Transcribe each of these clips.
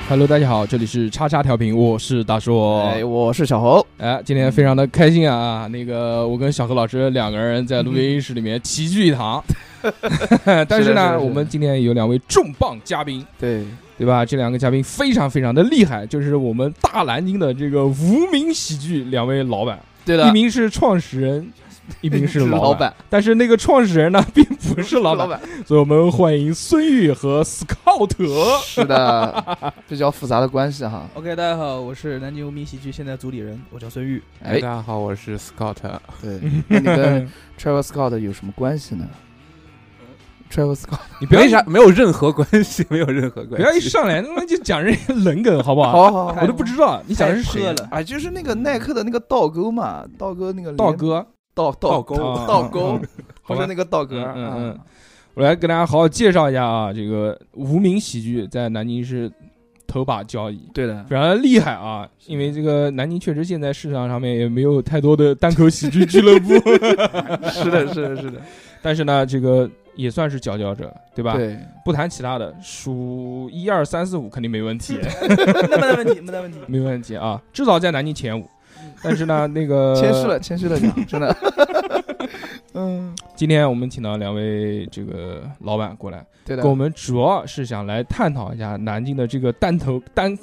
Hello， 大家好，这里是叉叉调频，我是大硕， 我是小侯。 今天非常的开心啊！那个，我跟小何老师两个人在录音室里面齐聚一堂，但是呢，我们今天有两位重磅嘉宾，对吧？这两个嘉宾非常非常的厉害，就是我们大南京的这个无名喜剧两位老板， 对的， 一名是创始人。一名是老板，但是那个创始人呢，并不是老板，所以我们欢迎孙玉和 Scout。 是的，比较复杂的关系哈。 OK， 大家好，我是南京无名喜剧现在主理人，我叫孙玉。 大家好，我是 Scott。 对，那你跟 Travis Scott 有什么关系呢？Travis Scott， 你不要没有任何关系，没有任何关系。 不要一上来那么就讲人家冷梗，好不好？ 好， 我都不知道你讲的是谁了。 啊，就是那个耐克的那个道哥嘛，道哥那个道哥。 道沟，不是那个道哥。 我来跟大家好好介绍一下啊，这个无名喜剧在南京是头把交椅， 对的， 非常的厉害啊。因为这个南京确实现在市场上面也没有太多的单口喜剧俱乐部， 是的。 但是呢，这个也算是佼佼者，对吧？ 对， 不谈其他的，数1、2、3、4、5肯定没问题，没问题啊，至少在南京前5。但是呢，那个谦虚了讲，真的。 今天我们请到两位这个老板过来， 对的， 跟我们主要是想来探讨一下南京的这个单口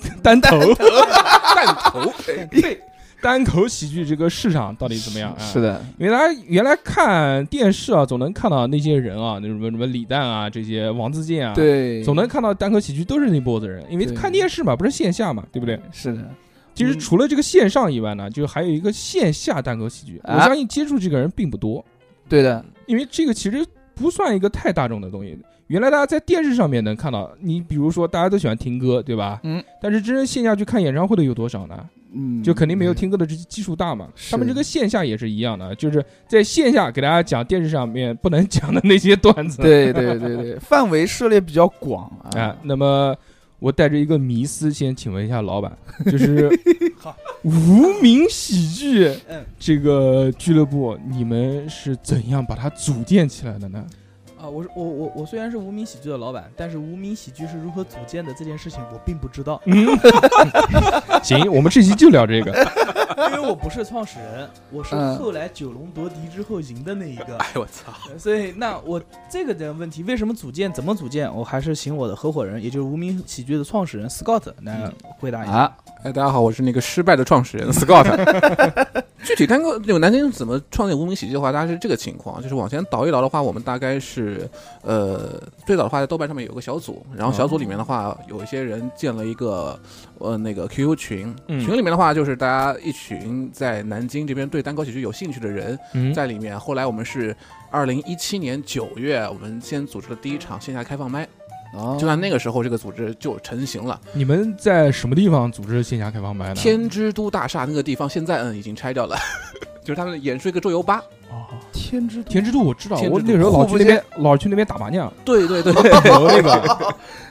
喜剧这个市场到底怎么样啊？ 是的， 因为大家原来看电视啊，总能看到那些人啊，那什么李诞啊，这些王自健啊， 对， 总能看到单口喜剧都是那波子人，因为看电视嘛，不是线下嘛，对不对？ 是的。 其实除了这个线上以外呢，就还有一个线下单口喜剧，我相信接触这个人并不多。 对的， 因为这个其实不算一个太大众的东西。原来大家在电视上面能看到，你比如说大家都喜欢听歌，对吧？但是真正线下去看演唱会的有多少呢？就肯定没有听歌的基数大嘛。他们这个线下也是一样的，就是在线下给大家讲电视上面不能讲的那些段子。 对，范围涉猎比较广啊。 那么我带着一个迷思，先请问一下老板，就是无名喜剧这个俱乐部，你们是怎样把它组建起来的呢？ 我虽然是无名喜剧的老板，但是无名喜剧是如何组建的这件事情我并不知道。 行，我们这期就聊这个， 因为我不是创始人，我是后来九龙夺嫡之后赢的那一个。 哎我操！ 所以那我这个的问题，为什么组建，怎么组建，我还是请我的合伙人，也就是无名喜剧的创始人 Scott 来回答一下。 大家好，我是那个失败的创始人 Scott。具体单个南京怎么创建无名喜剧的话，大概是这个情况，就是往前倒一倒的话，我们大概是最早的话在豆瓣上面有个小组，然后小组里面的话有一些人建了一个那个 QQ 群，群里面的话就是大家一群在南京这边对单口喜剧有兴趣的人在里面。后来我们是2017年9月，我们先组织了第一场线下开放麦。就在那个时候，这个组织就成型了。 你们在什么地方组织线下开放麦呢？ 天之都大厦那个地方，现在已经拆掉了，就是他们演出一个桌游吧。 天之都我知道，我那时候老去那边打麻将。 对， 那个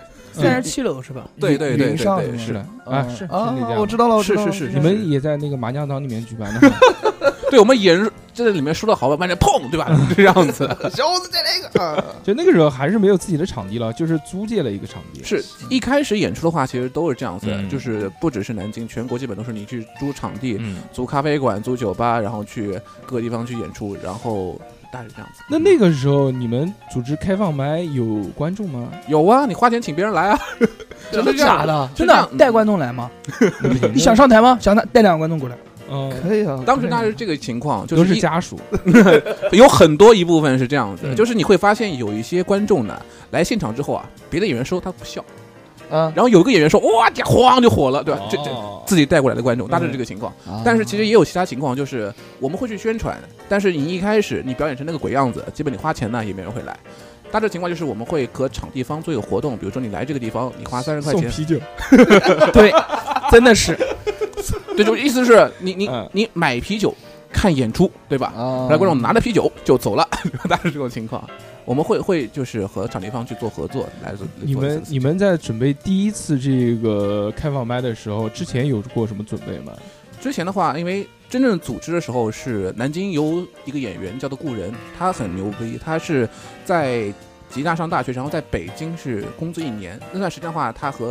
37楼是吧？ 对， 是的是我知道了， 是， 你们也在那个麻将堂里面举办的。 对，我们演就在里面输了好半天，砰，对吧？这样子， 小子再来一个。 就那个时候还是没有自己的场地了，就是租借了一个场地。 是一开始演出的话，其实都是这样子，就是不只是南京，全国基本都是你去租场地、租咖啡馆、租酒吧，然后去各个地方去演出，然后大概是这样子。 那个时候你们组织开放麦有观众吗？ 有啊，你花钱请别人来啊。 真的假的？真的带观众来吗？你想上台吗？想带2个观众过来。 可以啊。 当时那是这个情况，就是都是家属， 有很多一部分是这样子，就是你会发现有一些观众呢来现场之后啊，别的演员说他不笑，然后有一个演员说哇，晃就火了，对吧？这自己带过来的观众，大致是这个情况。但是其实也有其他情况，就是我们会去宣传，但是你一开始你表演成那个鬼样子，基本你花钱呢也没人会来。大致情况就是我们会和场地方做一个活动，比如说你来这个地方，你花30块钱送啤酒， 对，真的是。 对，就意思是你买啤酒看演出，对吧？让观众拿着啤酒就走了，大概是这种情况。我们会就是和场地方去做合作来做。 你们在准备第一次这个开放麦的时候，之前有过什么准备吗？ 之前的话，因为真正组织的时候是南京有一个演员叫做顾仁，他很牛逼，他是在吉大上大学，然后在北京是工作1年。那段时间的话，他和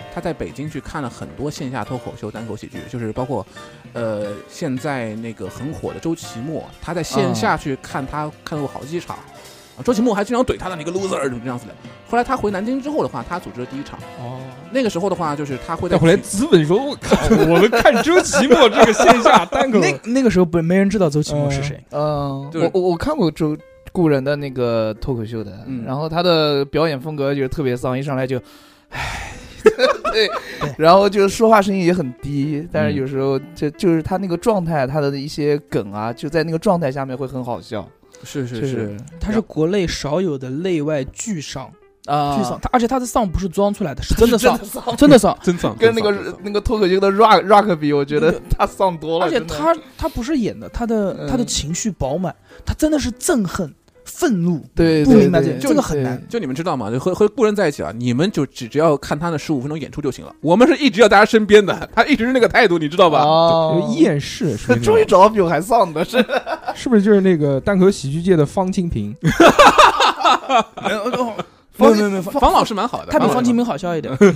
他在北京去看了很多线下脱口秀、单口喜剧，就是包括现在那个很火的周奇墨，他在线下去看过好几场。周奇墨还经常怼他的那个 loser 这样子的。后来他回南京之后的话，他组织了第一场。那个时候的话，就是他会再回来资本说：“我靠，我们看周奇墨这个线下单口。” 那个时候没人知道周奇墨是谁。 我看过故人的那个脱口秀的，然后他的表演风格就是特别丧，一上来就，对，然后就说话声音也很低，但是有时候就是他那个状态，他的一些梗啊，就在那个状态下面会很好笑。 是， 他是国内少有的内外俱丧啊，而且他的丧不是装出来的，是真的丧，真的丧， 真丧。 跟那个脱口秀的 rock 比，我觉得他丧多了。 而且他不是演的，他的情绪饱满，他真的是憎恨。愤怒， 对， 不明白这个很难。 就你们知道吗？就和故人在一起啊，你们就只要看他的15分钟演出就行了。我们是一直要在他身边的，他一直是那个态度，你知道吧？ 厌世， 终于找到比我还丧的是不是就是那个单口喜剧界的方清平？ 没有， 方老师蛮好的， 他比方清平好笑一点。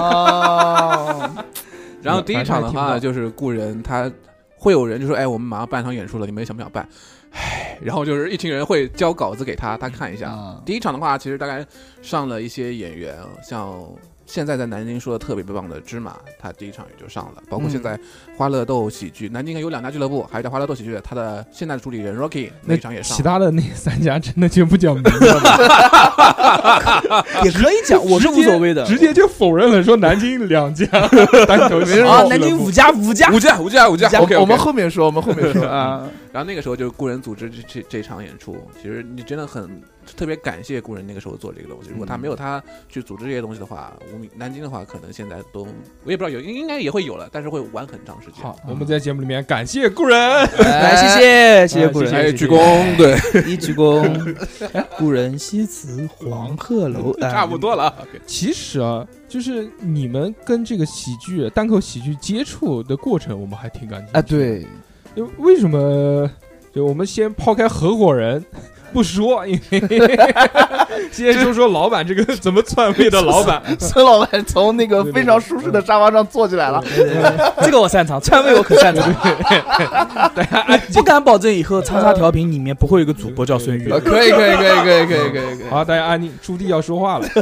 然后第一场的话，就是故人他会有人就说：“哎，我们马上办场演出了，你们想不想办？”然后就是一群人会交稿子给他看一下。第一场的话，其实大概上了一些演员，像现在在南京说的特别棒的芝麻，他第一场也就上了。包括现在花乐豆喜剧，南京有2家俱乐部，还有叫花乐豆喜剧，他的现在的主理人 Rocky 那场也上了。 其他的那3家真的就不讲名字了， 也可以讲，我是无所谓的， 直接就否认了，说南京2家单口喜剧啊，南京5家 ，OK， 我们后面说啊。 然后那个时候就是故人组织这场演出，其实你真的很特别感谢故人那个时候做这个东西。如果他没有他去组织这些东西的话，南京的话可能现在都我也不知道应该也会有了，但是会晚很长时间。 好，我们在节目里面感谢故人， 谢谢故人， 鞠躬，对， 一鞠躬。故人西辞黄鹤楼， 差不多了。 其实啊，就是你们跟这个喜剧单口喜剧接触的过程，我们还挺感兴趣。 对。 为什么？就我们先抛开合伙人不说，因为先说老板这个怎么篡位的老板。 孙老板从那个非常舒适的沙发上坐起来了， 这个我擅长，篡位我可擅长。不敢保证以后叉叉调频里面不会有一个主播叫孙宇。 可以。 好，大家安静，朱棣要说话了。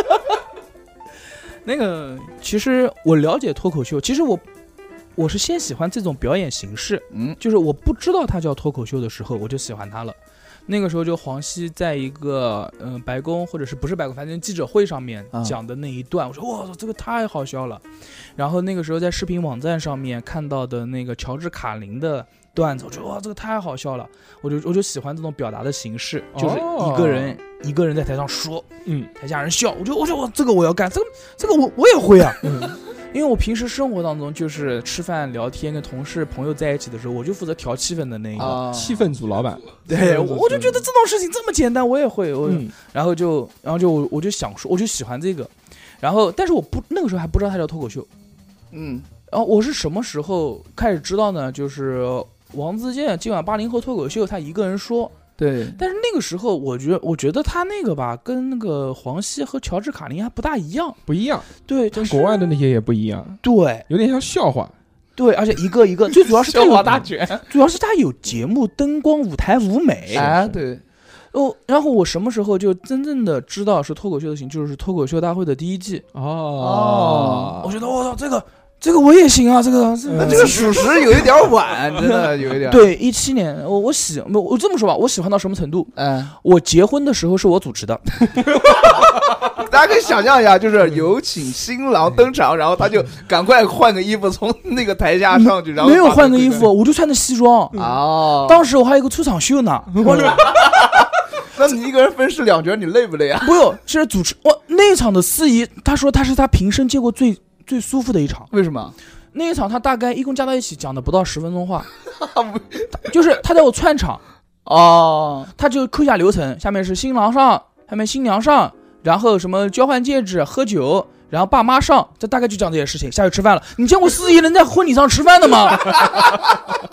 那个，其实我了解脱口秀，其实我是先喜欢这种表演形式，就是我不知道它叫脱口秀的时候，我就喜欢它了。那个时候就黄西在一个白宫或者是不是白宫，反正记者会上面讲的那一段，我说哇，这个太好笑了。然后那个时候在视频网站上面看到的那个乔治卡林的段子，我说哇，这个太好笑了。我就喜欢这种表达的形式，就是一个人在台上说，台下人笑，我说这个我要干，这个我也会啊。因为我平时生活当中就是吃饭聊天跟同事朋友在一起的时候，我就负责调气氛的那个气氛组老板。 对，我就觉得这种事情这么简单，我也会。然后我就想说，我就喜欢这个。然后，但是那个时候还不知道它叫脱口秀。然后我是什么时候开始知道呢？就是王自健今晚80后脱口秀，他一个人说。 对， 但是那个时候我觉得他那个吧，跟那个黄西和乔治卡林还不大一样，对， 跟国外的那些也不一样， 对， 有点像笑话， 对，而且一个最主要是笑话大全， 主要是他有节目灯光舞台舞美啊，对， 然后我什么时候就真正的知道是脱口秀的型，就是脱口秀大会的第1季我觉得我操这个我也行啊，这个属实有一点晚，真的有一点。 对，17年，我这么说吧，我喜欢到什么程度？我结婚的时候是我主持的， 大家可以想象一下，就是有请新郎登场，然后他就赶快换个衣服从那个台下上去，然后没有换个衣服，我就穿着西装。当时我还有一个出场秀呢。 那你一个人分饰2角，你累不累啊？ 不用，是主持。那一场的司仪，他说他是他平生见过最舒服的一场。 为什么？ 那一场他大概一共加到一起讲的不到10分钟话，就是他在我串场他就扣下流程，下面是新郎上，下面新娘上，然后什么交换戒指、喝酒，然后爸妈上，这大概就讲这些事情。下去吃饭了，你见过司仪能在婚礼上吃饭的吗？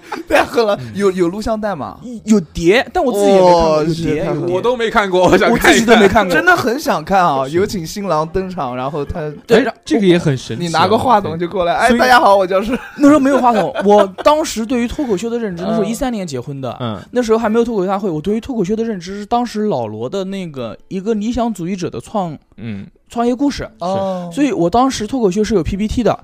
太狠了！有录像带吗？ 有碟，但我自己也没看过。有碟， 我都没看过，我想看， 我自己都没看过， 真的很想看啊！有请新郎登场，然后他对，这个也很神奇。 你拿个话筒就过来，哎，大家好，我就是那时候没有话筒。我当时对于脱口秀的认知，那时候13年结婚的，那时候还没有脱口秀大会。我对于脱口秀的认知是当时老罗的那个一个理想主义者的创业故事，所以我当时脱口秀是有 PPT 的。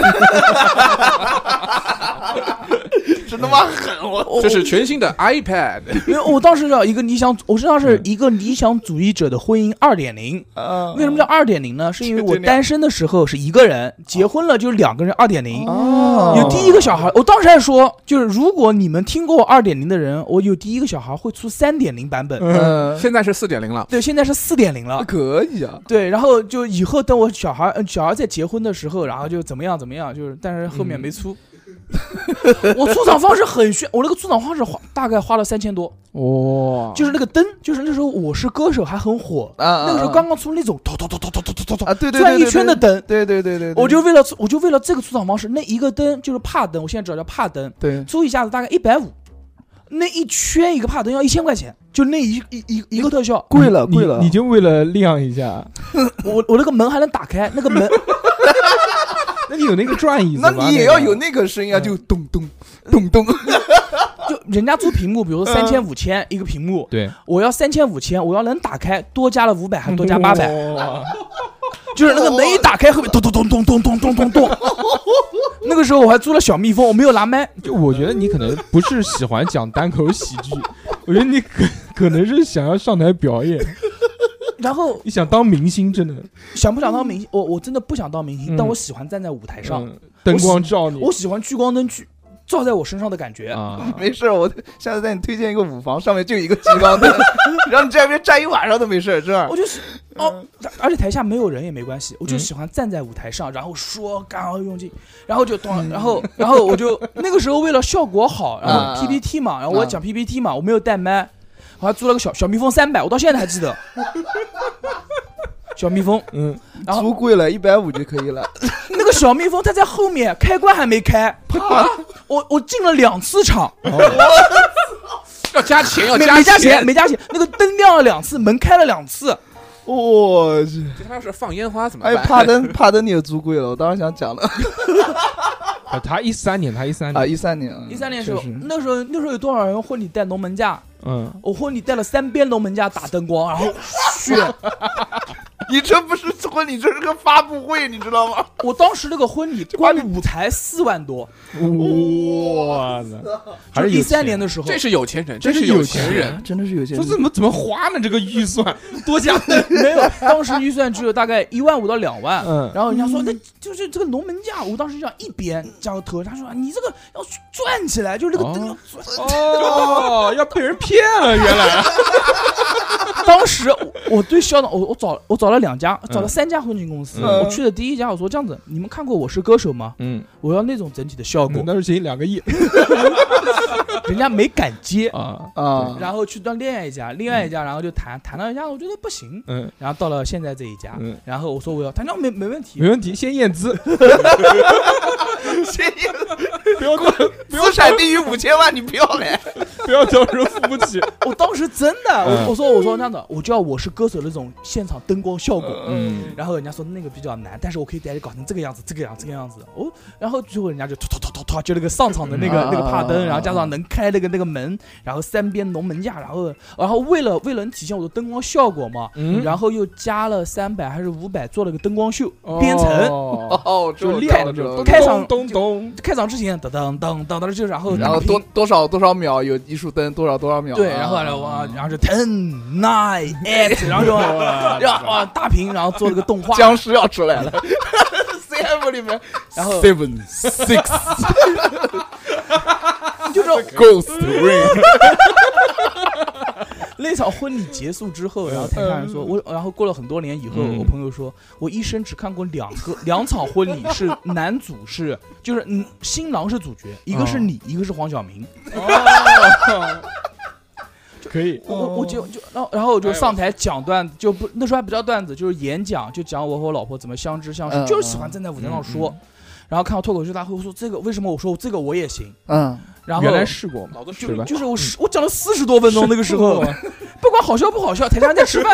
真他妈狠！ 这是全新的 iPad， 因为我当时叫一个理想，我知道是一个理想主义者的婚姻2.0。为什么叫2.0呢？是因为我单身的时候是一个人，结婚了就是2个人2.0。有第一个小孩，我当时还说，就是如果你们听过我2.0的人，我有第一个小孩会出3.0版本。 现在是4.0了。 对，现在是4.0了。 可以啊。 对，然后就以后等我小孩在结婚的时候，然后就怎么样，就是但是后面没出。我出场方式很炫，我那个出场方式大概花了3000多。就是那个灯，就是那时候我是歌手还很火那个时候刚刚出那种对转一圈的灯， 对， 我就为了这个出场方式，那一个灯就是帕灯，我现在知道叫帕灯， 对， 出一下子大概150，那一圈一个帕灯要1000块钱，就那一个特效， 贵了， 你就为了亮一下， 我那个门还能打开，那个门。 那你有那个转椅子吗？ 那你也要有那个声音啊，就咚咚咚咚。 就人家租屏幕，比如说3000、5000一个屏幕， 对， 我要3000、5000，我要能打开，多加了500，还多加800，就是那个门一打开，后面咚咚咚咚咚咚咚咚咚。那个时候我还租了小蜜蜂，我没有拿麦。 就我觉得你可能不是喜欢讲单口喜剧，我觉得你可能是想要上台表演。 然后你想当明星，真的想不想当明星？我真的不想当明星，但我喜欢站在舞台上， 灯光照你， 我喜欢聚光灯照在我身上的感觉啊。 没事，我下次带你推荐一个舞房，上面就有一个聚光灯，然后你这边站一晚上都没事。这样我就是而且台下没有人也没关系，我就喜欢站在舞台上，然后说干而用劲，然后就然后我就那个时候为了效果好，然后 PPT 嘛，然后我讲 PPT 嘛，我没有带麦。我还租了个小蜜蜂300，我到现在还记得。小蜜蜂， 然后租贵了150就可以了。 那个小蜜蜂它在后面，开关还没开，啪！我进了2次场， 要加钱， 没加钱。那个灯亮了2次，门开了2次。 我去， 这他要是放烟花怎么办？ 哎，帕灯你也租贵了，我当时想讲的。 他13年啊，13年时候，那时候有多少人婚礼带龙门架？我婚礼带了3边龙门架打灯光，然后炫。 你这不是婚礼，这是个发布会，你知道吗？ 我当时那个婚礼光舞台4万多， 哇塞！ 还是13年的时候， 这是有钱人，真的是有钱人。 这怎么花呢？这个预算多加没有，当时预算只有大概15000到2万。然后人家说那就是这个龙门架，我当时想一边加个头，他说你这个要转起来，就是这个灯要转。要被人骗了，原来。 当时我对校长，我找了3家婚庆公司。我去的第一家，我说这样子，你们看过《我是歌手》吗？我要那种整体的效果。 那是行2个亿， 人家没敢接啊。 然后去到另外一家，然后就谈到一家，我觉得不行。然后到了现在这一家，然后我说我要，他说没问题， 先验资， 先验资，资产低于5000万，你不要来， 不要叫人付不起。 我当时真的，我说这样的，我就要《我是歌手》那种现场灯光效果。然后人家说那个比较难，但是我可以带你搞成这个样子。然后最后人家就就那个上场的那个帕灯，然后加上能开那个门，然后3边龙门架，然后为了能体现我的灯光效果嘛，然后又加了300还是500做了个灯光秀编程。 就开场之前噔，就然后多少秒有艺术灯，多少秒。 对，然后就 10 9 8， 然后就大屏，然后做了个动画， 僵尸要出来了。CF 里面， 然后 7 6， 就是 Ghost Ring。 那场婚礼结束之后，然后台下人说然后过了很多年以后，我朋友说我一生只看过2场婚礼，是男主就是新郎是主角，一个是你，一个是黄晓明。 可以， 我就然后我就上台讲段子，就不那时候还不叫段子，就是演讲，就讲我和我老婆怎么相知相识，就是喜欢站在舞台上说。 然后看到脱口秀大会，我说这个为什么？我说这个我也行。然后原来试过嘛， 就是我讲了40多分钟，那个时候不管好笑不好笑，台上在吃饭，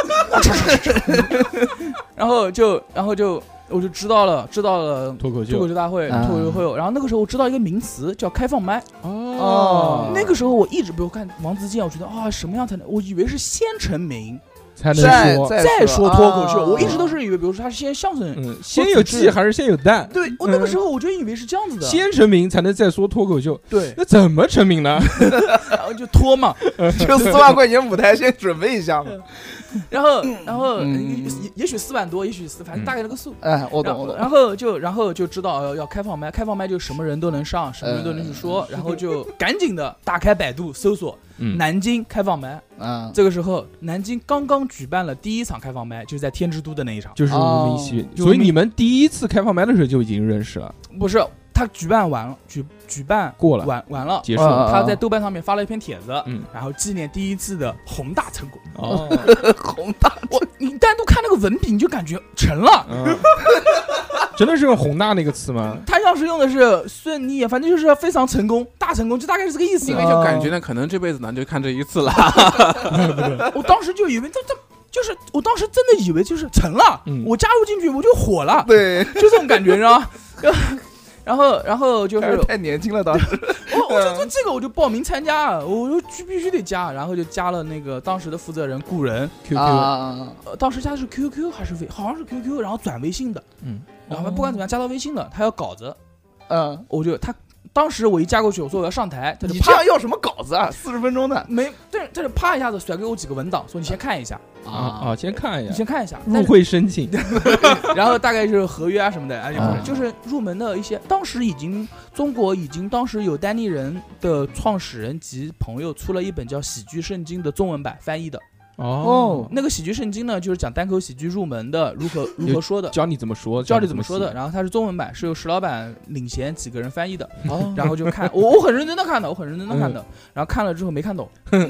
然后就我就知道了脱口秀大会，脱口秀会有。然后那个时候我知道一个名词叫开放麦。那个时候我一直比如看王自健，我觉得什么样才能？我以为是先成名才能说再说脱口秀。我一直都是以为，比如说他是先相声， 先有鸡还是先有蛋？ 对，我那个时候我就以为是这样子的， 先成名才能再说脱口秀。 对， 那怎么成名呢？ 然后就脱嘛， 就4万块钱舞台先准备一下嘛。 然后也许4万多，也许反正大概那个数。 我懂。 然后就知道要开放麦，开放麦就什么人都能上，什么人都能去说。然后就赶紧的打开百度搜索南京开放麦。这个时候南京刚刚举办了第一场开放麦，就是在天之都的那一场， 就是无名喜剧。所以你们第一次开放麦的时候就已经认识了？ 不是。他举办完了，举办过了， 完了， 结束了。 他在豆瓣上面发了一篇帖子，然后纪念第一次的宏大成功。 宏大， 你单独看那个文笔，你就感觉成了。 真的是用宏大那个词吗？ 他要是用的是顺利，反正就是非常成功，大成功，就大概是这个意思。 因为就感觉呢，可能这辈子呢就看这一次了。 我当时就以为这。就是我当时真的以为就是成了，我加入进去我就火了， 对， 就这种感觉，你知道吗？然后就是太年轻了，当时我就说这个我就报名参加，我就必须得加，然后就加了那个当时的负责人故人 QQ，当时加的是 QQ 还是好像是 QQ， 然后转微信的，然后不管怎么样加到微信了，他要稿子，我就他。当时我一加过去，我说我要上台，他就你这样要什么稿子啊？40分钟的没，对，他就啪一下子甩给我几个文档，说你先看一下先看一下， 你先看一下入会申请， 然后大概就是合约啊什么的，就是入门的一些。当时中国已经当时有单立人的创始人及朋友出了一本叫《喜剧圣经》的中文版翻译的。那个喜剧圣经呢，就是讲单口喜剧入门的如何说的， 教你怎么说的。然后它是中文版，是由石老板领衔几个人翻译的。然后就看，我很认真的看的，然后看了之后没看懂，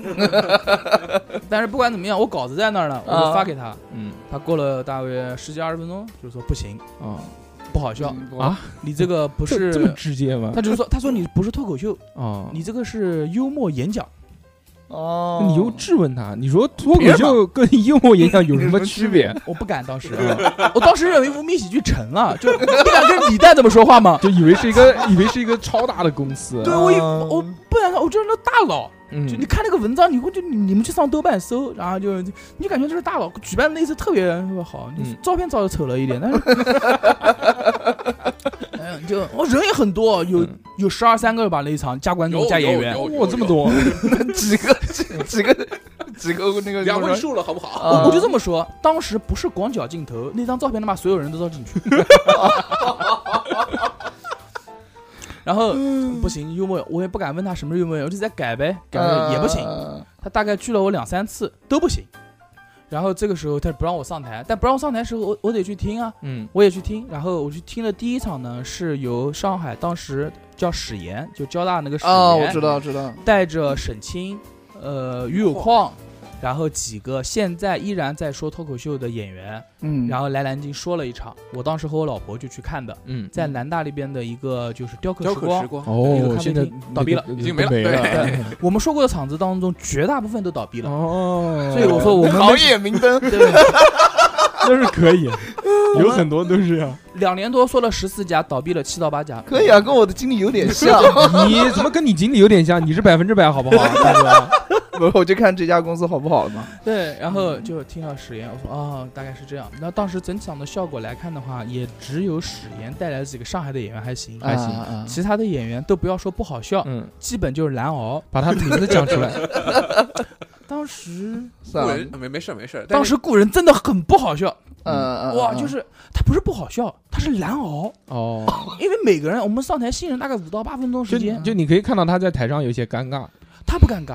但是不管怎么样，我稿子在那儿呢，我就发给他。他过了大约10几20分钟，就说不行不好笑你这个不是这么直接吗？ 他说你不是脱口秀你这个是幽默演讲。 你又质问他，你说脱口秀跟幽默演讲有什么区别？ 我不敢，当时我当时认为无名喜剧成了，就你敢跟李诞这么说话吗？ 就以为是一个超大的公司。 对，我不然我就是那大佬。就你看那个文章，你们去上豆瓣搜，然后你就感觉这是大佬举办的那次特别好，照片照的丑了一点，但是就人也很多，有12、13个吧那一场，加观众加演员， 这么多， 几个那个 2位数了，好不好？ 我就这么说，当时不是广角镜头，那张照片能把所有人都照进去。然后不行，幽默我也不敢问他什么幽默，我就在改呗，改也不行。他大概拒了我2、3次都不行。然后这个时候他不让我上台，但不让我上台的时候我得去听啊，我也去听。然后我去听了第一场呢，是由上海当时叫史岩，就交大那个史岩， 我知道， 带着沈清，于有矿。然后几个现在依然在说脱口秀的演员，然后来南京说了一场，我当时和我老婆就去看的，在南大那边的一个就是雕刻时光， 现在倒闭了， 已经没了。 对，我们说过的场子当中，绝大部分都倒闭了。所以我说我们行业明灯， 对， 那是可以，有很多都是这样。 2年多说了14家，倒闭了7到8家。 可以啊，跟我的经历有点像。 你怎么跟你经历有点像？你是100%好不好？大哥。 我就看这家公司好不好嘛。 对，然后就听了史岩，我说大概是这样。那当时整场的效果来看的话，也只有史岩带来几个上海的演员还行，其他的演员都不要说不好笑，基本就是难熬。 把他的名字讲出来。 当时故人没事。 当时故人真的很不好笑。哇，就是他不是不好笑，他是难熬因为每个人我们上台新人大概5到8分钟时间， 就你可以看到他在台上有些尴尬。 他不尴尬，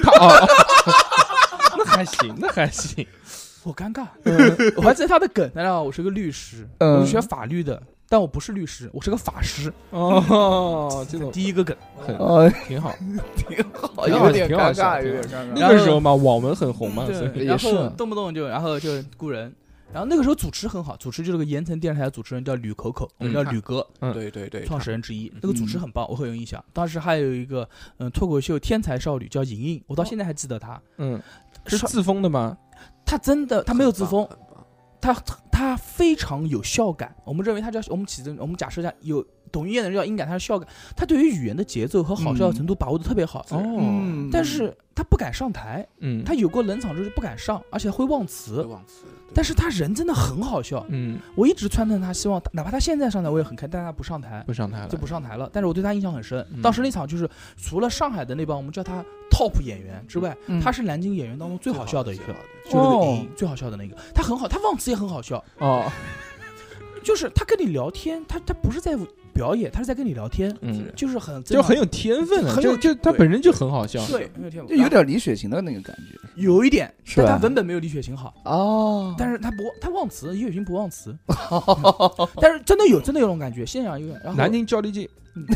那还行， 我尴尬，我还在他的梗，然后我是个律师，我是学法律的，但我不是律师，我是个法师。这种第一个梗， 挺好， 有点尴尬。 那个时候嘛，网文很红嘛， 然后动不动然后就故人。 然后那个时候主持很好，主持就是个盐城电视台的主持人叫吕口口，叫吕哥， 对， 创始人之一，那个主持很棒，我很有印象。当时还有一个脱口秀天才少女叫莹莹，我到现在还记得她。 是自封的吗？ 她真的，她没有自封，她非常有笑感。我们认为她叫我们假设下有懂语言的人叫音感，她是笑感。她对于语言的节奏和好笑的程度把握的特别好。但是她不敢上台，她有过冷场之后就不敢上，而且会忘词。但是她人真的很好笑，我一直撺掇她，希望哪怕她现在上台我也很开，但她不上台了。但是我对她印象很深，当时那场就是除了上海的那帮我们叫她 top 演员之外，她是南京演员当中最好笑的一个，就那个莹莹最好笑的那个，她很好，她忘词也很好笑就是她跟你聊天，她不是在表演，她是在跟你聊天，就是很有天分的，就她本身就很好笑， 对，很有天分， 就有点李雪琴的那个感觉， 有一点， 是吧？ 但她文本没有李雪琴好但是她忘词，李雪琴不忘词，但是真的有那种感觉，现场有点。然后南京交流界，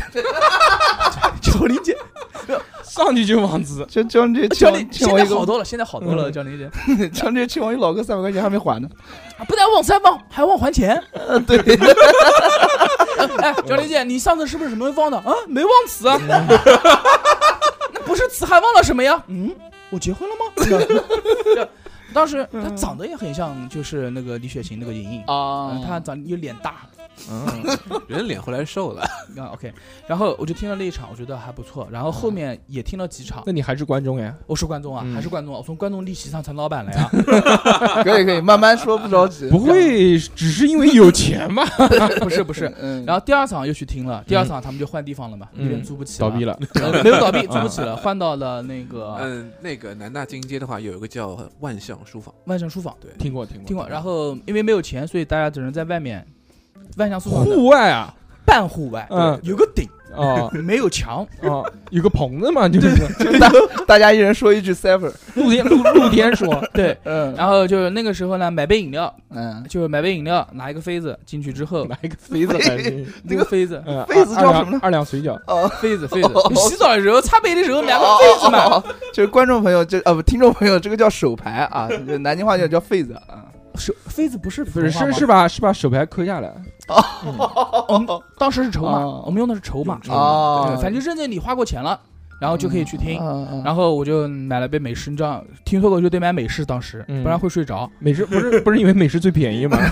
交流界上去就忘词， 就交流界， 现在好多了，交流界， 交流界欠我一老哥300块钱还没还呢， 不但忘词还忘还钱， 对。 哎，交流界，你上次是不是什么忘的啊？没忘词啊，那不是词还忘了什么呀？我结婚了吗？当时他长得也很像，就是那个李雪琴那个莹莹他长得有脸大， 人脸后来瘦了 OK， 然后我就听了那一场，我觉得还不错，然后后面也听了几场。 那你还是观众呀？ 我是观众啊，还是观众，我从观众立席上成老板了呀。 可以，慢慢说，不着急。 不会只是因为有钱吧？ 不是。然后第二场又去听了，第二场他们就换地方了嘛，那边租不起， 倒闭了， 没有倒闭，租不起了，换到了那个那个南大经街的话，有一个叫万象书房， 对， 听过。 然后因为没有钱，所以大家只能在外面。万象书房户外啊， 半户外，有个顶没有墙有个棚子嘛，就是大家一人说一句 seven， 露天说， 对，然后就是那个时候呢，买杯饮料，就是买杯饮料，拿一个杯子进去之后， 拿一个杯子， 那个杯子， 杯子叫什么呢 ？2两水饺， 杯子，洗澡的时候擦杯的时候买个杯子嘛， 就是观众朋友，听众朋友，这个叫手牌啊，南京话叫痱子啊。 痱子不是把手牌抠下来我们当时是筹码，我们用的是筹码反正认证你花过钱了，然后就可以去听。然后我就买了杯美式，你知道听脱口秀得买美式，当时不然会睡着。 美式不是因为美式最便宜吗？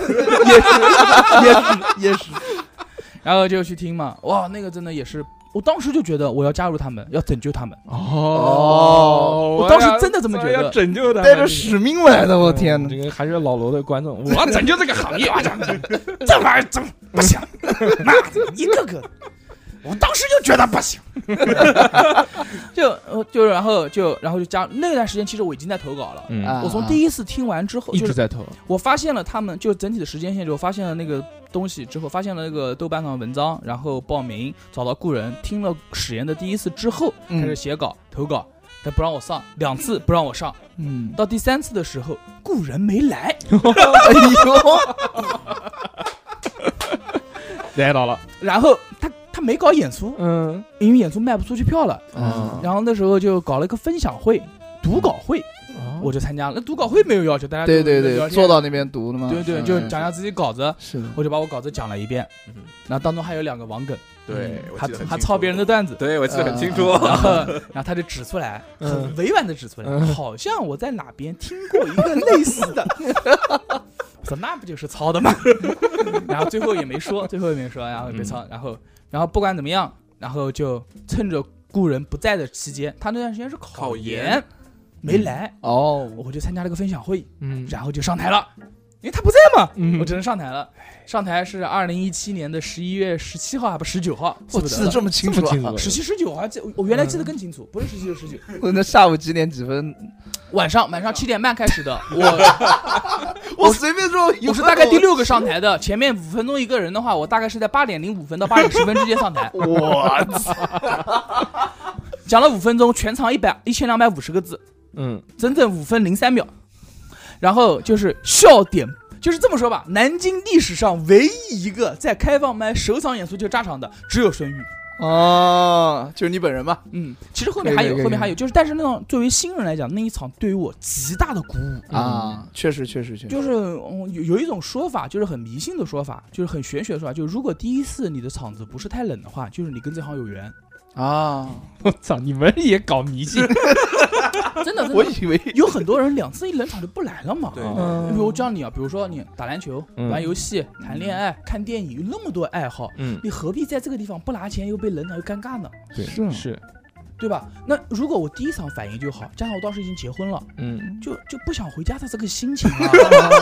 也是。 然后就去听嘛，哇，那个真的也是。我当时就觉得我要加入他们，要拯救他们。 我当时真的这么觉得， 要拯救他们， 带着使命来的。我天哪， 这个还是老罗的观众，我要拯救这个行业， 这玩意儿怎么不行？妈的，一个个的，我当时就觉得不行。然后就加那段时间，其实我已经在投稿了。我从第一次听完之后一直在投， 我发现了他们就整体的时间线，就发现了那个东西之后，发现了那个豆瓣上的文章，然后报名找到故人，听了史岩的第一次之后，开始写稿投稿，但不让我上，2次不让我上，到第3次的时候，故人没来， 哎呦， 来到了， 然后他没搞演出，因为演出卖不出去票了，然后那时候就搞了一个分享会、读稿会。我就参加了，那读稿会没有要求，大家对坐到那边读的嘛， 对，就讲讲自己稿子，我就把我稿子讲了一遍，然后当中还有2个网梗， 对， 还抄别人的段子， 对我记得很清楚， 然后他就指出来，很委婉的指出来，好像我在哪边听过一个类似的，我说那不就是抄的吗？然后最后也没说，然后别抄，然后不管怎么样，然后就趁着故人不在的期间，他那段时间是考研。没来我就参加了个分享会，然后就上台了，因为他不在嘛，我只能上台了。上台是2017年的11月17号还不19号， 我记得这么清楚 ，17、19号，我原来记得更清楚，不是17就19。 那下午几点几分？ 晚上7点半开始的。 我随便说， 我是大概第6个上台的，前面5分钟一个人的话，我大概是在8点05分到8点10分之间上台。 我操！ 讲了5分钟，全长1250个字。整整5分03秒，然后就是笑点，就是这么说吧，南京历史上唯一一个在开放麦首场演出就炸场的，只有孙玉。 哦，就是你本人吧？ 其实后面还有，就是但是那种作为新人来讲，那一场对于我极大的鼓舞啊，确实， 就是有一种说法，就是很迷信的说法，就是很玄学的说法，就是如果第一次你的场子不是太冷的话，就是你跟这行有缘。 啊！ 我操，你们也搞迷信？ 真的， 我以为有很多人2次一冷场就不来了嘛。 对， 比如这样你啊，比如说你打篮球、玩游戏、谈恋爱、看电影，有那么多爱好，你何必在这个地方不拿钱又被冷场又尴尬呢？ 对，是，对吧？那如果我第一场反应就好，加上我当时已经结婚了，就不想回家的这个心情啊，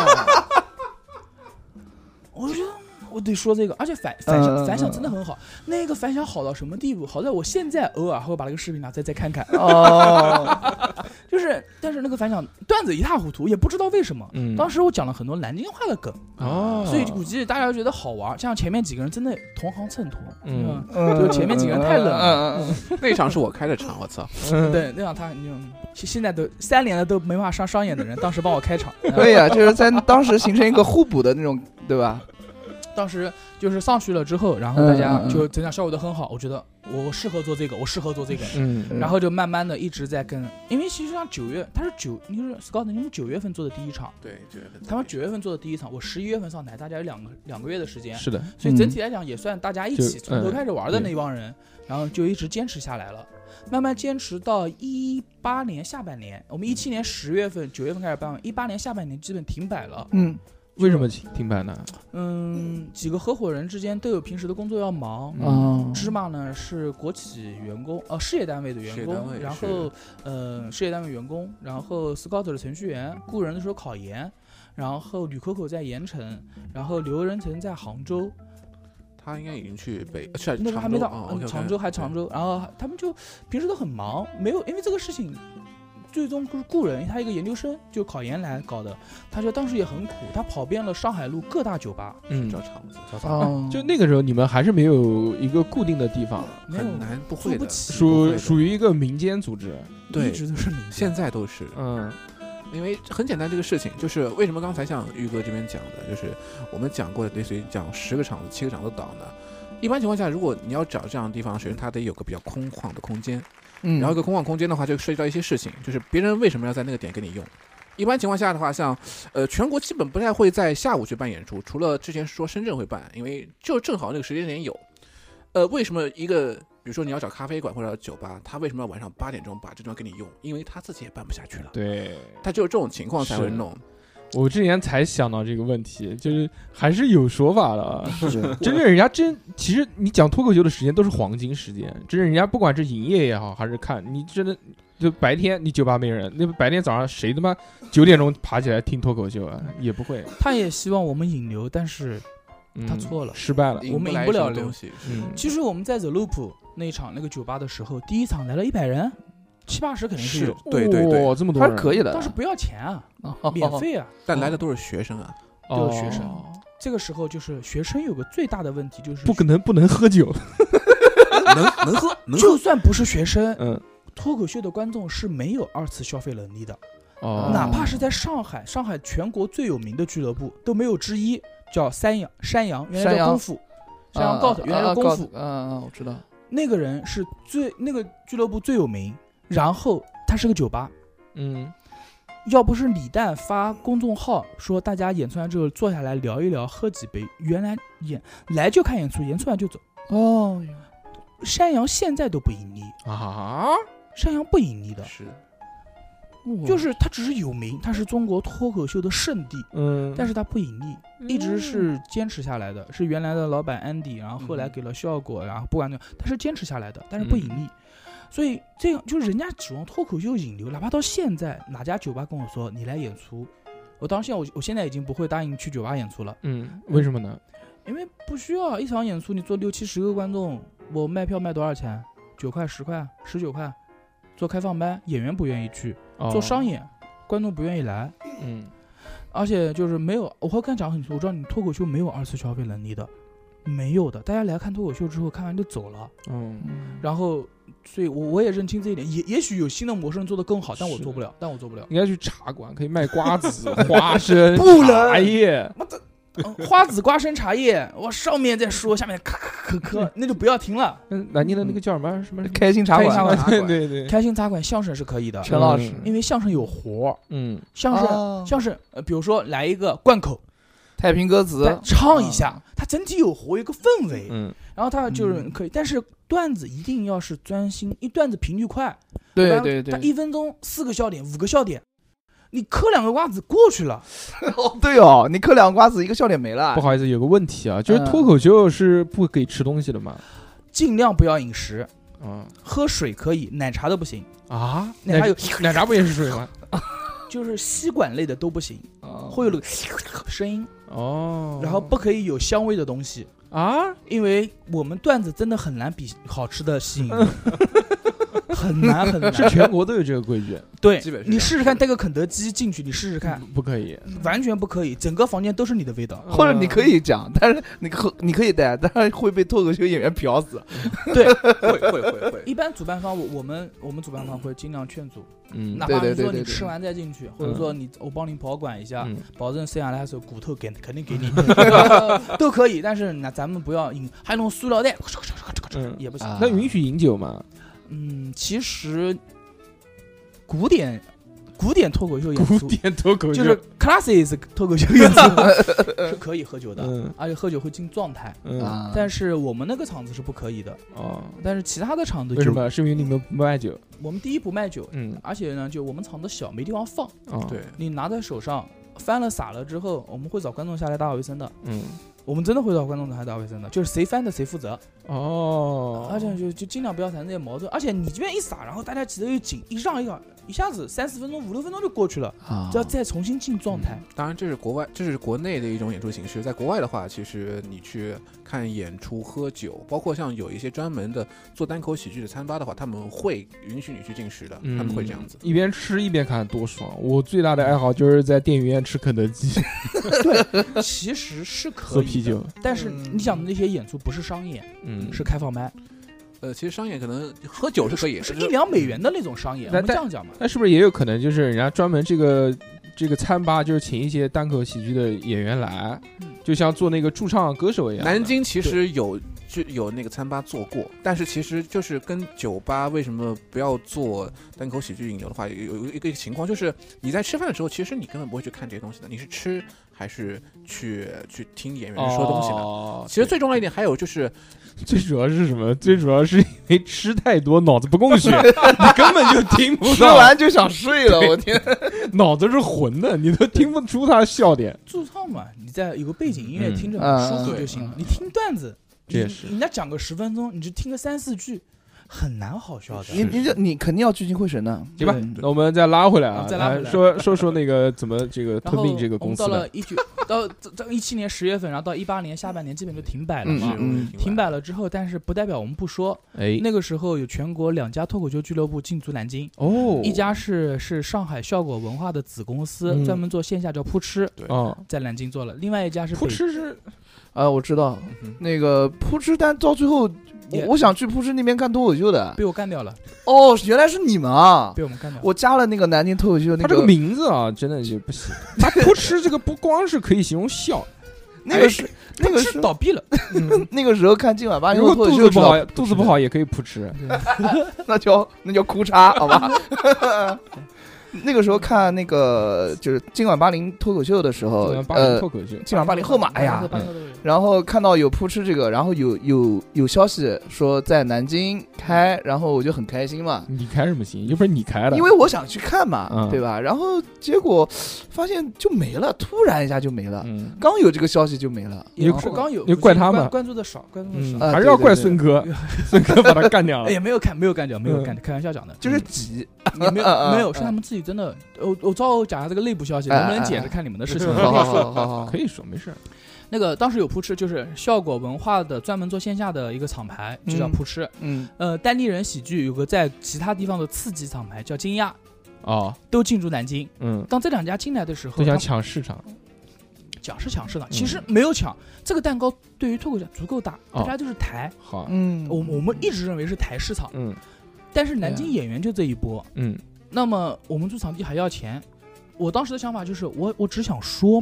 我觉得。我得说这个，而且反响真的很好。那个反响好到什么地步？好在我现在偶尔还会把那个视频拿再看看。就是，但是那个反响段子一塌糊涂，也不知道为什么。当时我讲了很多南京话的梗，所以估计大家觉得好玩。像前面几个人真的同行衬托，就前面几个人太冷了。 那场是我开的场，我操！ 对，那场他现在都3年了都没法上商演的人，当时帮我开场。 对呀，就是在当时形成一个互补的那种，对吧？ 当时就是上去了之后，然后大家就整场效果都很好，我觉得我适合做这个，然后就慢慢的一直在跟，因为其实像9月，他是你是 Scott， 你们9月份做的第一场， 对，9月份， 他们9月份做的第一场，我11月份上台，大家有两个月的时间， 是的， 所以整体来讲也算大家一起从头开始玩的那帮人，然后就一直坚持下来了，慢慢坚持到18年下半年，我们17年10月份、9月份开始办，18年下半年基本停摆了， 为什么停摆呢？ 几个合伙人之间都有平时的工作要忙。芝麻呢是国企员工，事业单位的员工，然后事业单位员工，然后 Scout 的程序员，雇人的时候考研，然后吕可可在盐城，然后刘仁成在杭州。 他应该已经去那个还没到，常州，然后他们就平时都很忙，没有因为这个事情。最终不是雇人，他一个研究生就考研来搞的。他说当时也很苦，他跑遍了上海路各大酒吧， 找场子。 就那个时候你们还是没有一个固定的地方， 很难，不会的， 属于一个民间组织， 对，一直都是民间， 现在都是，因为很简单，这个事情就是为什么刚才像玉哥这边讲的，就是我们讲过的，类似于讲10个场子、7个场子倒呢。一般情况下，如果你要找这样的地方，首先它得有个比较空旷的空间。然后一个空旷空间的话，就涉及到一些事情，就是别人为什么要在那个点给你用。一般情况下的话，像全国基本不太会在下午去办演出，除了之前说深圳会办，因为就正好那个时间点有。为什么一个比如说你要找咖啡馆或者酒吧，他为什么要晚上8点钟把这地方给你用？因为他自己也办不下去了。 对， 他只有这种情况才会弄。 我之前才想到这个问题，就是还是有说法的。真正人家其实你讲脱口秀的时间都是黄金时间，真正人家不管是营业也好，还是看你真的就白天你酒吧没人，那白天早上谁他妈9点钟爬起来听脱口秀啊？也不会。 他也希望我们引流，但是他错了， 失败了， 我们引不了流。其实我们在 The Loop 那一场那个酒吧的时候，第一场来了100人。70-80肯定是有， 对， 这么多人还是可以的， 但是不要钱啊，免费啊， 但来的都是学生啊， 都是学生。这个时候就是学生有个最大的问题就是不能喝酒， 能喝， 就算不是学生，脱口秀的观众是没有2次消费能力的，哪怕是在上海全国最有名的俱乐部都没有之一，叫山羊，原来叫功夫，山羊 GOT 原来叫功夫， 我知道， 那个人是那个俱乐部最有名。然后他是个酒吧，要不是李诞发公众号说大家演出完之后坐下来聊一聊，喝几杯，原来来就看演出，演出完就走。山羊现在都不盈利啊，山羊不盈利的， 是， 就是他只是有名，他是中国脱口秀的圣地，但是他不盈利，一直是坚持下来的，是原来的老板 Andy， 然后后来给了效果，然后不管他是坚持下来的，但是不盈利。所以这样就是人家指望脱口秀引流，哪怕到现在哪家酒吧跟我说你来演出，我现在已经不会答应去酒吧演出了。 为什么呢？ 因为不需要一场演出你做60-70个观众，我卖票卖多少钱？9块、10块、19块，做开放班演员不愿意去，做商演观众不愿意来。而且就是没有，我会跟他讲很清楚，我知道你脱口秀没有2次消费能力的，没有的，大家来看脱口秀之后看完就走了。然后所以我也认清这一点，也许有新的模式做得更好，但我做不了。应该去茶馆可以卖瓜子、花生、 不能茶叶。 花子瓜生茶叶，我上面在说，下面咔咔咳，那就不要听了。 南京的那个叫什么开心茶馆， 对对， 开心茶馆相声是可以的， 陈老师， 因为相声有活，相声，比如说来一个贯口。 太平歌词唱一下，它整体有活，有个氛围，然后它就是可以，但是段子一定要是专心，一段子频率快， 对，它 1分钟4个笑点5个笑点，你嗑2个瓜子过去了， 对哦，你嗑2个瓜子1个笑点没了。 不好意思，有个问题啊，就是脱口秀是不给吃东西的吗？ 尽量不要饮食，喝水可以，奶茶都不行啊， 奶茶不也是水吗？ 就是吸管类的都不行，会有那个声音然后不可以有香味的东西啊， 因为我们段子真的很难比好吃的吸引人，很难， 是全国都有这个规矩。 对，你试试看带个肯德基进去，你试试看， 不可以， 完全不可以，整个房间都是你的味道。 或者你可以讲，但是你可以带，但是会被脱口秀演员嫖死。 对， 会。 一般主办方我们主办方会尽量劝阻，哪怕对你说你吃完再进去，或者说我帮你保管一下，保证剩下来的时候骨头肯定给你，都可以。但是那咱们不要饮，还有那种塑料袋，也不行。 那允许饮酒吗？ 其实古典脱口秀演出，就是 classic 脱口秀演出是可以喝酒的，而且喝酒会进状态。但是我们那个场子是不可以的。但是其他的场子为什么？是因为你们不卖酒？ 我们第一不卖酒，而且呢，就我们场子小，没地方放。 对， 你拿在手上翻了洒了之后，我们会找观众下来打扫卫生的。我们真的会找观众来打扫卫生的，就是谁翻的谁负责。而且就尽量不要产生这些矛盾。而且你这边一撒，然后大家挤得又紧，一让一下子3-4分钟、5-6分钟就过去了，就要再重新进状态。 当然，这是国内的一种演出形式。在国外的话，其实你去看演出、喝酒，包括像有一些专门的做单口喜剧的餐吧的话，他们会允许你去进食的，他们会这样子， 一边吃一边看，多爽！我最大的爱好就是在电影院吃肯德基。 对，其实是可以喝啤酒， 但是你想的那些演出不是商业，是开放麦。 其实商业可能喝酒是可以， 是$1-2的那种商业，我们这样讲嘛。 那是不是也有可能就是人家专门这个餐吧，就是请一些单口喜剧的演员来，就像做那个驻唱歌手一样。 南京其实有那个餐吧做过，但是其实就是跟酒吧为什么不要做单口喜剧引流的话，有一个情况就是你在吃饭的时候，其实你根本不会去看这些东西的，你是吃还是去听演员说东西的。其实最重要一点还有就是。 最主要是什么？最主要是因为吃太多，脑子不供血，你根本就听不到。 吃完就想睡了，我天， 脑子是混的，你都听不出他的笑点。 驻唱嘛，你在有个背景音乐听着很舒服就行了。你听段子，人家讲个10分钟，你就听个3-4句。很难好笑的， 你肯定要聚精会神的， 行吧？那我们再拉回来啊，说那个怎么这个吞并这个公司的。 到17年10月份，然后到18年下半年基本就停摆了嘛。停摆了之后，但是不代表我们不说。那个时候有全国2家脱口秀俱乐部进驻南京。一家是上海效果文化的子公司，专门做线下叫扑哧，在南京做了。另外一家是扑哧是， 我知道那个扑哧，但到最后。我想去扑哧那边看脱口秀的， 被我干掉了。 原来是你们啊！ 被我们干掉了。 我加了那个南京脱口秀，他这个名字啊，真的就不行。他扑哧这个不光是可以形容笑， 那个是倒闭了。 那个时候看今晚8 如果肚子不好也可以扑哧， 那叫哭嚓，好吧？那个时候看那个就是今晚80脱口秀的时候，今晚80后嘛，哎呀，然后看到有扑哧这个，然后有消息说在南京开，然后我就很开心嘛。 你开什么心？又不是你开的。 因为我想去看嘛，对吧？然后结果发现就没了，突然一下就没了。刚有这个消息就没了。 也是刚有， 你怪他们关注的少， 还是要怪孙哥，孙哥把他干掉了。 也没有干掉，开玩笑讲的， 就是挤。 也没有，是他们自己真的。我照讲下这个内部消息，能不能解是看你们的事情。 好， 可以说没事。 那个当时有扑哧，就是效果文化的专门做线下的一个厂牌，就叫扑哧。单立人喜剧有个在其他地方的次级厂牌叫惊讶，都进驻南京。当这2家进来的时候， 都想抢市场。 讲是抢市场，其实没有抢。这个蛋糕对于脱口秀足够大，大家就是抬。 好， 我们一直认为是抬市场。但是南京演员就这一波。那么我们租场地还要钱。我当时的想法就是，我只想说嘛，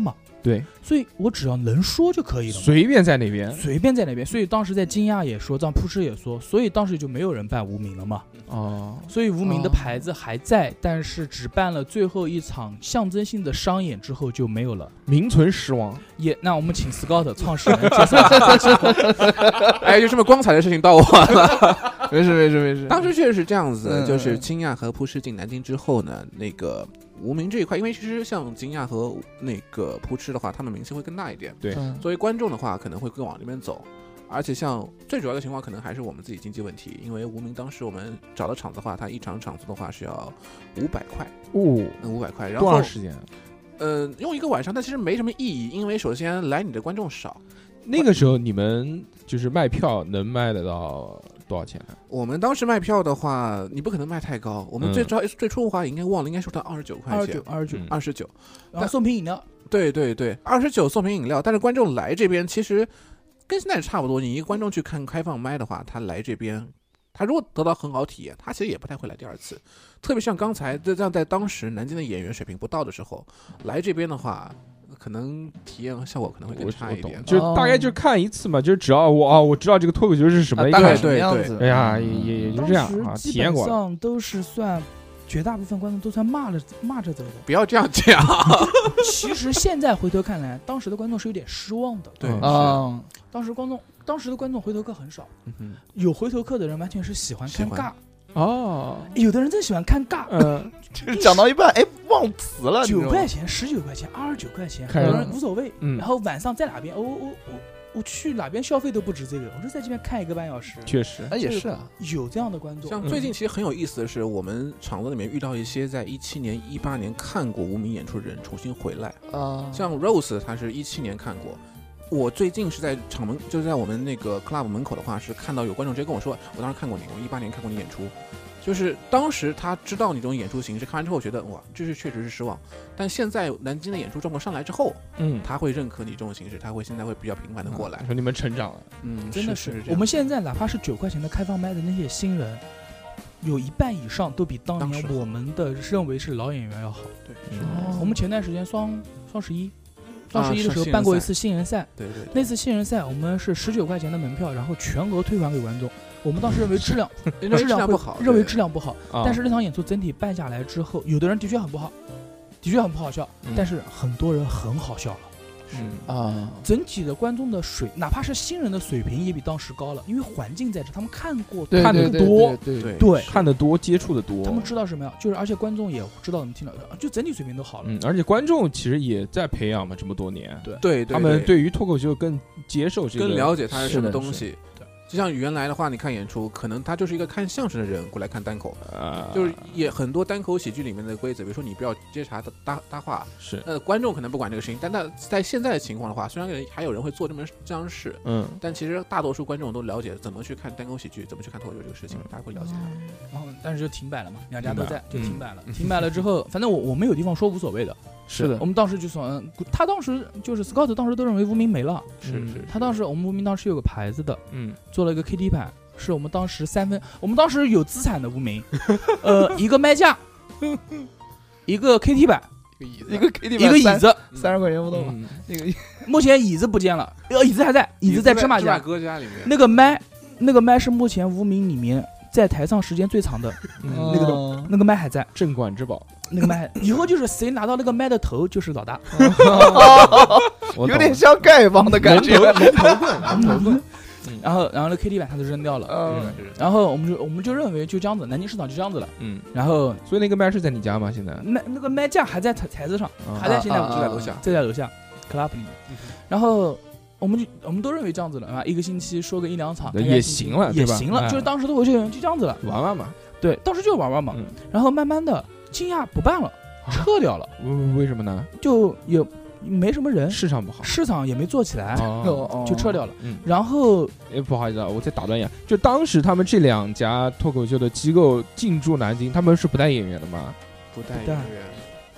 对， 所以我只要能说就可以了， 随便在那边， 随便在那边。所以当时在惊讶也说，这样扑哧也说，所以当时就没有人办无名了嘛。 哦， 所以无名的牌子还在，但是只办了最后一场象征性的商演之后就没有了， 名存实亡。 那我们请 Scout 创始人介绍一下。 哎，就这么光彩的事情到我了。 没事。 当时确实是这样子，就是惊讶和扑哧进南京之后呢，那个无名这一块，因为其实像惊讶和那个扑哧的话，他们名气会更大一点。 对， 作为观众的话，可能会更往那边走。而且像最主要的情况，可能还是我们自己经济问题，因为无名当时我们找的场子的话，它一场场子的话是要500块，500块，然后多长时间？ 用一个晚上，但其实没什么意义，因为首先来你的观众少。 那个时候你们就是卖票能卖得到多少钱？ 我们当时卖票的话，你不可能卖太高。我们最初的话，应该忘了，应该说到29块钱，29， 然后送瓶饮料。 对，29送瓶饮料。但是观众来这边其实跟现在差不多。你一个观众去看开放麦的话，他来这边，他如果得到很好体验，他其实也不太会来第二次。特别像刚才这样，在当时南京的演员水平不到的时候，来这边的话，可能体验和效果可能会更差一点。 就大概就看一次嘛，就只要我知道这个脱口秀是什么样子， 哎呀，也就这样啊，体验过。 基本上都是算。绝大部分观众都算骂着走的。 不要这样讲。 其实现在回头看来，当时的观众是有点失望的。 对啊，当时的观众回头客很少，有回头客的人完全是喜欢看尬。 哦， 有的人真喜欢看尬。 讲到一半，忘词了。 9块钱、19块钱、29块钱，很多人无所谓。然后晚上在哪边？我去哪边消费都不止这个，我就在这边看1个半小时。 确实， 也是啊， 有这样的观众。 像最近其实很有意思的是，我们场子里面遇到一些在17年、18年看过无名演出的人重新回来啊。像 Rose 他是17年看过，我最近是在场门，就是在我们那个 club 门口的话，是看到有观众直接跟我说，我当时看过你，我18年看过你演出。就是当时他知道你这种演出形式，看完之后觉得哇，这是确实是失望。但现在南京的演出状况上来之后，他会认可你这种形式，他会现在会比较频繁的过来。 说你们成长了， 真的是。我们现在哪怕是9块钱的开放麦的那些新人，有一半以上都比当年我们的认为是老演员要好。 对， 我们前段时间双十一的时候办过一次新人赛， 对， 那次新人赛我们是19块钱的门票，然后全额退还给观众。我们当时认为质量不好， 认为质量不好，但是那场演出整体办下来之后，有的人的确很不好，的确很不好笑，但是很多人很好笑了。整体的观众的哪怕是新人的水平也比当时高了，因为环境在这，他们看过， 看得多， 对， 看得多，接触的多， 他们知道什么样，就是而且观众也知道我们听到，就整体水平都好了。 而且观众其实也在培养嘛，这么多年， 对， 他们对于脱口秀更接受这个， 更了解它是什么东西。就像原来的话，你看演出，可能他就是一个看相声的人过来看单口，就是也很多单口喜剧里面的规则，比如说你不要接茬搭话， 是， 观众可能不管这个事情，但在现在的情况的话，虽然还有人会做这样事，但其实大多数观众都了解怎么去看单口喜剧，怎么去看脱口秀这个事情，大家会了解的。 然后，但是就停摆了嘛，两家都在，就停摆了。停摆了之后，反正我们有地方说无所谓的。 是的， 我们当时就说，他当时就是 Scott 当时都认为无名没了， 是， 他当时我们无名当时有个牌子的，做了一个 KT 盘，是我们当时我们当时有资产的无名，一个麦架，一个 KT 板， 一个 KT 板， 一个椅子 ，30块钱不到吧？那个目前椅子不见了，椅子还在，椅子在芝麻哥家里面。 那个麦是目前无名里面在台上时间最长的，那个麦还在， 镇馆之宝。 那个麦以后就是谁拿到那个麦的头就是老大， 有点像丐帮的感觉， 龙头棍。 然后那 KT 板他都扔掉了，然后我们就认为就这样子，南京市场就这样子了，然后所以那个麦是在你家吗？现在那个麦架还在台子上，还在现在就在楼下， 就在楼下 club 里面，然后我们都认为这样子了啊，一个星期说个1-2场也行了， 也行了，就是当时的我就这样子了， 玩玩嘛， 对，当时就玩玩嘛，然后慢慢的惊讶不办了，撤掉了， 为什么呢？ 就也没什么人， 市场不好， 市场也没做起来，就撤掉了。然后不好意思啊，我再打断一下，就当时他们这2家脱口秀的机构进驻南京，他们是不带演员的吗？ 不带演员。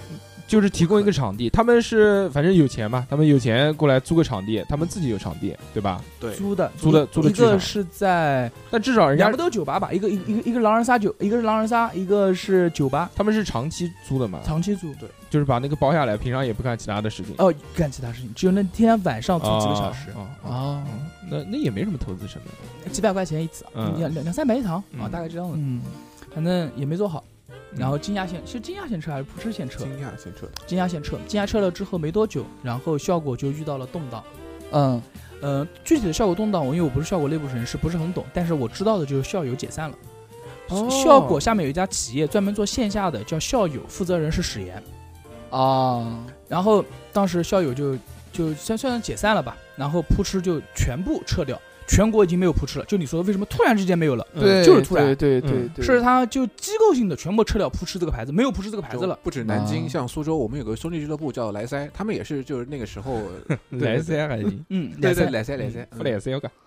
就是提供一个场地，他们是反正有钱嘛，他们有钱过来租个场地，他们自己有场地，对吧？ 对， 租的一个是在， 但至少人家两个都是酒吧吧，一个狼人杀酒，一个是狼人杀，一个是酒吧， 他们是长期租的嘛？ 长期租， 对， 就是把那个包下来，平常也不干其他的事情。 哦，干其他事情，只有那天晚上租几个小时。 哦，那也没什么投资成本， 几百块钱一次，两三百一场啊，大概这样子。反正也没做好。然后金鸭县是金鸭县撤还是扑哧县撤？金鸭县撤。金鸭撤了之后没多久，然后效果就遇到了动荡。具体的效果动荡，因为我不是效果内部人士，不是很懂，但是我知道的就是校友解散了。效果下面有一家企业专门做线下的，叫校友，负责人是史岩。然后当时校友就算解散了吧，然后扑哧就全部撤掉。全国已经没有扑哧了，就你说的为什么突然之间没有了？ 对， 就是突然， 对， 是他就机构性的全部撤掉扑哧这个牌子，没有扑哧这个牌子了。 不止南京，像苏州，我们有个兄弟俱乐部叫莱塞，他们也是就是那个时候莱塞还行， 对，莱塞， 不莱塞要干。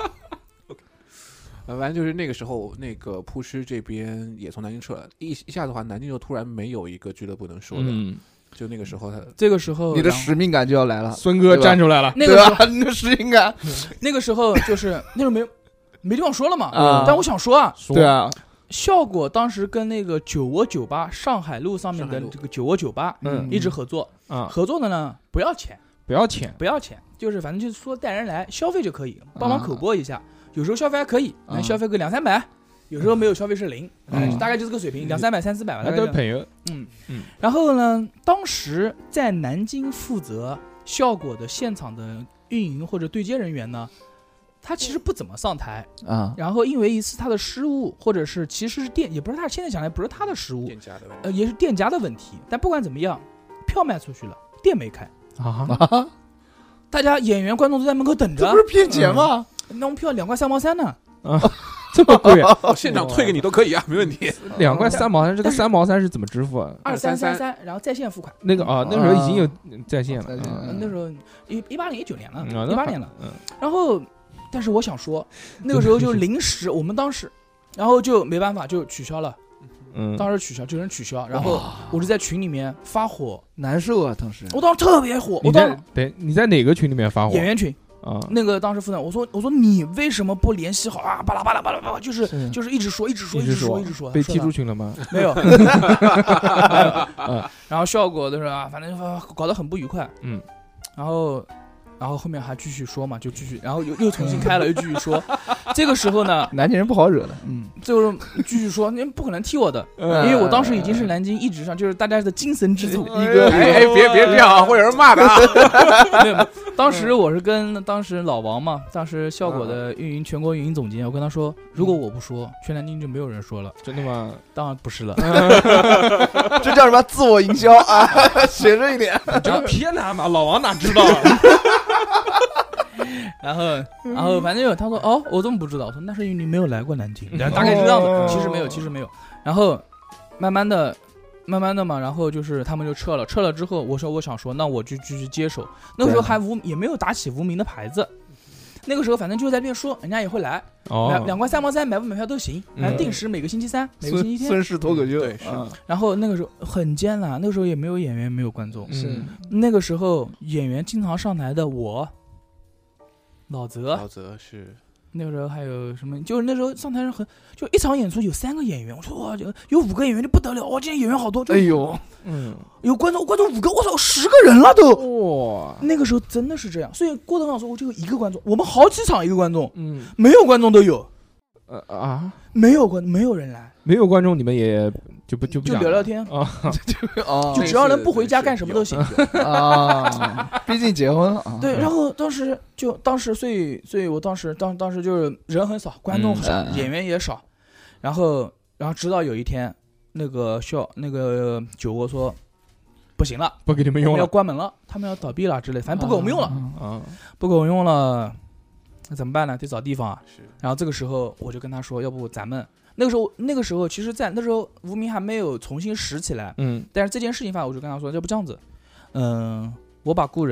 反正就是那个时候，那个扑哧这边也从南京撤了，一下子的话，南京就突然没有一个俱乐部能说的。就那个时候， 这个时候你的使命感就要来了， 孙哥站出来了。 那个时候你的使命感， 那个时候就是那时候没地方说了嘛。但我想说啊， 对啊， 效果当时跟那个酒窝酒吧上海路上面的这个酒窝酒吧，一直合作。合作的呢不要钱，就是反正就是说带人来消费就可以，帮忙口播一下，有时候消费还可以，能消费个200-300。有时候没有消费是0，大概就这个水平，200-300-400吧， 那都是朋友。 然后呢，当时在南京负责效果的现场的运营或者对接人员呢，他其实不怎么上台啊。然后因为一次他的失误，或者是其实是也不是他现在想来不是他的失误，也是店家的问题。但不管怎么样，票卖出去了，店没开啊。大家演员观众都在门口等着， 这不是骗钱吗？ 那我们票2块3毛3呢。 这么贵啊！现场退给你都可以啊，没问题。 2块3毛3，这个3毛3是怎么支付啊 ？2333，然后在线付款。 那个那时候已经有在线了。 那时候18年19年了，18年了。然后，但是我想说，那个时候就临时，我们当时，然后就没办法就取消了。当时取消，就人取消。然后我就在群里面发火， 难受啊！当时我当时特别火。 你在哪个群里面发火？ 演员群。那个当时负责，我说你为什么不联系好啊？巴拉巴拉巴拉巴拉，就是一直说， 被踢出群了吗？ 没有。然后效果的时候反正搞得很不愉快。然后后面还继续说嘛，就继续，然后又重新开了，又继续说。这个时候呢， 南京人不好惹的。 这个时候继续说，你不可能踢我的，因为我当时已经是南京一直上就是大家的精神支柱。一个别这样啊，会有人骂的啊。 没有，当时我是跟当时老王嘛，当时效果的全国运营总监，我跟他说，如果我不说，全南京就没有人说了。 真的吗？ 当然不是了。 这叫什么自我营销啊？学着一点。 这个偏袒嘛，老王哪知道？ 然后反正他说我怎么不知道？我说那是因为你没有来过南京，大概是这样子。其实没有。然后慢慢的嘛，然后就是他们就撤了之后，我想说，那我就继续接手。那个时候也没有打起无名的牌子。那个时候反正就在那边说，人家也会来，2块3毛3，买不买票都行，还定时每个星期三，每个星期天。 孙氏脱口秀， 对是。 然后那个时候很艰难，那个时候也没有演员，没有观众。是那个时候演员经常上台的我。老泽是那个时候还有什么？就是那时候上台人就一场演出有3个演员，我说哇，有5个演员就不得了，哇，今天演员好多， 哎呦， 有观众5个，我操，10个人了都， 哇， 那个时候真的是这样。所以郭德纲说，我就有1个观众，我们好几场1个观众，没有观众都有，没有人来， 没有观众，你们也就聊聊天啊，就只要人不回家干什么都行啊，毕竟结婚了。 对，然后当时，所以我当时就是人很少，观众少，演员也少，然后直到有一天，那个酒窝说不行了， 不给你们用了， 要关门了，他们要倒闭了之类，反正不给我们用了不给我们用了，那怎么办呢？得找地方啊。然后这个时候我就跟他说，要不咱们。那个时候，其实在那时候无名还没有重新拾起来，但是这件事情我就跟他说，要不这样子，我把故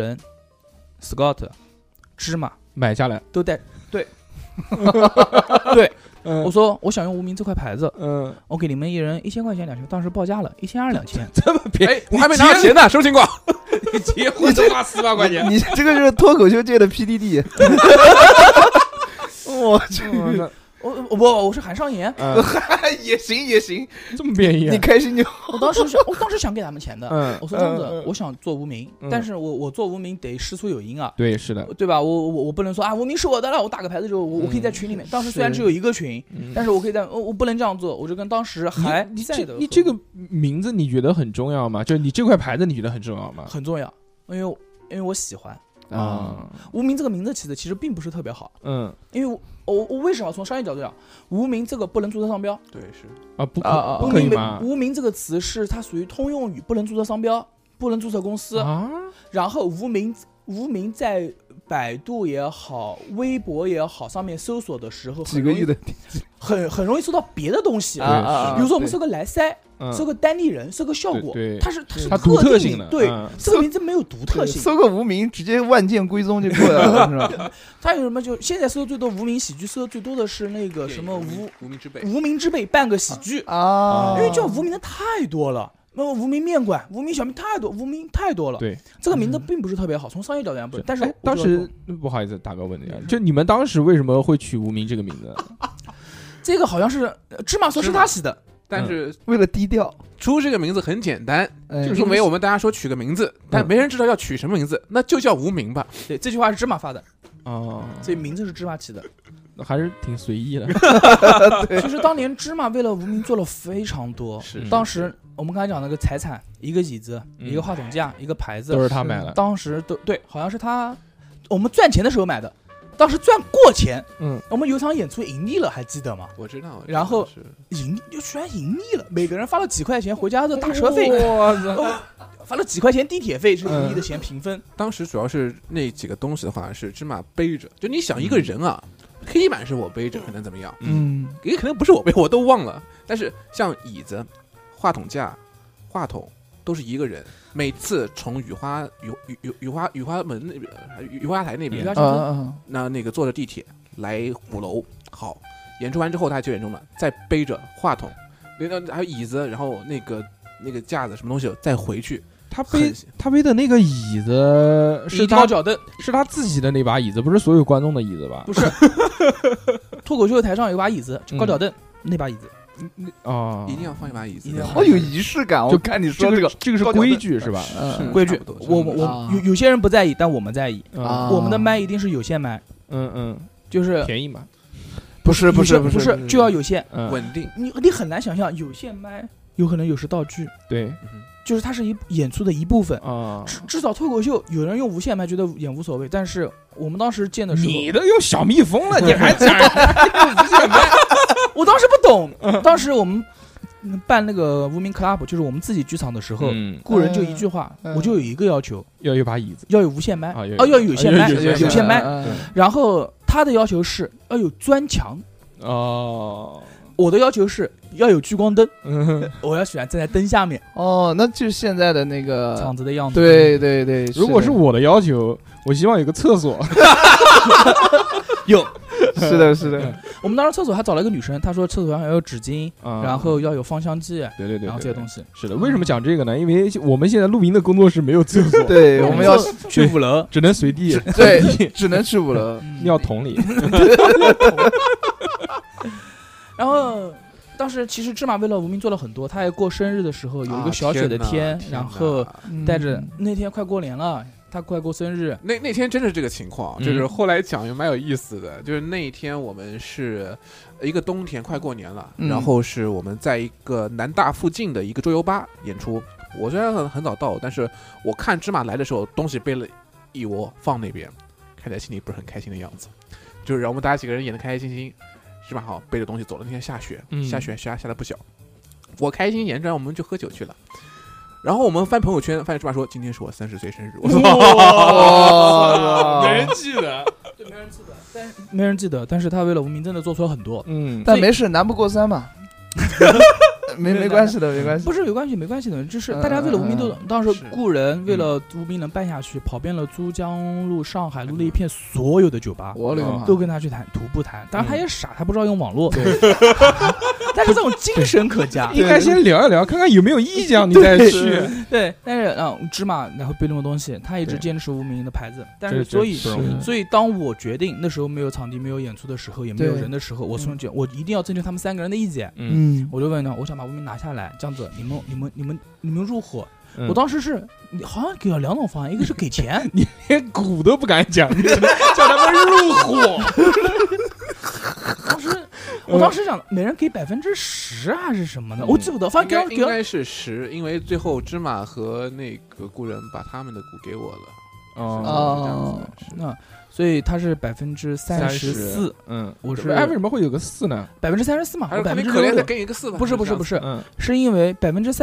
人、Scott、芝麻买下来， 都带，对，对， 我说我想用无名这块牌子，我给你们一人1000块钱2000，当时报价了1200、2000， 这么便宜， 我还没拿到钱呢，什么情况？ 你结婚都花400块钱， 你这个就是脱口秀界的 PDD。我去， 我是韩商言， 也行， 这么便宜， 你开心就好。我当时想给他们钱的，我说这样子，我想做无名，但是我做无名得师出有因啊， 对，是的， 对吧？我不能说啊，无名是我的了，我打个牌子之后，我可以在群里面。当时虽然只有一个群，但是我可以在，我不能这样做，我就跟当时还在的。 你这个名字你觉得很重要吗？就你这块牌子你觉得很重要吗？ 很重要，因为我喜欢啊。无名这个名字起的其实并不是特别好，因为我为什么从商业角度讲，无名这个不能注册商标？ 对，是不可以吗？ 无名这个词是它属于通用语，不能注册商标，不能注册公司啊。然后无名在百度也好，微博也好，上面搜索的时候， 几个亿的很容易搜到别的东西比如说我们搜个莱塞，搜个单立人，搜个效果，它是独特性的， 对，这个名字没有独特性。 搜个无名，直接万剑归宗就过来了，是吧？ 它有什么？就现在搜的最多无名喜剧，搜的最多的是那个什么无名之辈半个喜剧啊， 因为叫无名的太多了。无名面馆、无名小面太多，无名太多了。对，这个名字并不是特别好，从商业角度讲不是。但是当时不好意思打个问题啊，就你们当时为什么会取无名这个名字？ 这个好像是芝麻说是他起的， 但是为了低调， 出这个名字很简单，就是因为我们大家说取个名字，但没人知道要取什么名字，那就叫无名吧。 对，这句话是芝麻发的所以名字是芝麻起的。 还是挺随意的。 其实当年芝麻为了无名做了非常多。当时我们刚才讲那个财产，一个椅子，一个话筒架，一个牌子， 都是他买的。 当时都对，好像是他，我们赚钱的时候买的。当时赚过钱，我们有场演出盈利了，还记得吗？ 我知道。 然后居然盈利了，每个人发了几块钱回家的打车费，发了几块钱地铁费，是盈利的钱平分。 当时主要是那几个东西的话是芝麻背着，就你想一个人啊。黑板是我背着，可能怎么样？也可能不是我背，我都忘了。但是像椅子、话筒架、话筒都是一个人，每次从雨花门那边、雨花台那边，那个坐着地铁来鼓楼，好，演出完之后他9点钟了，再背着话筒，还有椅子，然后那个架子什么东西再回去。 他背的那个椅子是高脚凳， 是他自己的那把椅子，不是所有观众的椅子吧？ 不是，脱口秀台上有把椅子，高脚凳那把椅子。 一定要放一把椅子， 好有仪式感。我看你说这个是规矩是吧？ 规矩。我有些人不在意，但我们在意。我们的麦一定是有线麦。就是便宜嘛。 不是，就要有线， 稳定。 你很难想象有线麦有可能有时道具。 对。 就是它是演出的一部分至少脱口秀有人用无线麦觉得演无所谓，但是我们当时见的时候， 你都用小蜜蜂了，你还讲无线麦？ 我当时不懂，当时我们办那个无名 club， 就是我们自己剧场的时候，雇人就一句话，我就有一个要求， 要有把椅子， 要有无线麦要有线麦，有线麦，然后他的要求是要有砖墙我的要求是要有聚光灯，我要喜欢站在灯下面。 那就是现在的那个场子的样子。 对， 如果是我的要求，我希望有个厕所。 有，是的。 我们当时厕所还找了一个女生，她说厕所上要有纸巾，然后要有芳香剂， 对， 然后这些东西。 是的，为什么讲这个呢？因为我们现在录音的工作室没有厕所， 对，我们要去5楼， 只能随地， 对，只能去5楼， 尿桶里。 然后当时其实芝麻为了无名做了很多，他还过生日的时候有一个小雪的天，然后带着那天快过年了，他快过生日， 那天真的是这个情况，就是后来讲也蛮有意思的，就是那一天我们是一个冬天快过年了，然后是我们在一个南大附近的一个桌游吧演出。我虽然很早到，但是我看芝麻来的时候，东西背了一窝放那边，看起来心里不是很开心的样子，就是让我们大家几个人演得开开心心。芝麻好背着东西走了，那天下雪，下得不小。我开心演出来，我们就喝酒去了。然后我们翻朋友圈，发现芝麻说今天是我30岁生日。我说没人记得， 对，没人记得。但是他为了无名真的做出了很多， 但没事，难不过3嘛。 没关系的，没关系。 不是有关系没关系的，就是大家为了无名都当时故人为了无名能办下去，跑遍了珠江路、上海路那一片所有的酒吧，都跟他去谈徒步谈。当然他也傻，他不知道用网络，但是这种精神可嘉。 应该先聊一聊，看看有没有意向，你再去。 对，但是芝麻然后背这种东西，他一直坚持无名的牌子。但是所以当我决定那时候没有场地、没有演出的时候，也没有人的时候，我一定要征求他们3个人的意见。我就问他，我想把无名拿下来，这样子你们入伙。我当时是好像给了2种方案，一个是给钱， 你连股都不敢讲，你只能叫他们入伙。 我当时想每人给10%还是什么的，我记不得，反正应该是10%，因为最后芝麻和那个故人把他们的股给我了。 那所以他是34%，我是为什么会有个4呢 ？34%嘛， 还是可怜的给你个4吧？ 不是，是因为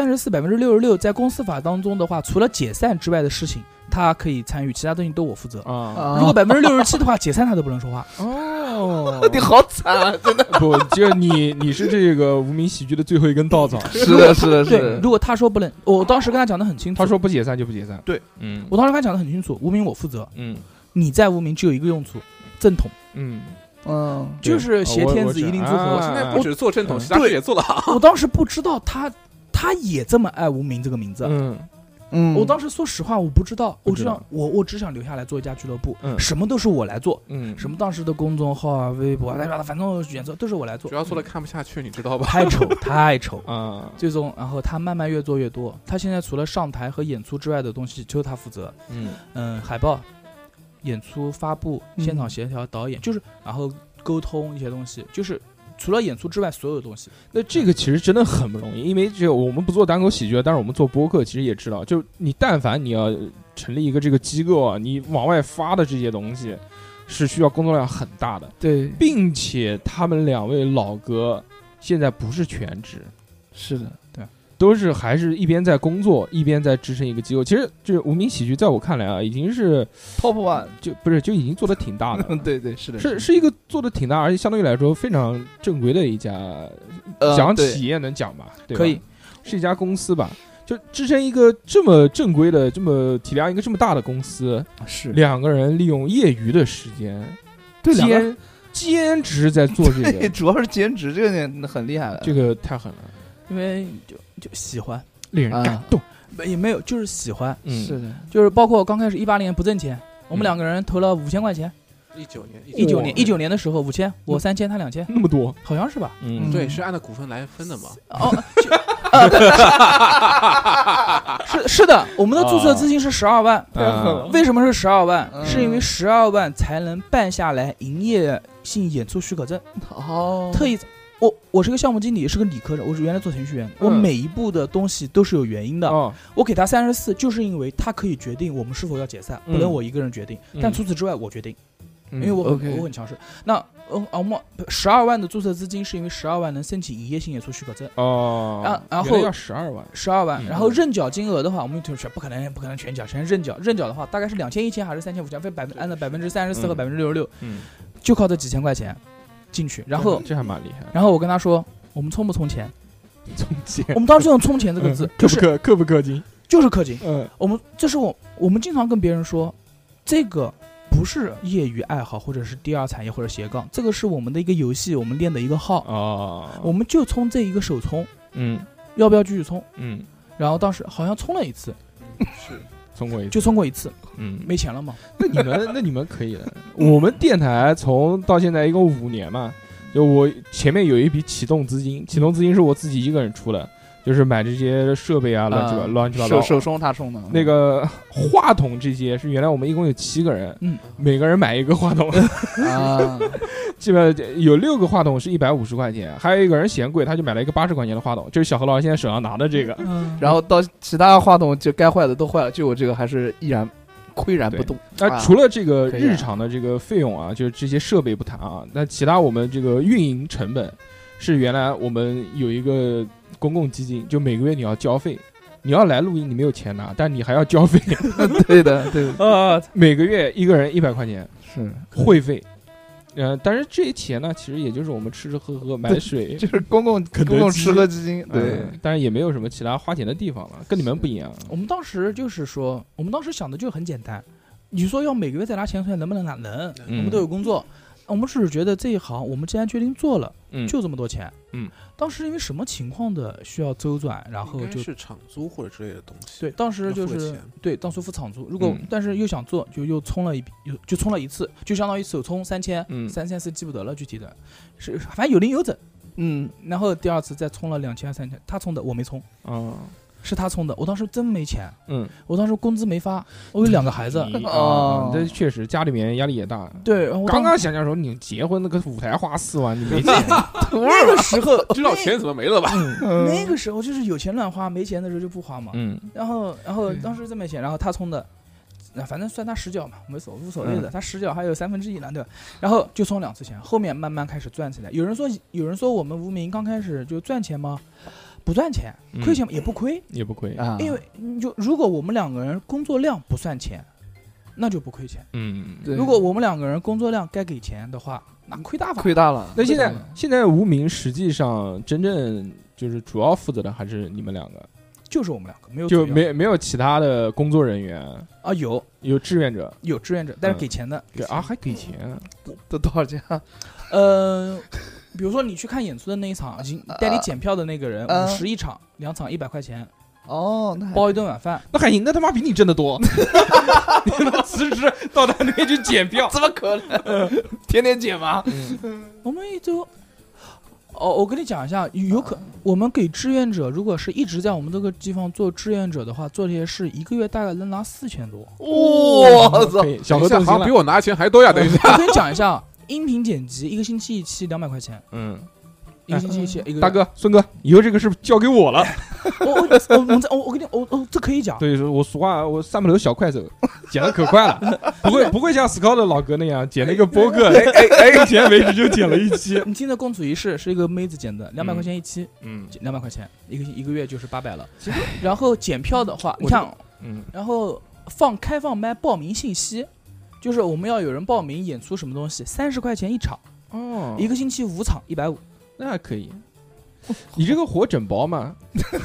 34%、66%在公司法当中的话，除了解散之外的事情，他可以参与，其他东西都我负责。如果67%的话，解散他都不能说话。 你好惨啊！真的不，就你是这个无名喜剧的最后一根稻草。 是的。 对，如果他说不能，我当时跟他讲的很清楚， 他说不解散就不解散。 对，我当时跟他讲的很清楚，无名我负责。你在无名只有一个用处，正统。就是挟天子以令诸侯。 现在不止做正统，其他事也做得好。 我当时不知道他也这么爱无名这个名字。我当时说实话，我不知道，我只想留下来做一家俱乐部，什么都是我来做，什么当时的公众号啊、微博啊，反正选择都是我来做。 主要做的看不下去，你知道吧？ 太丑啊！最终，然后他慢慢越做越多。他现在除了上台和演出之外的东西，就是他负责。海报、演出、发布、现场协调、导演，就是然后沟通一些东西，就是。除了演出之外，所有东西， 那这个其实真的很不容易，因为我们不做单口喜剧，但是我们做播客，其实也知道，就你但凡你要成立一个这个机构啊，你往外发的这些东西，是需要工作量很大的。 对， 并且他们2位老哥现在不是全职， 是的， 对， 都是还是一边在工作，一边在支撑一个机构。其实这无名喜剧，在我看来啊，已经是 top one， 就已经做得挺大的。 对，是的， 是一个做得挺大，而且相对于来说非常正规的一家，讲企业能讲吧？对吧， 可以， 是一家公司吧？就支撑一个这么正规的、这么体量一个这么大的公司， 是 2个人利用业余的时间，兼职在做这个， 主要是兼职，这个很厉害了， 这个太狠了。 因为就喜欢， 令人感动， 也没有就是喜欢， 是的， 就是包括刚开始18年不挣钱，我们2个人投了5000块钱。19年的时候5000，我3000，他2000， 那么多， 好像是吧？ 对，是按照股份来分的嘛。 是的，我们的注册资金是12万。为什么是12万？是因为12万才能办下来营业性演出许可证。特意。我是个项目经理，是个理科生，我是原来做程序员，我每一步的东西都是有原因的。我给他34，就是因为他可以决定我们是否要解散，不能我一个人决定。但除此之外，我决定，因为我很强势。那我们12万的注册资金是因为12万能申请营业性演出许可证。然后要12万， 然后认缴金额的话，我们就不可能全缴，全认缴。认缴的话，大概是2100还是3500，按照34%和66%，就靠这几千块钱。进去，然后这还蛮厉害。 然后我跟他说，我们充不充钱？我们当时用充钱这个字，就是氪不氪金？ 就是氪金。我们经常跟别人说，这个不是业余爱好，或者是第二产业或者斜杠，这个是我们的一个游戏，我们练的一个号我们就充这一个首充。要不要继续充？然后当时好像充了一次， 是。 就充过一次，没钱了嘛？ 那你们可以的。我们电台从到现在一共5年嘛，就我前面有一笔启动资金是我自己一个人出的，就是买这些设备啊，乱七八糟。 手充他充的。 那个话筒这些是原来我们一共有7个人，每个人买一个话筒基本上有6个话筒是150块钱，还有一个人嫌贵，他就买了一个80块钱的话筒，就是小何老师现在手上拿的这个。 然后到其他话筒就该坏的都坏了，就我这个还是依然岿然不动。 那除了这个日常的这个费用啊，就是这些设备不谈啊，那其他我们这个运营成本是原来我们有一个公共基金，就每个月你要交费。你要来录音，你没有钱拿，但你还要交费。 对的， 每个月一个人100块钱是会费。 但是这些钱呢，其实也就是我们吃吃喝喝买水， 就是公共吃喝基金。对， 但是也没有什么其他花钱的地方了，跟你们不一样。 我们当时就是说，我们当时想的就很简单，你说要每个月再拿钱出来，能不能啊？能，我们都有工作。我们只是觉得这一行，我们既然决定做了，就这么多钱。当时因为什么情况的需要周转，然后就是场租或者之类的东西。 对，当时就是对，当初付场租。如果但是又想做，就又充了就充了一次，就相当于首充3000，3000是记不得了具体的，是反正有零有整。然后第二次再充了2000、3000，他充的我没充。是他充的，我当时真没钱。我当时工资没发，我有2个孩子。 这确实家里面压力也大。 对， 刚刚想说你结婚那个舞台花4万，你没钱。 那个时候知道钱怎么没了吧？ 那个时候就是有钱乱花，没钱的时候就不花嘛。然后当时真没钱，然后他充的，反正算他实缴嘛，无所谓的，他实缴还有1/3呢，对吧？然后就充2次钱，后面慢慢开始赚起来。有人说我们无名刚开始就赚钱吗？不赚钱，亏钱也不亏， 啊， 因为如果我们2个人工作量不算钱，那就不亏钱。如果我们2个人工作量该给钱的话，那亏大了。 那现在无名实际上真正就是主要负责的还是你们2个， 就是我们2个， 没有其他的工作人员啊？有志愿者， 但是给钱的， 还给钱， 都多少钱？ 比如说你去看演出的那一场，带你检票的那个人50一场，2场100块钱。 那包一顿晚饭， 那还行，那他妈比你挣得多。你他妈辞职到他那边去检票， 怎么可能？天天检吗？ 我们一周，我跟你讲一下，我们给志愿者，如果是一直在我们这个地方做志愿者的话，做这些事1个月大概能拿4000多。 我操！ 小何动心了， 比我拿钱还多呀！等一下， 我跟你讲一下。音频剪辑1个星期1期200块钱，1个星期1期1个月。 大哥孙哥，以后这个是交给我了。 我跟你这可以讲。 对，我俗话，我3步楼小快手，剪得可快了，不会像 Scout 的老哥那样剪了一个播客，目前为止就剪了1期。 你听的共处一室是一个妹子剪的，200块钱1期，200块钱一个月就是800了。然后检票的话，你看，然后开放麦报名信息。就是我们要有人报名演出什么东西，30块钱1场，1个星期5场150， 那还可以。你这个活整包吗？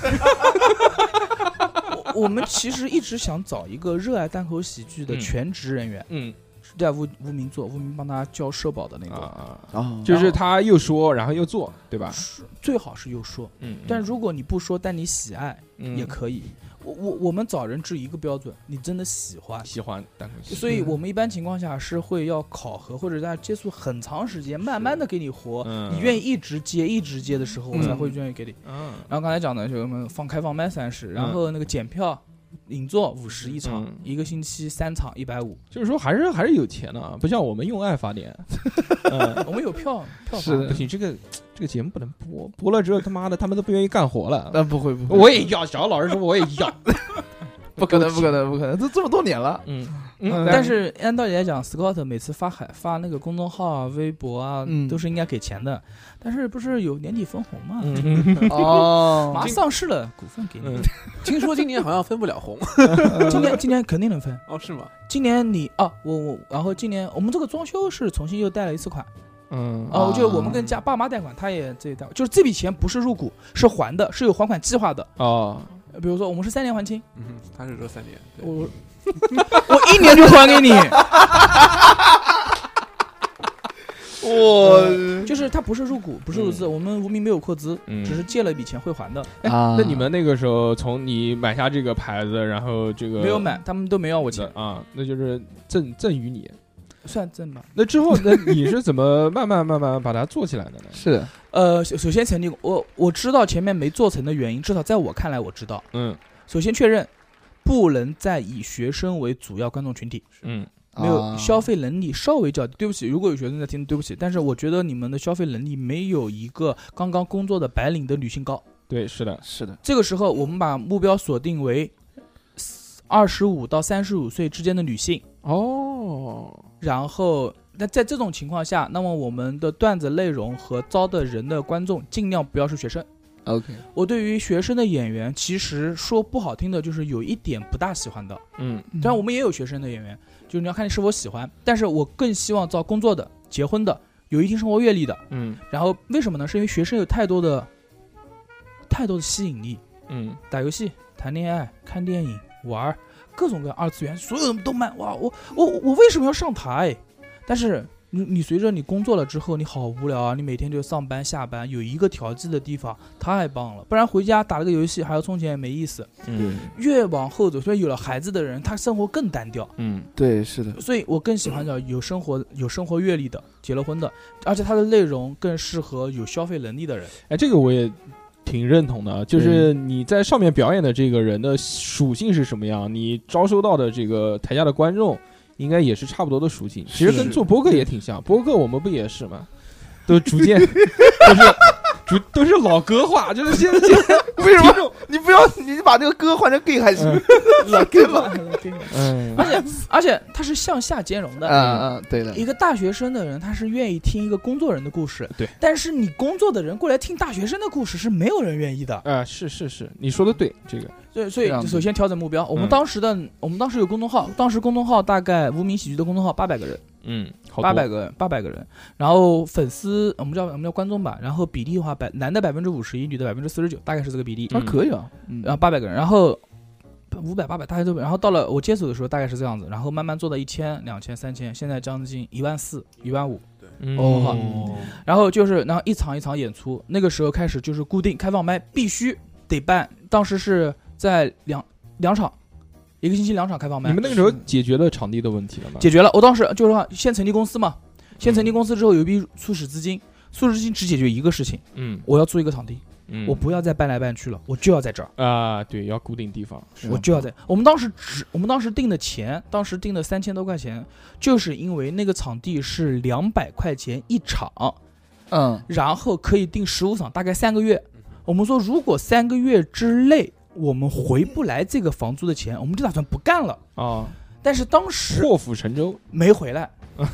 我们其实一直想找一个热爱单口喜剧的全职人员，在无名做，无名帮他交社保的那个， 就是他又说然后又做，对吧？ 最好是又说，但如果你不说，但你喜爱也可以。我们找人只一个标准，你真的喜欢单口喜剧， 所以我们一般情况下是会要考核或者在接触很长时间，慢慢的给你活，你愿意一直接的时候，我才会愿意给你。然后刚才讲的就是我们开放麦30，然后那个检票引座50一场，1个星期3场150， 就是说还是有钱的啊，不像我们用爱发电。 我们有票房，不行，这个节目不能播了之后他妈的他们都不愿意干活了。 那不会， 我也要，小老师说我也要。 不可能，都这么多年了。 但是按道理来讲 ，Scott 每次发那个公众号啊、微博啊，都是应该给钱的。但是不是有年底分红吗？马上上市了，股份给你。 听说今年好像分不了红。 今年肯定能分。 是吗？ 今年然后今年我们这个装修是重新又贷了1次款。就我们跟爸妈贷款，他也这一贷，就是这笔钱不是入股，是还的，是有还款计划的。比如说我们是3年还清， 他是说3年， 我1年就还给你。就是他不是入股，不是入资，我们无名没有扩资，只是借了一笔钱会还的。 那你们那个时候从你买下这个牌子，然后这个没有买，他们都没要我钱啊，那就是赠予你。 算正吧。 那之后，那你是怎么慢慢把它做起来的呢？ 是的，首先成立我知道前面没做成的原因，至少在我看来我知道。首先确认不能再以学生为主要观众群体。没有消费能力稍微较低，对不起，如果有学生在听，对不起，但是我觉得你们的消费能力没有一个刚刚工作的白领的女性高。 对，是的。 这个时候我们把目标锁定为25到35岁之间的女性。然后那在这种情况下，那么我们的段子内容和招的人的观众尽量不要是学生。 OK， 我对于学生的演员，其实说不好听的，就是有一点不大喜欢的。当然我们也有学生的演员，就是你要看你是否喜欢。但是我更希望招工作的， 结婚的，有一定生活阅历的，然后为什么呢？是因为学生有太多的吸引力，打游戏、谈恋爱、看电影、玩各种各样二次元，所有的动漫，哇，我为什么要上台？但是你随着你工作了之后，你好无聊啊！你每天就上班下班，有一个调剂的地方，太棒了。不然回家打了个游戏，还要充钱，也没意思。越往后走，所以有了孩子的人，他生活更单调。 对，是的。 所以我更喜欢找有生活阅历的，结了婚的，而且它的内容更适合有消费能力的人。 哎，这个我也挺认同的，就是你在上面表演的这个人的属性是什么样，你招收到的这个台下的观众应该也是差不多的属性。其实跟做播客也挺像，播客我们不也是吗？都逐渐都是老歌化，就是现在为什么你不要你把那个歌换成 gay 还行？老 gay 吧， 而且它是向下兼容的。 对的。 一个大学生的人，他是愿意听一个工作人的故事， 对。 但是你工作的人过来听大学生的故事，是没有人愿意的。 是，你说的对，这个。 对，所以首先调整目标。我们当时有公众号，当时公众号大概无名喜剧的公众号800个人。800个人，然后粉丝我们叫观众吧，然后比例的话，男的51%，女的49%，大概是这个比例。 可以啊。 然后800个人，然后500、800大概都，然后到了我接手的时候大概是这样子，然后慢慢做到1000、2000、3000，现在将近14000、15000。然后一场一场演出，那个时候开始就是固定开放麦必须得办，当时是在两场。一个星期2场开放麦。 你们那个时候解决了场地的问题了吗？ 解决了。我当时就是说先成立公司嘛，先成立公司之后有一笔初始资金，只解决一个事情，我要租一个场地，我不要再搬来搬去了，我就要在这儿啊，对，要固定地方， 我就要在。我们当时定的钱，当时定的3000多块钱，就是因为那个场地是200块钱一场，然后可以定15场，大概3个月。我们说如果3个月之内我们回不来这个房租的钱，我们就打算不干了啊！但是当时破釜沉舟没回来，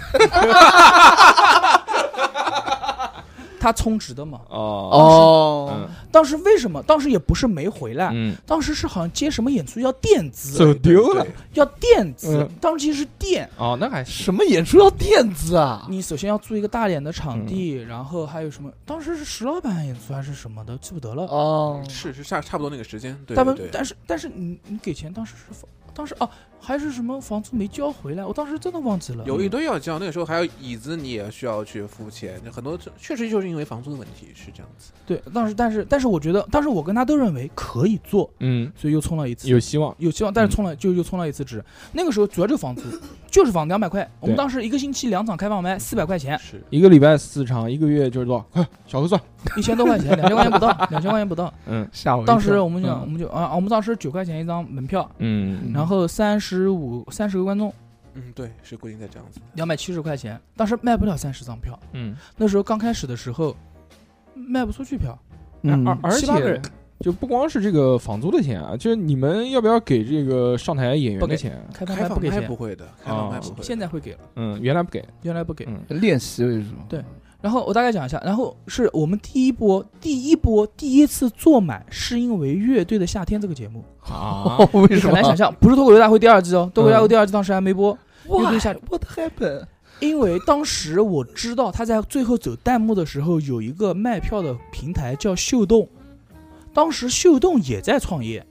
他充值的嘛。当时为什么？当时也不是没回来，当时是好像接什么演出要垫资， 走丢了， 要垫资。当时其实是垫那还什么演出要垫资啊？ 你首先要租一个大点的场地，然后还有什么？当时是石老板演出还是什么的，记不得了。 是差不多那个时间。对。 但是你给钱，当时还是什么房租没交回来，我当时真的忘记了。 有一堆要交，那个时候还有椅子，你也需要去付钱，很多确实就是因为房租的问题是这样子。 对，但是我觉得，当时我跟他都认为可以做，所以又充了一次， 有希望， 但是又充了一次值。那个时候主要就是房租，就是房200块。我们当时一个星期2场开放麦，400块钱， 是一个礼拜4场，一个月就是多少？快，小何算 ，1000多块钱，2000块钱不到，2000块钱不到。 下午。 当时我们当时9块钱一张门票，然后30个观众， 对，是规定在这样子 ，270块钱，当时卖不了30张票，那时候刚开始的时候卖不出去票， 而且就不光是这个房租的钱啊，就是你们要不要给这个上台演员的钱？ 开放麦不给钱， 不会的，开放麦不会， 现在会给了， 原来不给， 练习为什么？ 对。然后我大概讲一下，然后是我们第一次坐满，是因为乐队的夏天这个节目为什么？ 很难想象，不是脱口秀大会第2季哦，脱口秀大会第2季当时还没播。乐队夏天 What happened？ 因为当时我知道他在最后走弹幕的时候有一个卖票的平台叫秀动，当时秀动也在创业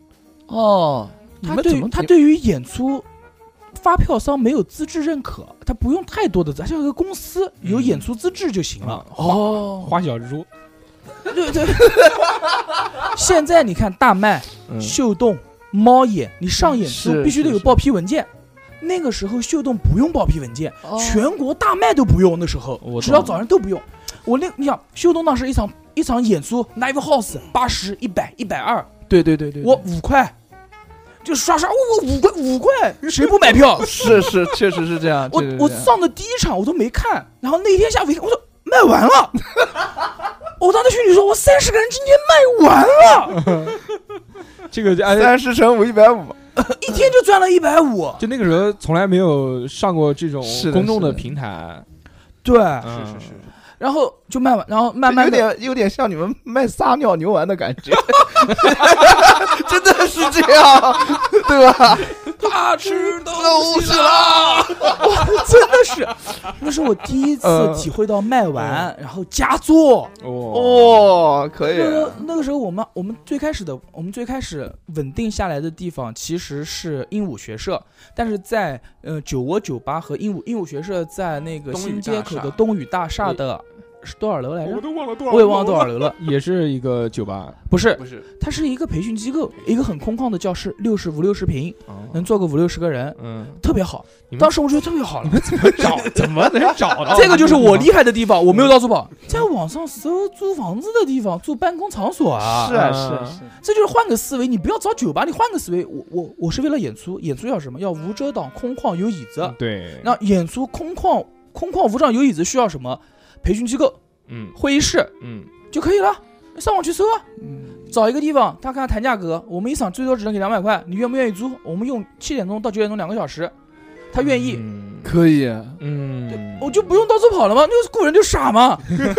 他对于演出发票商没有资质认可，他不用太多的资，他像一个公司有演出资质就行了。 花小猪， 对。现在你看大麦、秀动、猫眼，你上演出必须得有报批文件。那个时候秀动不用报批文件，全国大麦都不用。那时候只要找人都不用。你想秀动当时一场演出 live house 80、100、120， 对， 我5块。就刷我5块，谁不买票？ 是，确实是这样。 我上的第一场我都没看，然后那天下午一看，我说卖完了。我当时群里说，我30个人今天卖完了。 这个 30乘5 150， 一天就赚了150。 就那个时候从来没有上过这种公众的平台。 对， 是。 然后就卖完，然后慢慢有点像你们卖撒尿牛丸的感觉，真的是这样，对吧？ 家吃东西啦！真的是，那是我第一次体会到卖完然后加座。 可以。 那个时候我们最开始稳定下来的地方其实是鹦鹉学社，但是在酒窝酒吧和鹦鹉学社在那个新街口的东宇大厦的。是多少楼来着？ 我都忘了多少， 我也忘了多少楼了。 也是一个酒吧， 不是，它是一个培训机构，一个很空旷的教室，60平，能坐个50-60个人，特别好。当时我觉得特别好了， 怎么能找到？ 这个就是我厉害的地方，我没有到处跑，在网上搜租房子的地方，住办公场所啊。 是， 这就是换个思维，你不要找酒吧，你换个思维。我是为了演出要什么？要无遮挡、空旷有椅子。 对， 那演出空旷无遮挡有椅子需要什么？培训机构，会议室，就可以了。上网去搜啊，找一个地方，他看谈价格，我们一场最多只能给200块，你愿不愿意租？我们用7点钟到9点钟2个小时，他愿意， 可以， 我就不用到处跑了吗？那个雇人就傻吗？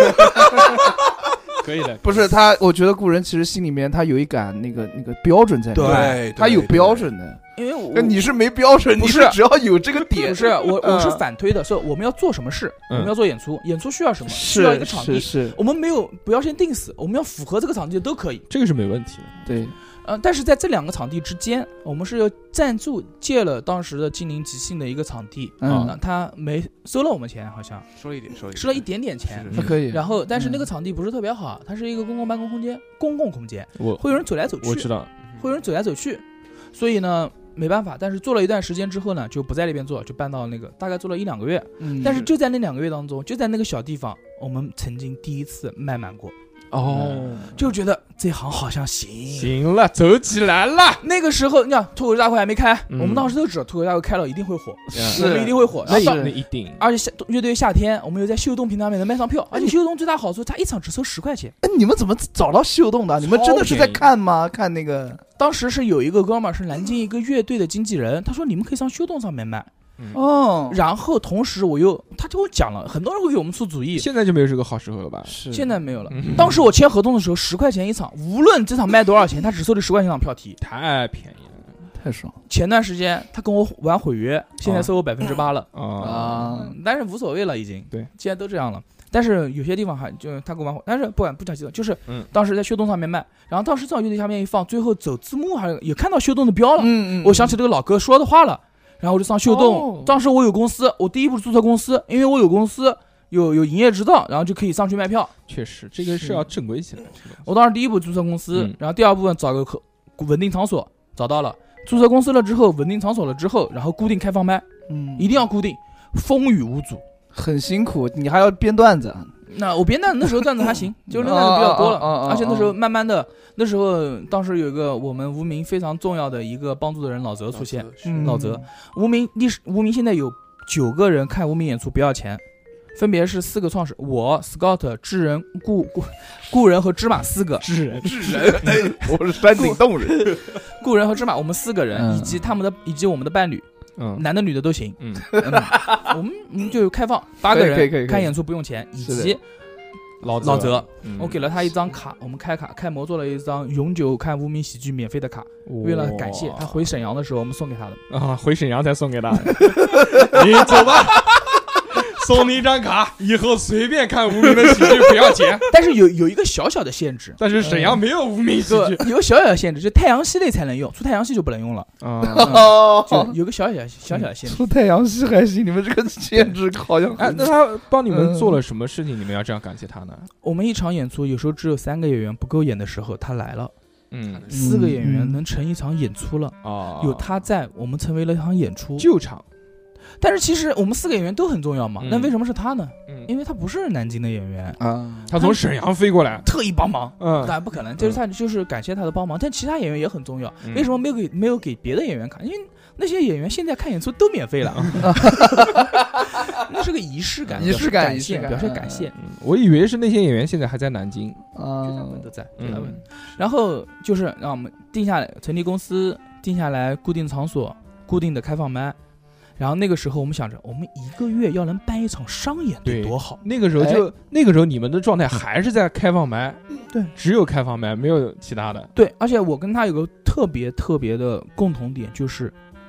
可以的， 不是他，我觉得雇人其实心里面他有一杆那个标准在， 对， 他有标准的。 因为你是没标准，你是只要有这个点。 不是我是反推的，所以我们要做什么事，我们要做演出，演出需要什么？需要一个场地。 是， 我们不要先定死，我们要符合这个场地都可以， 这个是没问题的。 对， 但是在这2个场地之间，我们是要赞助借了当时的金陵即兴的一个场地，他没收了我们钱，好像收了一点点钱， 可以。 然后，但是那个场地不是特别好，它是一个公共办公空间，会有人走来走去， 我知道， 会有人走来走去，所以呢。没办法，但是做了一段时间之后呢，就不在那边做，就搬到那个，大概做了1-2个月。但是就在那2个月当中，就在那个小地方，我们曾经第一次卖满过。就觉得这行好像行了，走起来了。 那个时候，你看脱口秀大会还没开，我们当时都知道脱口秀大会开了一定会火，我们一定会火。 那一定。 而且乐队夏天，我们又在秀动平台上面能卖上票，而且秀动最大好处，它一场只收10块钱。 你们怎么找到秀动的？你们真的是在看吗？看那个？ 当时是有一个哥们儿是南京一个乐队的经纪人，他说你们可以上秀动上面卖。然后同时他就讲了，很多人会给我们出主意。 现在就没有这个好时候了吧？ 现在没有了。当时我签合同的时候10块钱一场，无论这场卖多少钱，他只收你10块钱一场票题， 太便宜了， 太爽。 前段时间他跟我玩毁约，现在收我8%了但是无所谓了，已经。 对， 现在都这样了。但是有些地方还就他跟我玩，但是不讲记得，就是当时在秀动上面卖，然后当时在乐队下面一放，最后走字幕还也看到秀动的标了。我想起这个老哥说的话了。然后我就上秀动，当时我有公司，我第一步注册公司，因为我有公司有营业执照，然后就可以上去卖票。 确实，这个是要正规起来。 我当时第一步注册公司，然后第二部分找个稳定场所，找到了，注册公司了之后，稳定场所了之后，然后固定开放麦，一定要固定，风雨无阻， 很辛苦，你还要编段子。 那我编段子那时候段子还行，就那段子比较多了，而且那时候慢慢的，那时候当时有一个我们无名非常重要的一个帮助的人老泽出现，老泽，无名现在有9个人看无名演出不要钱，分别是4个创始，我 Scott 智人故人和芝麻4个， 智人，我是山顶洞人， 故人和芝麻我们4个人，以及我们的伴侣。男的女的都行。我们就开放8个人看演出不用钱，以及老泽，我给了他一张卡，我们开模做了一张永久看无名喜剧免费的卡，为了感谢他回沈阳的时候我们送给他的。 回沈阳才送给他。你走吧。送你一张卡，以后随便看无名的喜剧不要钱。 但是有一个小小的限制， 但是沈阳没有无名喜剧， 有小小的限制，就太阳系类才能用，出太阳系就不能用了。就有个小小的限制。 出太阳系还行，你们这个限制好像那他帮你们做了什么事情？你们要这样感谢他呢？ 我们一场演出有时候只有3个演员不够演的时候，他来了。4个演员能成一场演出了。有他在，我们成为了一场演出救场。 但是其实我们4个演员都很重要嘛，那为什么是他呢？因为他不是南京的演员他从沈阳飞过来， 特意帮忙。当然不可能，就是他就是感谢他的帮忙。但其他演员也很重要，为什么没有给别的演员看？因为那些演员现在看演出都免费了，那是个仪式感，表示感谢。 我以为是那些演员现在还在南京都在。然后就是让我们定下来，成立公司，定下来固定场所，固定的开放麦。然后那个时候我们想着，我们1个月要能办一场商演得多好。 那个时候你们的状态还是在开放麦，对，只有开放麦，没有其他的。 对，而且我跟他有个特别的共同点，就是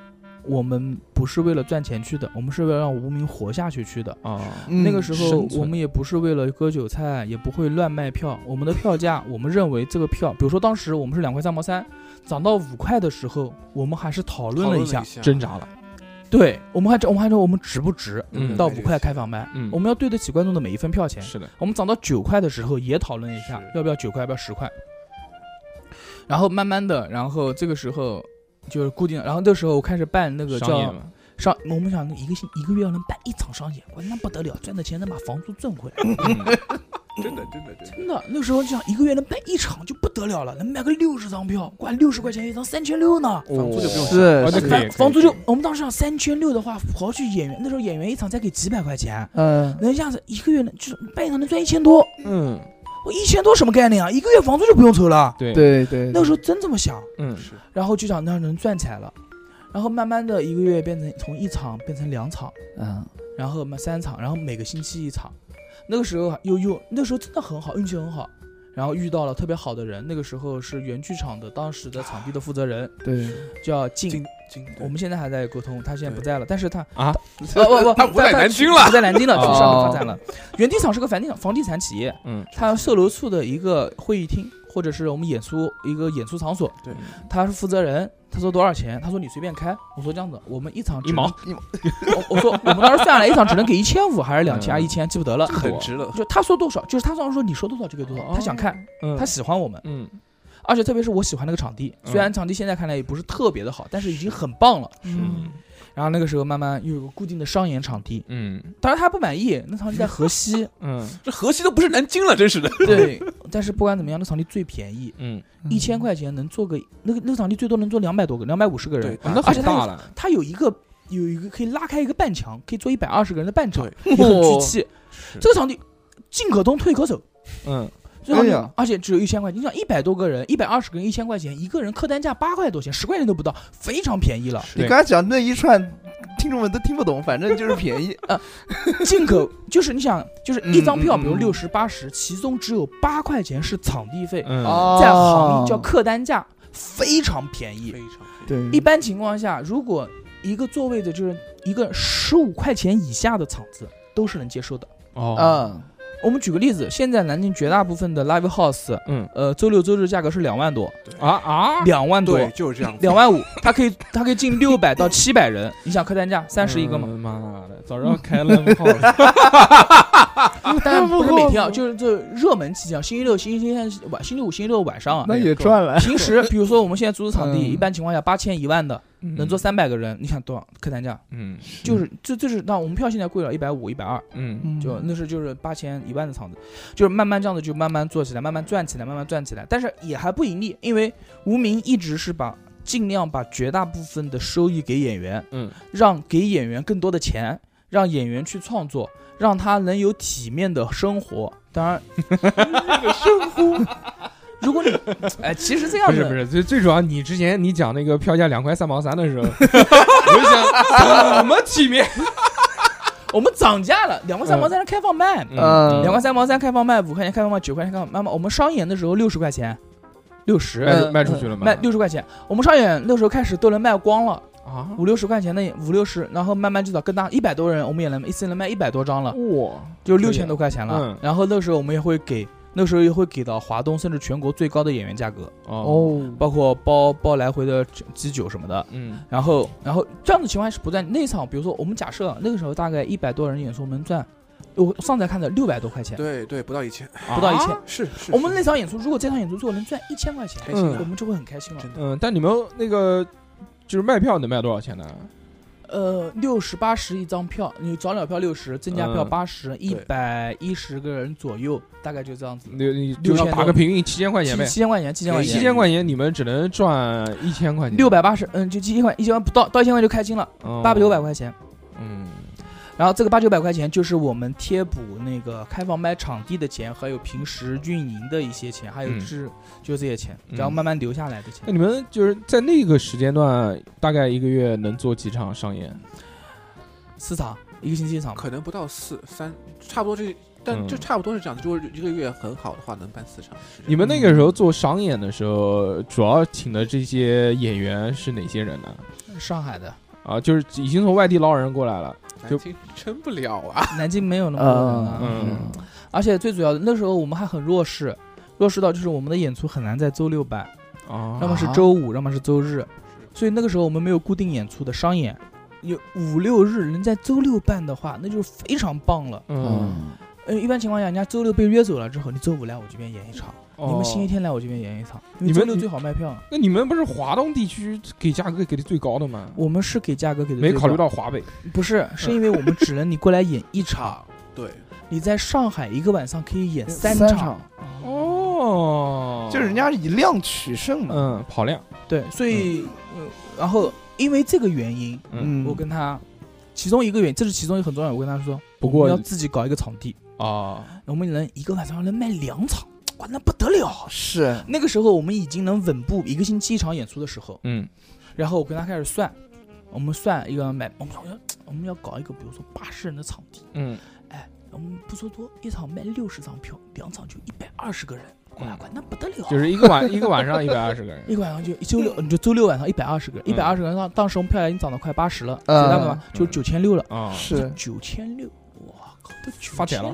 我们不是为了赚钱去的，我们是为了让无名活下去的啊。那个时候我们也不是为了割韭菜，也不会乱卖票。我们的票价，我们认为这个票，比如说当时我们是2块3毛3，涨到5块的时候，我们还是讨论了一下， 挣扎了。 对，我们还说我们值不值到5块开放麦，我们要对得起观众的每一分票钱。 是的， 我们涨到9块的时候也讨论一下，要不要9块，要不要10块。然后慢慢的，然后这个时候就是固定，然后这时候开始办那个叫我们想一个月要能办1场商演，那不得了，赚的钱能把房租挣回来。 真的， 那时候就想1个月能办1场就不得了了，能卖个60张票，管60块钱一张，3600呢。 房租就不用是，房租就我们当时想3600的话，刨去演员，那时候演员1场才给几百块钱，能这样子1个月就是办1场能赚1000多，我1000多什么概念啊？1个月房租就不用抽了。 对， 那个时候真这么想， 是， 然后就想那能赚起来了，然后慢慢的1个月变成从1场变成2场，然后3场，然后每个星期1场。那个时候那时候真的很好，运气很好，然后遇到了特别好的人。那个时候是原剧场的当时的场地的负责人， 对， 叫靳，我们现在还在沟通，他现在不在了，但是他他不在南京了， 不在南京了，去上海发展了。原地场是个房地产企业，他售楼处的一个会议厅，或者是我们一个演出场所， 对， 他是负责人。他说多少钱？他说你随便开。我说这样子，我们1场 1毛。 我说我们当时算了，1场只能给1500还是2000还是1000，记不得了。 很值了。 就他说多少，就是他当时说你说多少就给多少。他想看，他喜欢我们，而且特别是我喜欢那个场地，虽然场地现在看来也不是特别的好，但是已经很棒了。然后那个时候慢慢又有个固定的商演场地，当然他不满意，那场地在河西， 这河西都不是南京了，真是的。 对，但是不管怎么样，那场地最便宜，1000块钱能做个那个场地最多能坐200多个，250个人， 那很大了。 它有一个可以拉开一个半墙，可以坐120个人的半场，也很聚气。这个场地进可攻退可守，而且只有1000块钱，你想100多个人，120个人，1000块钱，一个人客单价8块多钱，10块钱都不到，非常便宜了。 你刚才讲那一串，听众们都听不懂，反正就是便宜啊。 就是你想，就是一张票，比如60、80，其中只有8块钱是场地费，在行业叫客单价，非常便宜。 对， 一般情况下，如果一个座位的就是一个15块钱以下的场子，都是能接受的。我们举个例子，现在南京绝大部分的 live house，周六周日价格是2万多2万多， 对，就是这样 ，2万5，它可以进600到700人，你想客单价31个吗？ 妈的，早上开 live house， 当然不是每天啊，就是这热门期间，星期六、星期五、星期六晚上啊， 那也赚了。 平时比如说我们现在租的场地，一般情况下8000、1万的。能坐300个人，你想多少客单价？就是这是那我们票现在贵了150、120，就那是就是8000、1万的场子，就是慢慢这样子就慢慢做起来，慢慢赚起来，但是也还不盈利，因为无名一直是尽量把绝大部分的收益给演员，让给演员更多的钱，让演员去创作，让他能有体面的生活。当然，那个生活。如果你其实这样不是最主要，你之前你讲那个票价2块3毛3的时候，我就想怎么体面？ 我们涨价了，2块3毛3的开放麦，2块3毛3开放麦，5块钱开放麦，9块钱开放麦。我们商演的时候60块钱，60 卖出去了吗？ 卖60块钱。我们商演那时候开始都能卖光了啊，50、60块钱的50-60，然后慢慢就到更大，100多人，我们也能一次能卖100多张了，哇，就6000多块钱了。然后那时候我们也会给。那时候也会给到华东甚至全国最高的演员价格包括包来回的机酒什么的，然后这样的情况是不在那场，比如说我们假设那个时候大概100多人演出能赚，我上次看的600多块钱， 对，不到1000，是我们那场演出，如果这场演出最后能赚1000块钱，我们就会很开心了。 但你们那个就是卖票能卖多少钱呢 ？60、80一张票，你早鸟票60，增加票80，110个人左右，大概就这样子。 你就要打个平均7000块钱呗 ，7000块钱 ，7000块钱你们只能赚1000块钱 ，680，就1000块，1000块不到1000块就开心了，800、900块钱，然后这个800、900块钱就是我们贴补那个开放麦场地的钱，还有平时运营的一些钱，还有就这些钱，然后慢慢留下来的钱。 那你们就是在那个时间段，大概1个月能做几场上演 ？4场，1个星期1场， 可能不到4、3，差不多但就差不多是这样，就是1个月很好的话能办4场。 你们那个时候做商演的时候，主要请的这些演员是哪些人呢？ 上海的。 啊，就是已经从外地捞人过来了，就撑不了啊。 南京没有那么多人啊，而且最主要的那时候我们还很弱势到就是我们的演出很难在周六办，要么是周五，要么是周日，所以那个时候我们没有固定演出的商演，有5、6日能在周六办的话，那就是非常棒了。一般情况下，人家周六被约走了之后，你周五来我这边演一场，你们星期天来我这边演一场，你们周六最好卖票。 那你们不是华东地区给价格给的最高的吗？ 我们是给价格给的最高， 没考虑到华北， 不是，是因为我们只能你过来演一场， 对， 你在上海一个晚上可以演3场。 就是人家以量取胜嘛， 跑量。 对，所以然后因为这个原因，我跟他其中一个原因，这是其中一个很重要的，我跟他说，不过要自己搞一个场地啊，我们能一个晚上能卖2场，哇，那不得了！ 是那个时候我们已经能稳步1个星期1场演出的时候，然后我跟他开始算，我们算一个买，我们要搞一个，比如说80人的场地，我们不说多，一场卖60张票，2场就120个人，乖，那不得了。 就是一个晚上120个人， 一个晚上就你就周六晚上120个人，120个人，当时我们票价已经涨到快80了，大概嘛，就9600了啊， 是 9600，哇靠，都发财了，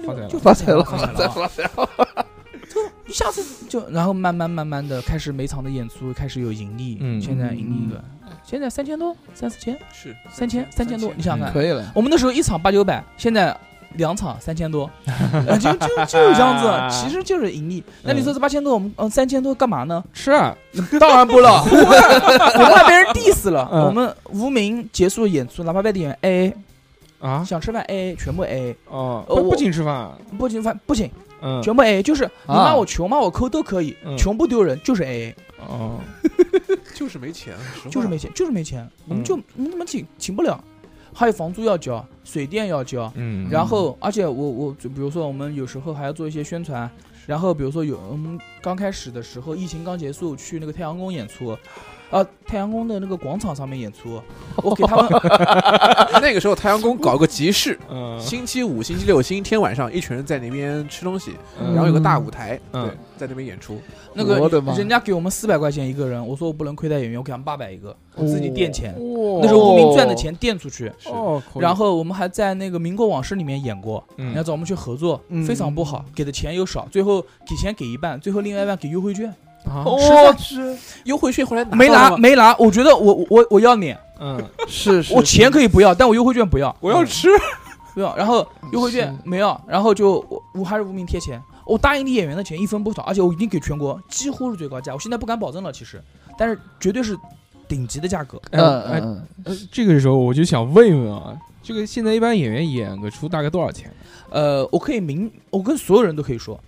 就一下子就，然后慢慢的开始每场的演出开始有盈利，现在盈利了，现在3000多，3、4千， 是 3000多，你想想看， 可以了。 我们那时候一场800、900，现在2场3000多，就这样子，其实就是盈利。那你说这8000多，我们3000多干嘛呢？ 吃啊？ 当然不了，我们还被人 diss 了。我们无名结束演出，哪怕外地演 AA 啊，想吃饭 AA，全部 AA 哦，不请吃饭， 不请，全部 AA，就是你骂我穷骂我抠都可以，穷不丢人，就是 AA。 哦，就是没钱， 就是没钱，我们怎么请不了？还有房租要交，水电要交，然后而且我就比如说我们有时候还要做一些宣传，然后比如说我们刚开始的时候，疫情刚结束，去那个太阳宫演出，太阳宫的那个广场上面演出，我给他们那个时候太阳宫搞个集市，星期5、星期6、星期天晚上，一群人在那边吃东西，然后有个大舞台，对，在那边演出。 那个人家给我们400块钱一个人，我说我不能亏待演员，我给他们800一个，我自己垫钱。那时候无名赚的钱垫出去，然后我们还在那个民国往事里面演过，人家找我们去合作，非常不好，给的钱又少，最后给钱给一半，最后另外一半给优惠券。 是优惠券回来没拿，我觉得我要脸， 是我钱可以不要，但我优惠券不要， 我要吃， 不要，然后优惠券没要，然后就我还是无名贴钱，我答应你演员的钱1分不少，而且我已经给全国几乎是最高价，我现在不敢保证了，其实，但是绝对是顶级的价格。 这个时候我就想问一问啊，这个现在一般演员演个出大概多少钱？ 我跟所有人都可以说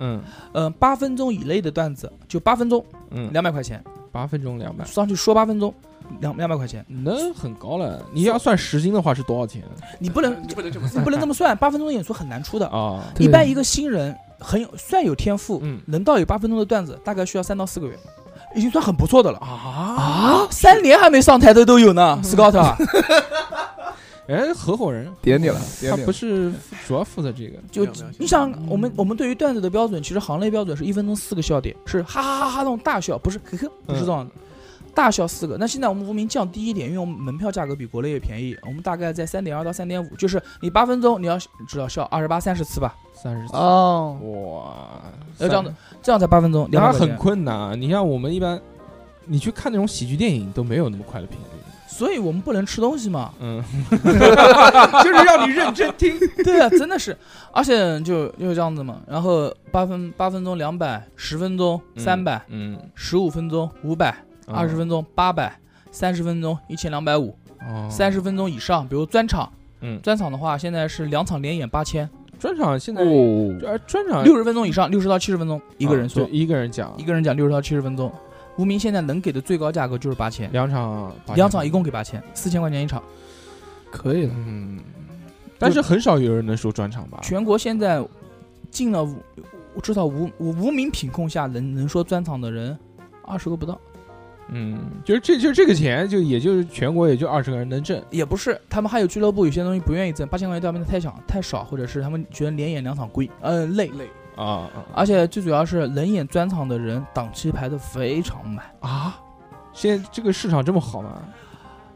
，8分钟以内的段子就8分钟，200块钱 ，8分钟200， 上去说8分钟，200块钱， 那很高了。你要算时薪的话是多少钱？ 你不能这么算，8分钟的演出很难出的啊。 一般一个新人算有天赋，能到有8分钟的段子，大概需要3到4个月，已经算很不错的了啊！3年还没上台的都有呢，Scott。 合伙人点你了， 他不是主要负责这个。 就你想，我们对于段子的标准，其实行内标准是1分钟4个笑点，是哈哈哈哈那种大笑，不是呵呵，不是这样的，大笑4个。那现在我们无名降低一点，因为我们门票价格比国内也便宜，我们大概在3.2到3.5，就是你8分钟你要知道笑28、30次吧，30次哦， 哇，要这样才8分钟， 那很困难。你像我们一般，你去看那种喜剧电影都没有那么快的频率。 所以我们不能吃东西嘛， 就是让你认真听。 对啊，真的是，而且就是这样子嘛。然后8分钟200，10分钟300，15分钟500，20分钟800，30分钟1250，30分钟以上，比如专场，专场的话现在是2场连演8000， 专场现在专场 60分钟以上，60到70分钟一个人说， 一个人讲 60到70分钟。无名现在能给的最高价格就是8000， 两场一共给8000，4000块钱一场， 可以了。 但是很少有人能说专场吧？ 全国现在进了至少无名品控下能说专场的人20个不到。 就是这个钱也就是全国也就20个人能挣， 也不是，他们还有俱乐部有些东西不愿意挣，8000块钱对他们太少，或者是他们觉得连演2场贵，累。而且最主要是能演专场的人档期排的非常满啊！现在这个市场这么好吗？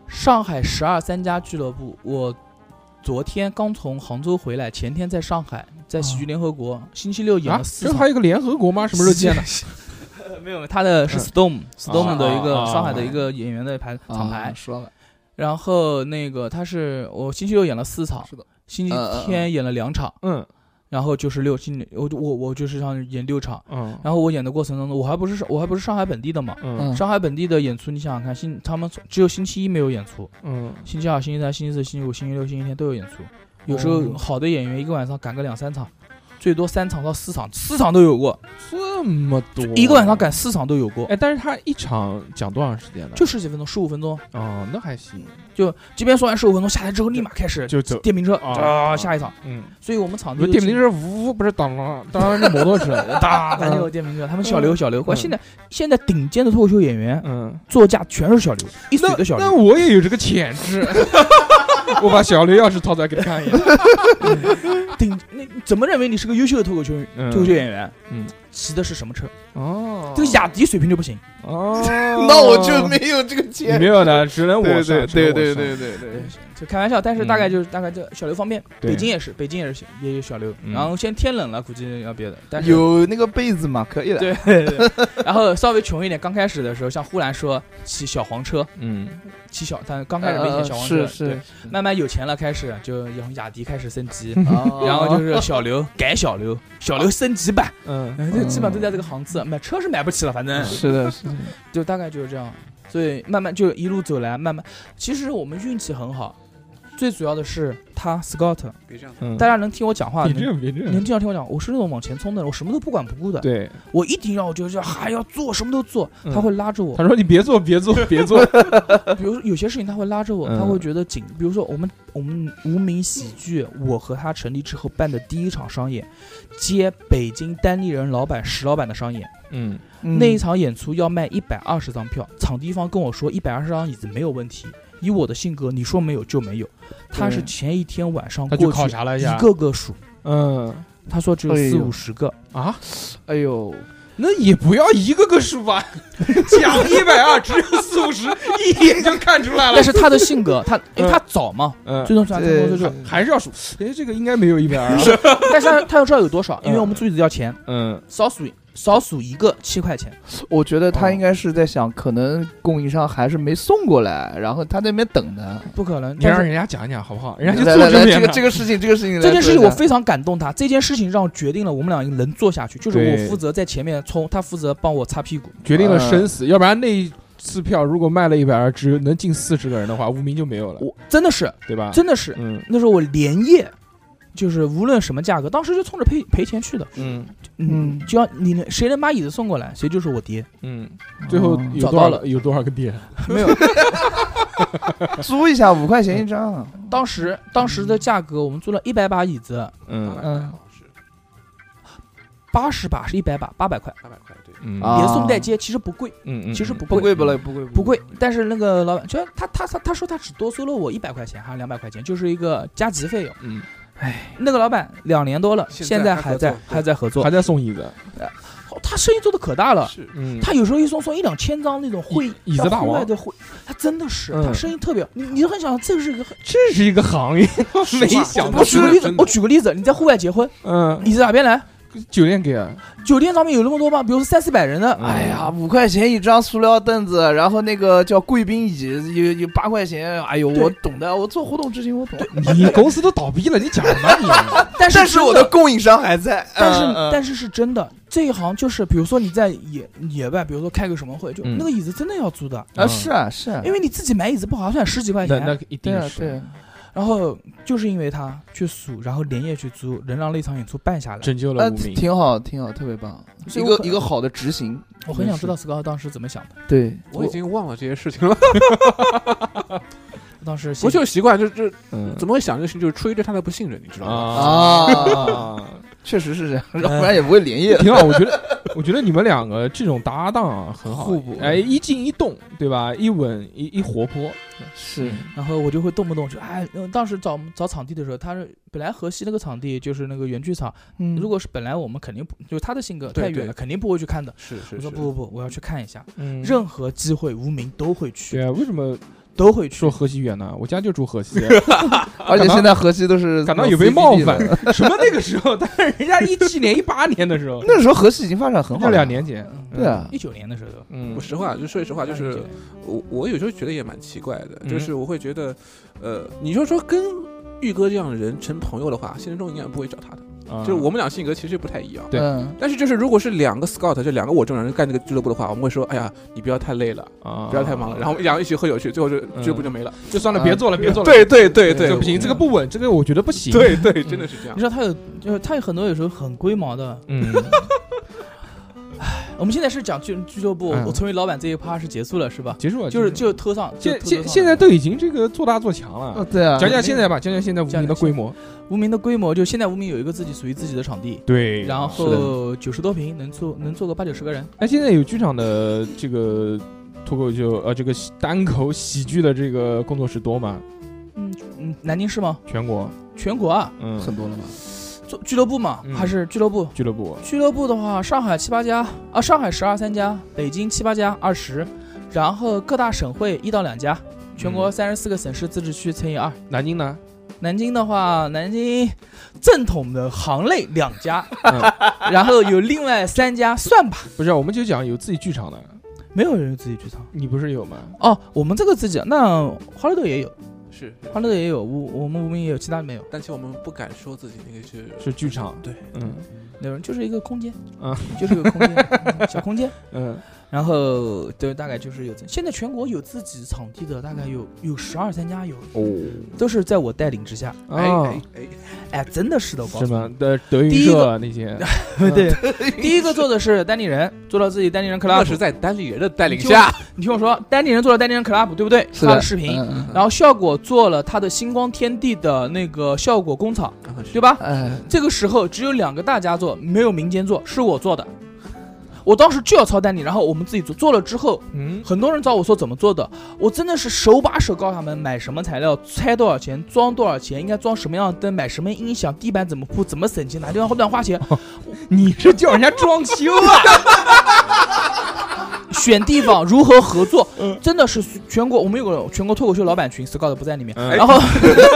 上海12三家俱乐部，我昨天刚从杭州回来，前天在上海，在喜剧联合国，星期六演了4场。 这还有一个联合国吗？什么时候建的？ 没有，他的是 Storm 的一个上海的一个演员的厂牌。 说了。 然后那个我星期六演了4场， 是的， 星期天演了2场，然后就是我就是上演6场，然后我演的过程当中，我还不是上海本地的嘛，上海本地的演出，你想想看，他们只有星期一没有演出，星期二、星期三、星期四、星期五、星期六、星期天都有演出，有时候好的演员一个晚上赶个2-3场。最多3场到4场，4场都有过， 这么多， 一个晚上赶4场都有过。 但是他一场讲多长时间呢？ 就10几分钟，15分钟。 那还行。 就即便说完15分钟下来之后，立马开始就走电瓶车下一场。所以我们场地电瓶车不是当然是摩托车， 咱就有电瓶车。他们小刘，现在顶尖的脱口秀演员，座驾全是小刘，一水的小刘。 那我也有这个潜质。我把小刘钥匙掏出来给他看一眼。 你怎么认为你是个优秀的脱口秀演员？骑的是什么车？这个雅迪水平就不行。 那我就没有这个钱。 没有的，只能我上。 对， 就开玩笑，但是大概这小刘方便。北京也是也有小刘。然后现在天冷了，估计要别的。但是有那个被子嘛，可以的。 对。然后稍微穷一点，刚开始的时候，像呼兰说骑小黄车，但刚开始没骑小黄车， 是慢慢有钱了，开始就从雅迪开始升级，然后就是小刘升级版，基本上都在这个行次，买车是买不起了，反正是的， 就大概就是这样，所以慢慢就一路走来，慢慢，其实我们运气很好，最主要的是他 Scott，大家能听我讲话，能经常听我讲，我是那种往前冲的，我什么都不管不顾的， 对， 我一定要就是要做什么都做，他会拉着我， 他说你别做，比如有些事情他会拉着我，他会觉得紧，比如说我们无名喜剧，我和他成立之后办的第一场商演，接北京单立人老板石老板的商演，那一场演出要卖120张票，场地方跟我说120张椅子没有问题。以我的性格，你说没有就没有。他是前一天晚上过去考察了一下， 一个个数。他说只有40-50个啊。 哎呦， 那也不要一个个数吧，讲120只有40-50，一眼就看出来了。 但是他的性格，因为他早嘛，最终就是还是要数。这个应该没有120。 但是他要知道有多少，因为我们注意的要钱。少数一个7块钱， 我觉得他应该是在想，可能供应商还是没送过来，然后他在那边等的， 不可能。 你让人家讲一讲好不好？人家就做这个事情，这件事情我非常感动他。这件事情让我决定了我们俩能做下去，就是我负责在前面冲，他负责帮我擦屁股， 决定了生死。要不然那一次票如果卖了120，只能进40个人的话，无名就没有了。 我真的是， 对吧？ 真的是，那时候我连夜。就是无论什么价格，当时就冲着赔钱去的。就要谁能把椅子送过来，谁就是我爹。 最后找到了有多少个爹？ 没有， 租一下5块钱一张。 当时的价格，我们租了100把椅子。80把是100把，800块。 对， 连送带接，其实不贵。其实不贵不贵。但是那个老板，就他说他只多收了我100块钱还是200块钱，就是一个加急费用。那个老板2年多了，现在还在合作， 还在送椅子。 他生意做的可大了，他有时候一送1-2千张那种椅子大王的会，他真的是，他生意特别。你很想，这是一个行业，没想到。 我举个例子，你在户外结婚，椅子哪边来？ 酒店给啊， 酒店上面有那么多吗？比如说300-400人的， 哎呀，5块钱一张塑料凳子，然后那个叫贵宾椅有8块钱，哎呦，我懂的，我做活动之前我懂。 你公司都倒闭了，你讲什么你？ 但是我的供应商还在。 但是是真的，这一行就是，比如说你在野外，比如说开个什么会，就那个椅子真的要租的是啊，因为你自己买椅子不划算，10几块钱， 那一定是。 对。 然后就是因为他去数，然后连夜去租，能让那场演出办下来， 拯救了无名， 挺好，特别棒，一个好的执行。 我很想知道Scott当时怎么想的。 对， 我已经忘了这些事情了。 当时我就习惯，怎么会想这个事情，就是出于对他的不信任，你知道吗？确实是这样，要不然也不会连夜。 挺好，我觉得你们两个这种搭档啊很好，互补。一静一动，对吧？一稳一活泼。 是。 然后我就会动不动就当时找场地的时候，他是本来河西那个场地就是那个原剧场，如果是本来我们肯定不，就是他的性格太远了，肯定不会去看的。 是。 我说不，我要去看一下。任何机会无名都会去。 对啊，为什么？ 都会去。 说河西远呢，我家就住河西， 而且现在河西都是感到有被冒犯。什么那个时候？但是人家17年、18年的时候， 那时候河西已经发展很好了。 2年前， 对啊 ，19年的时候， 我实话就说实话，就是我有时候觉得也蛮奇怪的，就是我会觉得，你说跟玉哥这样的人成朋友的话，现实中应该不会找他的。就是我们俩性格其实不太一样， 对。 但是就是如果是2个 scout， 就2个我这种人干这个俱乐部的话，我们会说，哎呀，你不要太累了，不要太忙了，然后我们2个一起喝酒去，最后就俱乐部就没了， 就算了，别做了，别做了。 对，这不行，这个不稳，这个我觉得不行。 对，真的是这样。 你知道他有很多有时候很龟毛的，我们现在是讲俱乐部，我成为老板这一趴是结束了是吧？ 结束了， 就拖上。 现在都已经这个做大做强了。 对啊， 讲讲现在吧，讲讲现在无名的规模。 无名的规模就现在无名有一个属于自己的场地， 对， 然后90多平，能坐个80-90个人。 哎，现在有剧场的这个脱口秀这个单口喜剧的这个工作室多吗？ 南京市吗？全国啊， 很多了吧？ 做俱乐部嘛，还是俱乐部？俱乐部的话，上海7-8家啊，上海12、3家，北京7-8家，20，然后各大省会1到2家，全国34个省市自治区乘以2。 南京呢？ 南京的话，南京正统的行内2家，然后有另外3家，算吧。 不是，我们就讲有自己剧场的， 没有人有自己剧场， 你不是有吗？ 哦，我们这个自己，那花乐豆也有。 是欢乐也有，我们无名也有，其他没有。 但其实我们不敢说自己那个是剧场， 对， 那种就是一个空间，就是一个空间，小空间，然后对，大概就是有。现在全国有自己场地的，大概有12、3家有，都是在我带领之下。哎，真的是的，我告诉你， 是吗？德云社那些， 对，第一个做的是单立人，做到自己单立人 club， 那是在单立人的带领下。 你听我说，单立人做了单立人 club， 对不对？ 是他的视频，然后效果做了他的星光天地的那个效果工厂，对吧？这个时候只有2个大家做，没有民间做，是我做的。我当时就要抄单立，然后我们自己做了之后，很多人找我说怎么做的，我真的是手把手告诉他们买什么材料，拆多少钱，装多少钱，应该装什么样的灯，买什么音响，地板怎么铺，怎么省钱，哪地方乱花钱。 你是叫人家装修啊？ 选地方如何合作，真的是全国，我们有个全国脱口秀老板群 ，Scout 不在里面，然后。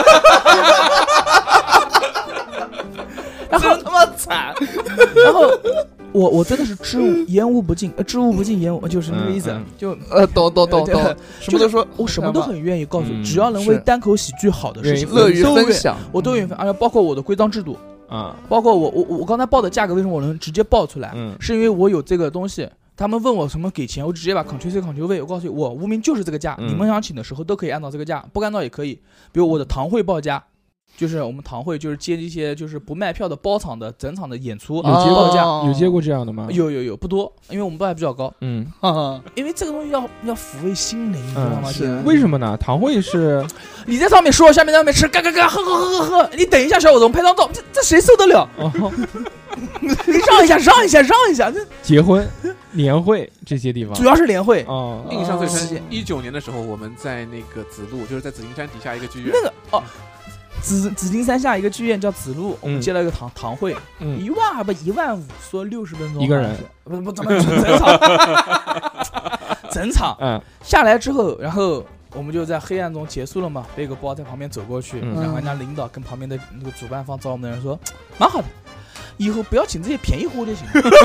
然后他妈惨， 然后我真的是知无言无不尽，知无不尽言无，就是那个意思，就懂，什么都说， 我什么都很愿意告诉，只要能为单口喜剧好的事情， 乐于分享， 我都愿意，而且包括我的规章制度啊，包括我刚才报的价格，为什么我能直接报出来？是因为我有这个东西。他们问我什么给钱，我直接把 Ctrl+C、Ctrl+V， 我告诉你，我无名就是这个价，你们想请的时候都可以按照这个价，不按照也可以。比如我的堂会报价。就是我们堂会就是接一些就是不卖票的包场的整场的演出， 有接过这样的吗？ 有不多，因为我们报价比较高。因为这个东西要抚慰心灵，你知道吗？ 是为什么呢？堂会是你在上面说，下面在上面吃，嘎，喝，你等一下，小伙子，我们拍张照，这谁受得了？你让一下，这结婚、年会这些地方， 主要是年会。 印象最深，19年的时候，我们在那个紫路，就是在紫金山底下一个剧院。 那个紫金山下一个剧院叫紫路，我们接了一个堂会，1万还不15000，说60分钟一个人， 不怎么整场，下来之后，然后我们就在黑暗中结束了嘛，背个包在旁边走过去，然后人家领导跟旁边的那个主办方找我们的人说，蛮好的，以后不要请这些便宜货就行。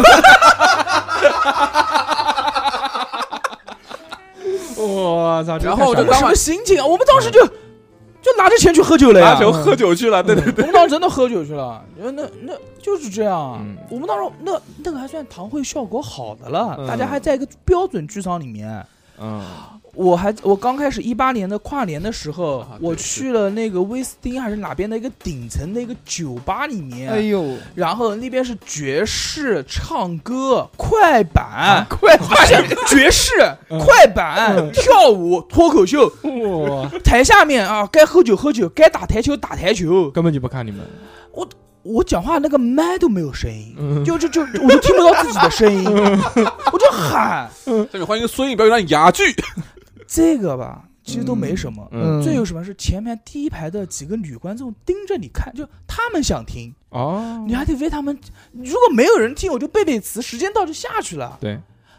我操！ 然后我就什么心情啊？我们当时就拿着钱去喝酒了呀， 拿酒喝酒去了，对， 我们当时真的喝酒去了，那就是这样啊。我们当时那个还算堂会效果好的了，大家还在一个标准剧场里面。我刚开始18年的跨年的时候，我去了那个威斯汀还是哪边的一个顶层的一个酒吧里面， 哎呦， 然后那边是爵士唱歌、快板、爵士、快板、跳舞、脱口秀，台下面啊，该喝酒喝酒，该打台球打台球， 根本就不看你们。 我讲话那个麦都没有声音，就我就听不到自己的声音，我就喊。 下面欢迎孙颖表演哑剧。 这个吧，其实都没什么，最有什么是前面第一排的几个女观众盯着你看，就他们想听你还得为他们。如果没有人听，我就背词，时间到就下去了。 对，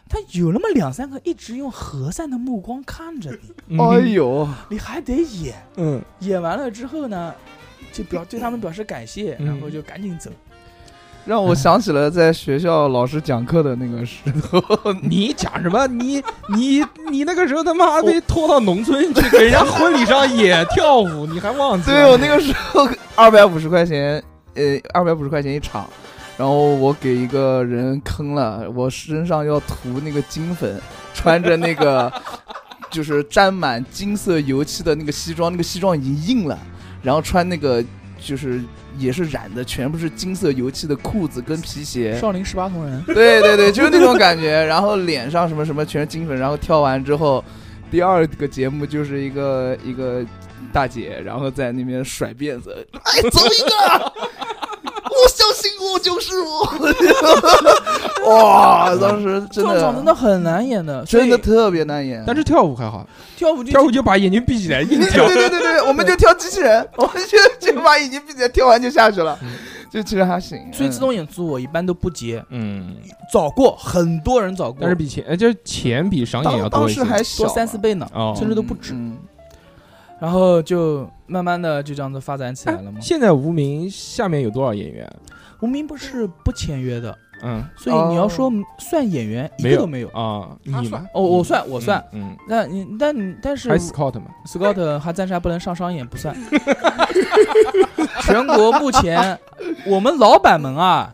他有那么2-3个一直用和善的目光看着你， 哎呦， 你还得演，演完了之后呢，就对他们表示感谢，然后就赶紧走。 让我想起了在学校老师讲课的那个时候。 你讲什么？你那个时候他妈被拖到农村去给人家婚礼上也跳舞，你还忘记了？ 对，我那个时候250块钱，250块钱一场，然后我给一个人坑了，我身上要涂那个金粉，穿着那个就是沾满金色油漆的那个西装，那个西装已经硬了，然后穿那个就是也是染的全部是金色油漆的裤子跟皮鞋， 少林18铜人。 对对对，就是那种感觉。然后脸上什么什么全是金粉，然后跳完之后，第二个节目就是一个大姐，然后在那边甩辫子，哎，走一个，我相信我就是我。哇，当时真的， 这场真的很难演的， 真的特别难演。 但是跳舞还好， 跳舞就把眼睛闭起来硬跳。 对，我们就跳机器人，我们就把眼睛闭起来，跳完就下去了。就其实还行。 所以自动演出我一般都不接，找过很多人找过， 但是就是钱比商演要多一些， 当时还小多3-4倍呢，甚至都不止。然后就慢慢的就这样子发展起来了嘛。 现在无名下面有多少演员？ 无名不是不签约的，所以你要说算演员一个都没有啊。你算我算，但是还 Scott 嘛 ，Scott 还暂时还不能上商演，不算。全国目前我们老板们啊，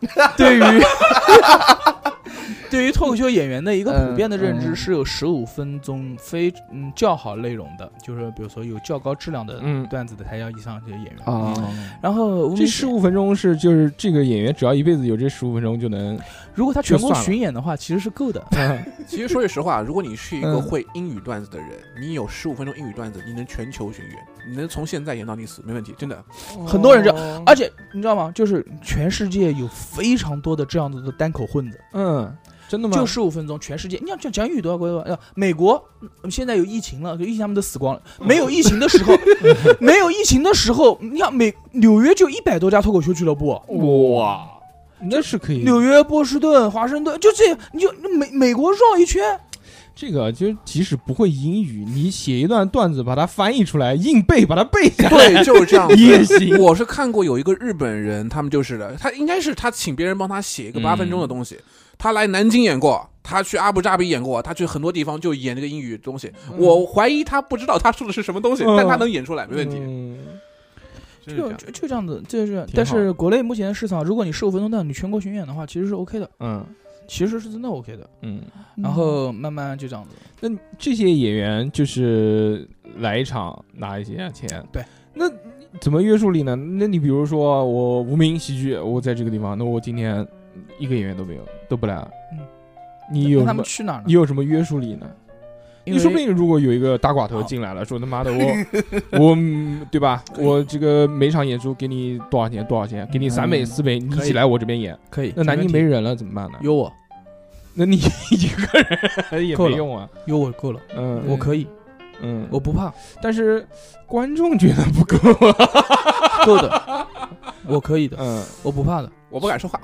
对于脱口秀演员的一个普遍的认知是有15分钟较好内容的，就是比如说有较高质量的段子的才叫以上这些演员啊。然后这15分钟就是这个演员只要一辈子有这15分钟就能， 如果他全国巡演的话，其实是够的。 其实说句实话，如果你是一个会英语段子的人，你有15分钟英语段子，你能全球巡演，你能从现在演到你死，没问题，真的。 很多人这样，而且你知道吗？就是全世界有非常多的这样子的单口混子。 真的吗？ 就15分钟，全世界，你要讲英语多少国？美国现在有疫情了，疫情他们都死光了。没有疫情的时候，你看纽约就100多家脱口秀俱乐部， 哇，那是可以。 纽约、波士顿、华盛顿，就这样，你就美国绕一圈。 这个就即使不会英语，你写一段段子把它翻译出来，硬背把它背下来， 对，就是这样也行。 我是看过有一个日本人，他们就是的，他应该是他请别人帮他写一个8分钟的东西。他来南京演过，他去阿布扎比演过，他去很多地方就演这个英语东西。我怀疑他不知道他说的是什么东西，但他能演出来，没问题。 就这样子，就是但是国内目前的市场，如果你15分钟段你全国巡演的话，其实是 OK 的。其实是真的 OK 的。然后慢慢就这样子。 那这些演员就是来一场拿一些钱， 对。 那怎么约束力呢？那你比如说我无名喜剧，我在这个地方，那我今天一个演员都没有，都不来了。你有什么？ 他们去哪儿呢？ 你有什么约束力呢？你说不定如果有一个大寡头进来了，说他妈的我对吧？我这个每场演出给你多少钱？多少钱？给你3倍4倍，你一起来我这边演。 可以。 那南京没人了怎么办呢？ 有我。 那你一个人也没用啊。 有我够了。我可以。我不怕。 但是观众觉得不够啊。 够的。我可以的。我不怕的。 我不敢说话。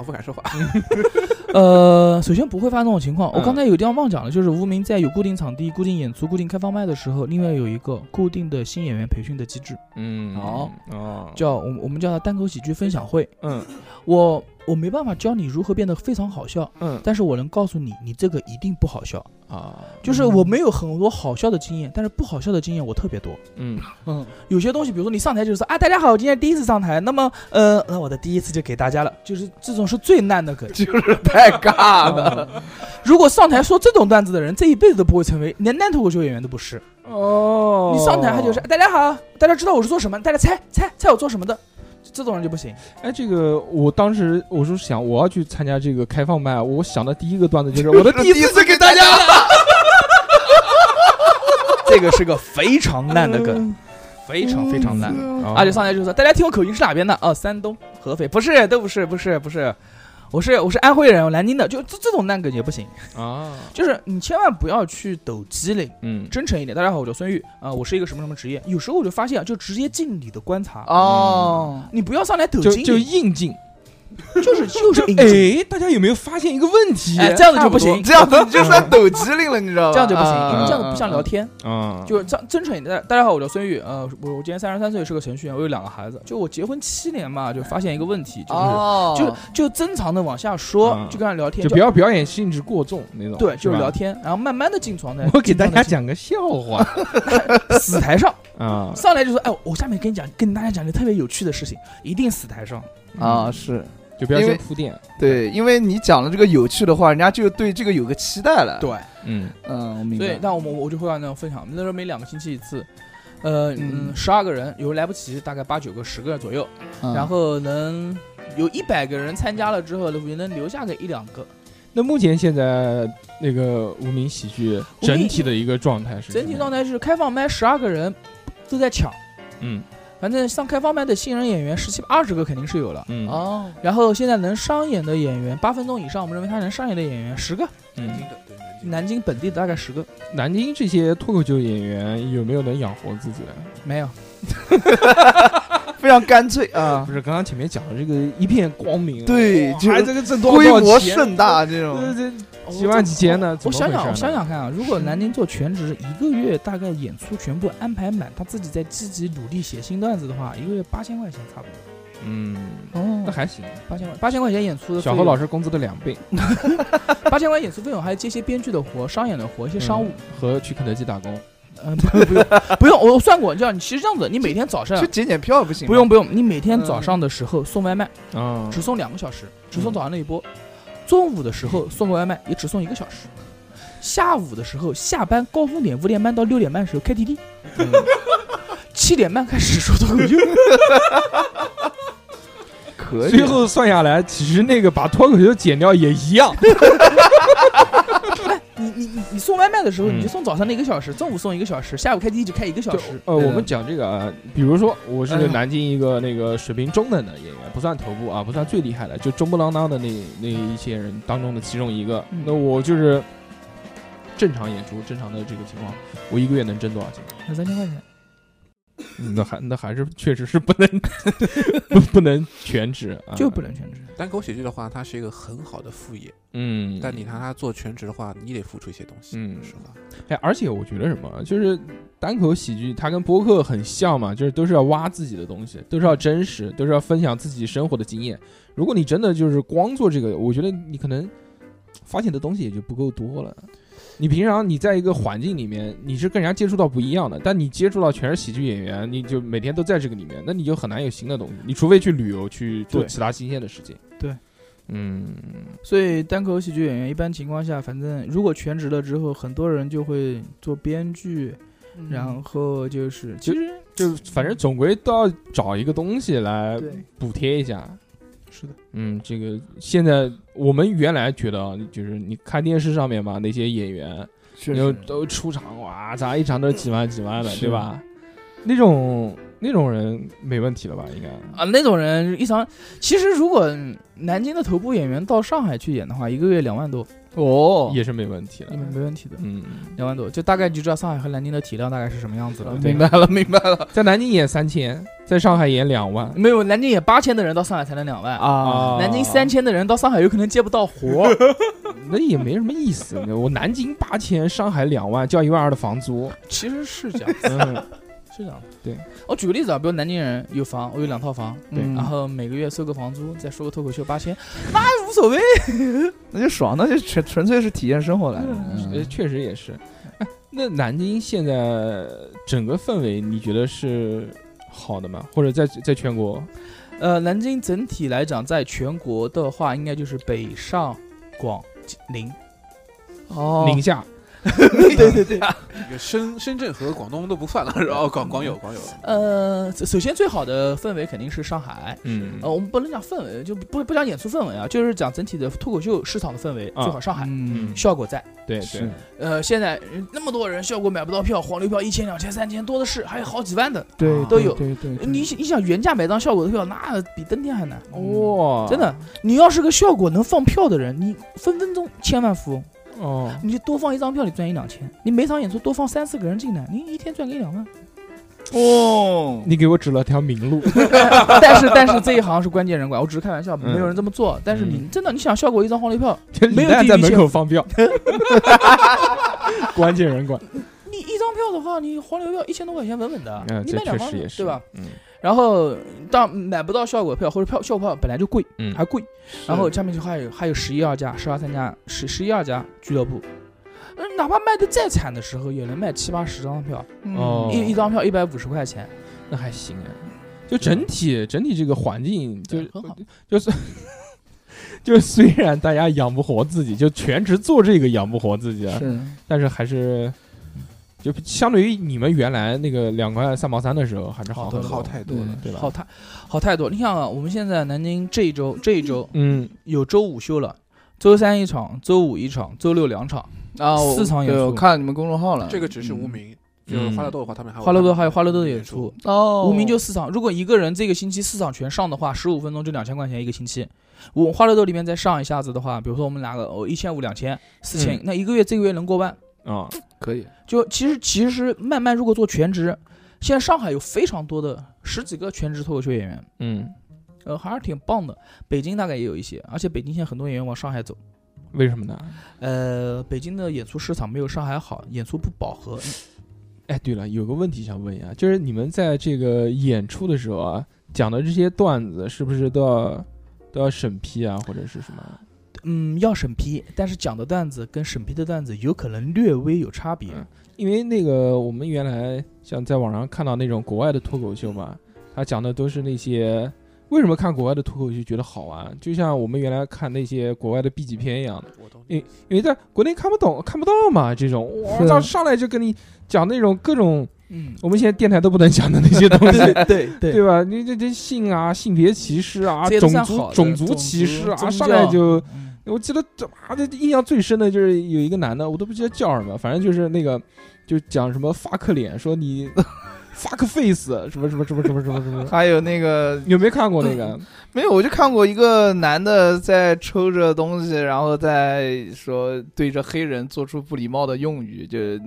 首先不会发生这种情况。我刚才有地方忘讲了，就是无名在有固定场地、固定演出、固定开放麦的时候，另外有一个固定的新演员培训的机制。叫我们叫它单口喜剧分享会。我没办法教你如何变得非常好笑，但是我能告诉你，你这个一定不好笑啊。就是我没有很多好笑的经验，但是不好笑的经验我特别多。有些东西，比如说你上台就是说啊，大家好，我今天第一次上台，那么那我的第一次就给大家了，就是这种是最烂的梗， 就是太尬了。 如果上台说这种段子的人，这一辈子都不会成为，连男脱口秀演员都不是。你上台他就是大家好，大家知道我是做什么，大家猜我做什么的。这种人就不行。 这个我当时我是想我要去参加这个开放麦，我想的第一个段子就是我的第一次给大家了。 这个是个非常烂的梗，非常烂。而且上台就说大家听我口音是哪边的？山东、合肥，不是，都不是。我是安徽人，我南京的，就这种烂梗也不行啊。就是你千万不要去抖机灵，真诚一点。大家好，我叫孙玉我是一个什么什么职业。有时候我就发现，就直接进你的观察你不要上来抖机灵， 就硬进。 就是哎，大家有没有发现一个问题？ 哎，这样子就不行， 这样子就算抖机灵了，你知道吧？ 这样就不行，因为这样子不像聊天啊。 就是真诚一点。大家好，我叫孙玉，我今年33岁，是个程序员，我有2个孩子。就我结婚7年嘛，就发现一个问题，就正常的往下说，就跟他聊天， 就不要表演性质过重那种。 对，就是聊天，然后慢慢的进床的。 我给大家讲个笑话， 死台上啊， 上来就说，哎，我下面跟大家讲个特别有趣的事情，一定死台上啊，是。 就不要先铺垫， 对，因为你讲了这个有趣的话，人家就对这个有个期待了。 对， 我明白。 所以，但我就会按那种分享，那时候每2个星期一次，12个人，有人来不及，大概8、9个、10个左右，然后能有100个人参加了之后，能留下个1、2个。 那目前现在那个无名喜剧整体的一个状态是？ 整体状态是开放麦12个人都在抢，反正上开放麦的新人演员17、20个肯定是有了，然后现在能商演的演员8分钟以上，我们认为他能商演的演员10个，南京本地的大概10个。 南京这些脱口秀演员有没有能养活自己的？ 没有， 非常干脆啊！ 不是，刚刚前面讲的这个一片光明， 对， 还这个挣多规模盛大这种， 几万几千的。 我想想看啊，如果南京做全职，1个月大概演出全部安排满，他自己在积极努力写新段子的话，1个月8000块钱差不多。 那还行 ，8000块钱演出的小何老师工资的2倍 ，8000块演出费用，还有接些编剧的活、商演的活、一些商务和去肯德基打工。 不用，我算过，你其实这样子，你每天早上去检票不行？ 不用，你每天早上的时候送外卖，只送2个小时，只送早上那一波；中午的时候送个外卖，也只送1个小时；下午的时候下班高峰点5点半到6点半的时候开 KTV，7点半开始说脱口秀。 可以。 最后算下来，其实那个把脱口秀剪掉也一样。 你送外卖的时候，你就送早上那1个小时，中午送1个小时，下午开机就开1个小时。 我们讲这个啊，比如说我是南京一个那个水平中等的演员，不算头部啊，不算最厉害的，就中不啷当的那一些人当中的其中一个。那我就是正常演出，正常的这个情况，我1个月能挣多少钱 ？3000块钱。 那还是确实是不能不能全职， 就不能全职。 单口喜剧的话，它是一个很好的副业，但你看他做全职的话，你得付出一些东西，是吧？ 哎，而且我觉得什么，就是单口喜剧它跟播客很像嘛，就是都是要挖自己的东西，都是要真实，都是要分享自己生活的经验。如果你真的就是光做这个，我觉得你可能发现的东西也就不够多了。你平常你在一个环境里面，你是跟人家接触到不一样的，但你接触到全是喜剧演员，你就每天都在这个里面，那你就很难有新的东西。你除非去旅游，去做其他新鲜的事情。 对，所以单口喜剧演员一般情况下，反正如果全职了之后，很多人就会做编剧，然后就是其实就反正总归都要找一个东西来补贴一下。 是的， 这个现在我们原来觉得就是你看电视上面嘛，那些演员都出场哇，咋一场都几万的，对吧？那种人没问题了吧？应该啊，那种人一场，其实如果南京的头部演员到上海去演的话，1个月2万多。 也是没问题的， 没问题的，2万多，就大概就知道上海和南京的体量大概是什么样子了。 明白了， 在南京演3000，在上海演2万， 没有，南京演8000的人到上海才能2万啊，南京3000的人到上海有可能接不到活， 那也没什么意思。我南京8000，上海2万，交12000的房租， 其实是这样子。是这样的， 对。 我举个例子啊，比如南京人有房，我有2套房， 对， 然后每个月收个房租，再说个脱口秀8000，那无所谓， 那就爽，那就纯粹是体验生活来的。确实也是。那南京现在整个氛围，你觉得是好的吗？或者在全国？ 南京整体来讲，在全国的话，应该就是北上广宁， 宁夏。 对， 深圳和广东都不算了，然后广有。 首先最好的氛围肯定是上海，我们不能讲氛围，就不讲演出氛围啊，就是讲整体的脱口秀市场的氛围，最好上海，效果在。 对， 现在那么多人，效果买不到票，黄牛票1000、2000、3000多的是，还有好几万的， 对， 都有。 对， 你想原价买张效果的票，那比登天还难。 哇， 真的，你要是个效果能放票的人，你分分钟千万富翁。你就多放1张票，你赚1、2000；你每场演出多放3、4个人进来，你一天赚个1、2万。 哦， 你给我指了条明路。 但是这一行是关键人管，我只是开玩笑，没有人这么做。但是你真的你想效果一张黄牛票，没有在门口放票，关键人管。 你一张票的话，你黄牛票1000多块钱稳稳的，你买2张对吧？然后当买不到效果票或者效果票本来就贵，还贵，然后下面就还有11、2家、12、3家、11、2家俱乐部，哪怕卖的再惨的时候，也能卖7、80张票，一张票150块钱， 那还行啊。就整体这个环境就很好， 就虽然大家养不活自己，就全职做这个养不活自己啊，但是还是。就相对于你们原来那个2块3毛3的时候，还是好太多了，对吧？ 好太多。你看啊，我们现在南京这一周，有周5休了，周3一场，周5一场，周62场啊，4场演出。 我看你们公众号了， 这个只是无名。就是欢乐豆的话，他们还欢乐豆还有欢乐豆的演出哦，无名就4场。如果一个人这个星期4场全上的话，15分钟就2000块钱一个星期。我欢乐豆里面再上一下子的话，比如说我们拿个1500、2000、4000，那这个月能过万啊， 可以。 就其实慢慢如果做全职，现在上海有非常多的10几个全职脱口秀演员，还是挺棒的。北京大概也有一些，而且北京现在很多演员往上海走， 为什么呢？ 北京的演出市场没有上海好，演出不饱和。 哎，对了，有个问题想问一下，就是你们在这个演出的时候啊，讲的这些段子是不是都要审批啊，或者是什么？ 要审批，但是讲的段子跟审批的段子有可能略微有差别。 因为那个我们原来像在网上看到那种国外的脱口秀嘛，他讲的都是那些为什么看国外的脱口秀觉得好玩，就像我们原来看那些国外的 B 级片一样的，因为在国内看不懂看不到嘛，这种哇上来就跟你讲那种各种我们现在电台都不能讲的那些东西，对吧？你这性啊、性别歧视啊、种族歧视啊，上来就。我记得这印象最深的就是有一个男的，我都不记得叫什么，反正就是那个就讲什么发克脸，说你fuck face 什么， 还有那个有没有看过那个？ 没有，我就看过一个男的在抽着东西，然后在说对着黑人做出不礼貌的用语，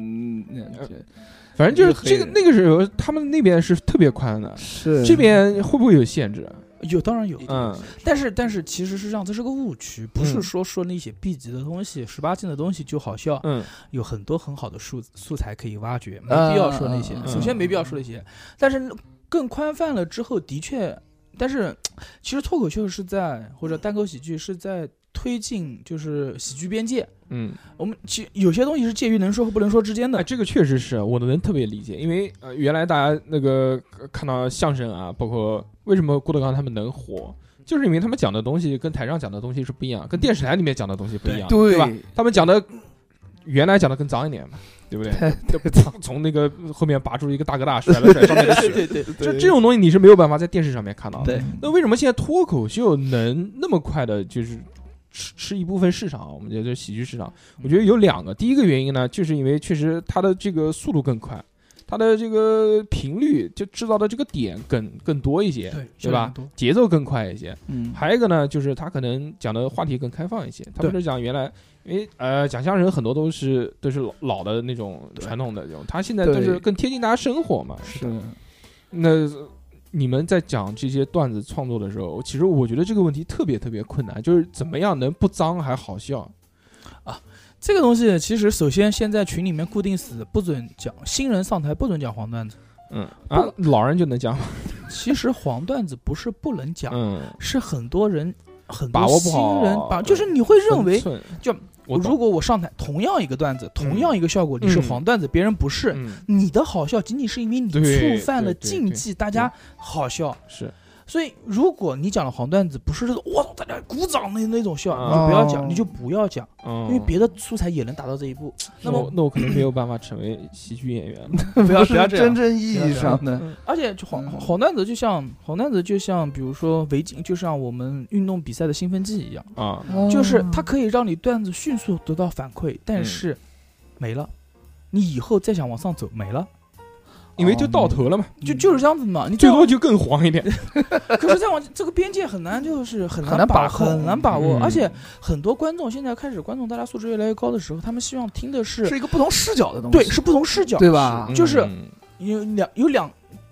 反正就是这个那个时候他们那边是特别宽的， 是这边会不会有限制？ 有，当然有，但是其实是这样，这是个误区，不是说那些 B 级的东西、18禁的东西就好笑，有很多很好的素材可以挖掘，没必要说那些。首先没必要说那些，但是更宽泛了之后，的确，但是其实脱口秀是在或者单口喜剧是在推进就是喜剧边界。我们其实有些东西是介于能说和不能说之间的。 这个确实是我能特别理解，因为原来大家那个看到相声啊，包括为什么郭德纲他们能火，就是因为他们讲的东西跟台上讲的东西是不一样，跟电视台里面讲的东西不一样，对吧？他们讲的原来讲的更脏一点嘛，对不对？从那个后面拔出一个大哥大甩了甩上面的血，对，这种东西你是没有办法在电视上面看到的。那为什么现在脱口秀能那么快的就是吃一部分市场？我们觉得喜剧市场，我觉得有2个。第一个原因呢，就是因为确实它的这个速度更快，它的这个频率就制造的这个点更多一些，对吧？节奏更快一些。还有一个呢，就是它可能讲的话题更开放一些。他不是讲原来，因为讲相声很多都是老的那种传统的这种，他现在都是更贴近大家生活嘛。 是。 那你们在讲这些段子创作的时候，其实我觉得这个问题特别特别困难，就是怎么样能不脏还好笑啊？这个东西其实首先先在群里面固定死，不准讲新人上台不准讲黄段子。 老人就能讲吗？ 其实黄段子不是不能讲，是很多人把握不好， 新人就是你会认为就。如果我上台同样一个段子，同样一个效果，你是黄段子，别人不是，你的好笑仅仅是因为你触犯了禁忌，大家好笑是。 所以如果你讲了黄段子，不是哇大家鼓掌那种笑，你就不要讲，你就不要讲，因为别的素材也能达到这一步。那我可能没有办法成为喜剧演员了，不要这样，真正意义上的。 而且黄段子就像比如说围巾，就像我们运动比赛的兴奋剂一样啊，就是它可以让你段子迅速得到反馈，但是没了，你以后再想往上走没了。 因为就到头了嘛， 就是这样子嘛，你最多就更黄一点。 可是再往这个边界很难，就是很难把握，而且很多观众现在开始，大家素质越来越高的时候，他们希望听的是一个不同视角的东西， 对，是不同视角， 对吧？ 就是有两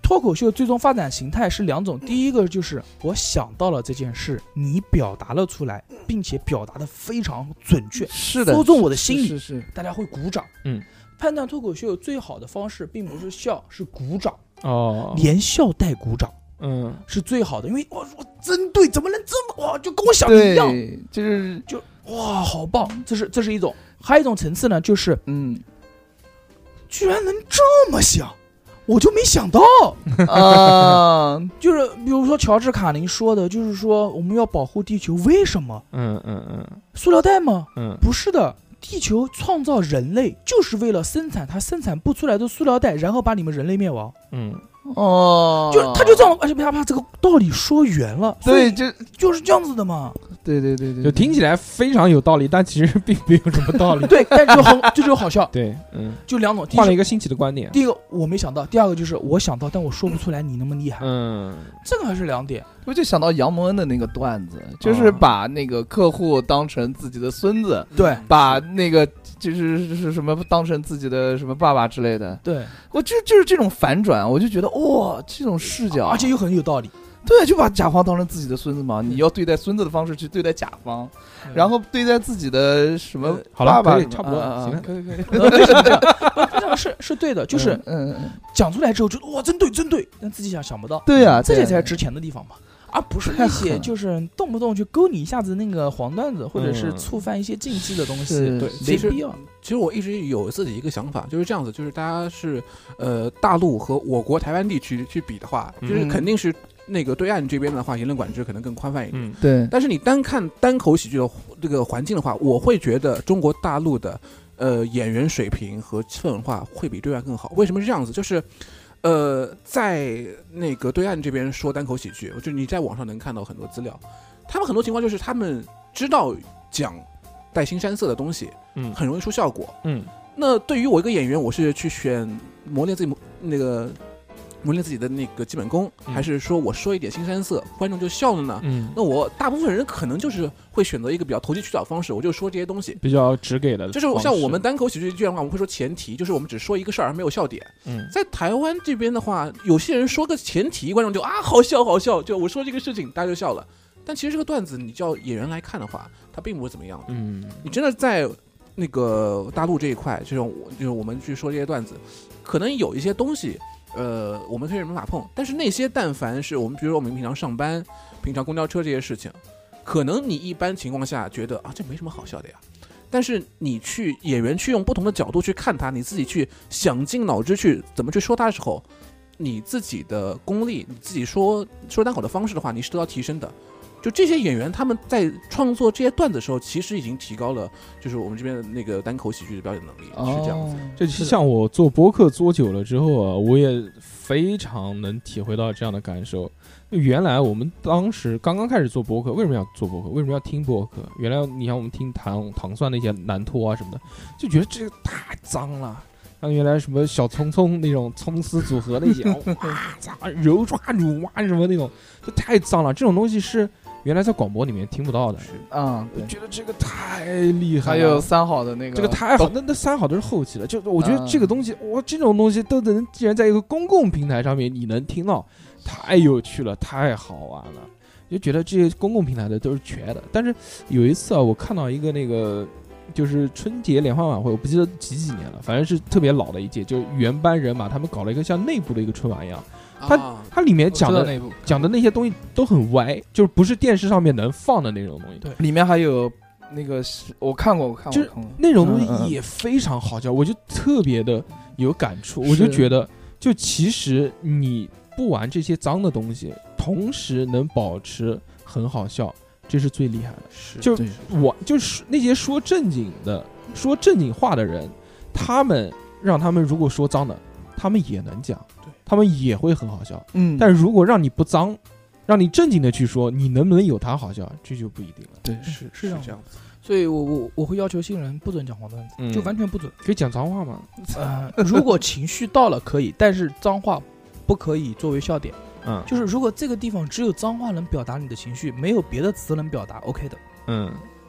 脱口秀最终发展形态是两种，第一个就是我想到了这件事，你表达了出来，并且表达的非常准确， 是的， 说中我的心里， 是大家会鼓掌。判断脱口秀最好的方式并不是笑，是鼓掌连笑带鼓掌。是最好的，因为我针对怎么能这么哇，就跟我想的一样，就哇，好棒！这是一种，还有一种层次呢，就是居然能这么想，我就没想到啊！就是比如说乔治卡林说的，就是说我们要保护地球，为什么？塑料袋吗？不是的。地球创造人类就是为了生产它生产不出来的塑料袋，然后把你们人类灭亡。就他就这样，而且他把这个道理说圆了。对，就是这样子的嘛。对， 就听起来非常有道理，但其实并没有什么道理。 对，但就好笑。 对， 就两种， 换了一个新奇的观点。 第一个我没想到，第二个就是我想到，但我说不出来你那么厉害。这个还是两点。 我就想到杨蒙恩的那个段子，就是把那个客户当成自己的孙子， 对， 把那个就是什么当成自己的什么爸爸之类的。 对， 我就是这种反转，我就觉得哇，这种视角， 而且又很有道理。 对，就把甲方当成自己的孙子嘛，你要对待孙子的方式去对待甲方，然后对待自己的什么爸爸， 差不多，行了， 可以， 是对的，就是讲出来之后就哇，真对，但自己想不到， 对呀， 这些才是值钱的地方嘛。而不是那些就是动不动就勾你一下子那个黄段子，或者是触犯一些禁忌的东西， 对， 没必要。 其实我一直有自己一个想法，就是这样子，就是大家是大陆和我国台湾地区去比的话，就是肯定是那个对岸这边的话，言论管制可能更宽泛一点。 对。 但是你单看单口喜剧的这个环境的话，我会觉得中国大陆的演员水平和气氛文化会比对岸更好。为什么是这样子？就是在那个对岸这边说单口喜剧，就你在网上能看到很多资料，他们很多情况就是他们知道讲带新山色的东西，很容易出效果。那对于我一个演员，我是去磨练自己的那个基本功，还是说我说一点新山色，观众就笑了呢？那我大部分人可能就是会选择一个比较投机取巧的方式，我就说这些东西比较直给的， 就是像我们单口喜剧这样的话，我们会说前提，就是我们只说一个事儿，而没有笑点。在台湾这边的话，有些人说个前提，观众就好笑，就我说这个事情，大家就笑了。但其实这个段子，你叫演员来看的话，他并不会怎么样的。你真的在那个大陆这一块，就是我们去说这些段子，可能有一些东西。我们虽然没法碰，但是那些但凡是我们，比如说我们平常上班、平常公交车这些事情，可能你一般情况下觉得这没什么好笑的呀。但是你去演员去用不同的角度去看它，你自己去想尽脑汁去怎么去说它的时候，你自己的功力，你自己说单口的方式的话，你是得到提升的。就这些演员他们在创作这些段子的时候，其实已经提高了，就是我们这边的那个单口喜剧的表演能力，是这样子。 这像我做播客做久了之后啊，我也非常能体会到这样的感受。原来我们当时刚刚开始做播客，为什么要做播客？为什么要听播客？原来你看我们听糖蒜那些南托啊什么的，就觉得这个太脏了。像原来什么小葱葱那种葱丝组合那些，哇，揉抓乳蛙什么那种，就太脏了。这种东西是原来在广播里面听不到的。我觉得这个太厉害了。 还有三好的那个， 这个太好，那三好都是后期了。就我觉得这个东西，哇，这种东西都能既然在一个公共平台上面你能听到，太有趣了，太好玩了。就觉得这些公共平台的都是缺的。但是有一次啊，我看到一个那个。就是春节联欢晚会，我不记得几年了，反正是特别老的一届，就原班人马他们搞了一个像内部的一个春晚一样，它里面讲的那些东西都很歪，就是不是电视上面能放的那种东西。 对，里面还有那个我看过， 就是那种东西也非常好笑，我就特别的有感触，我就觉得，就其实你不玩这些脏的东西，同时能保持很好笑。这是最厉害的，就是那些说正经话的人，他们让他们如果说脏的，他们也能讲，他们也会很好笑。但如果让你不脏，让你正经的去说，你能不能有他好笑，这就不一定了。 对， 是这样子。所以我会要求新人不准讲黄段子，就完全不准。 可以讲脏话吗？ 如果情绪到了可以，但是脏话不可以作为笑点。就是如果这个地方只有脏话能表达你的情绪，没有别的词能表达 ，OK 的。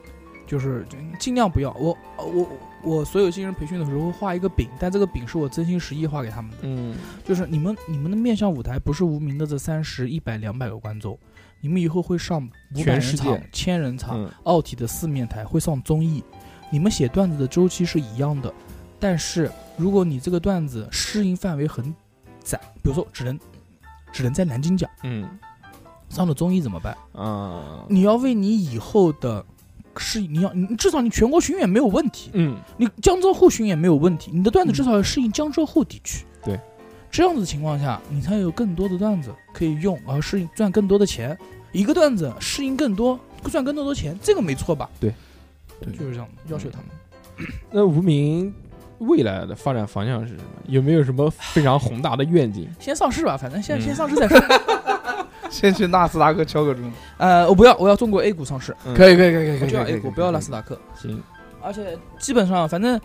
就是尽量不要。我所有新人培训的时候会画一个饼，但这个饼是我真心实意画给他们的。就是你们的面向舞台不是无名的这30、100、200个观众，你们以后会上500人场、1000人场、奥体的4面台，会上综艺。你们写段子的周期是一样的，但是如果你这个段子适应范围很窄，比如说只能在南京讲，上了综艺怎么办？你要为你以后的你至少你全国巡演没有问题，你江浙沪巡演没有问题，你的段子至少要适应江浙沪地区， 对， 这样子的情况下，你才有更多的段子可以用，而适应赚更多的钱。一个段子适应更多，赚更多钱，这个没错吧？ 对， 就是这样要求他们。 那无名未来的发展方向是什么？有没有什么非常宏大的愿景？ 先上市吧，反正先上市再说。 先去纳斯达克敲个钟。 我不要，我要中国 A 股上市。 可以， 我就要 A 股，不要纳斯达克。 行。 而且基本上，反正，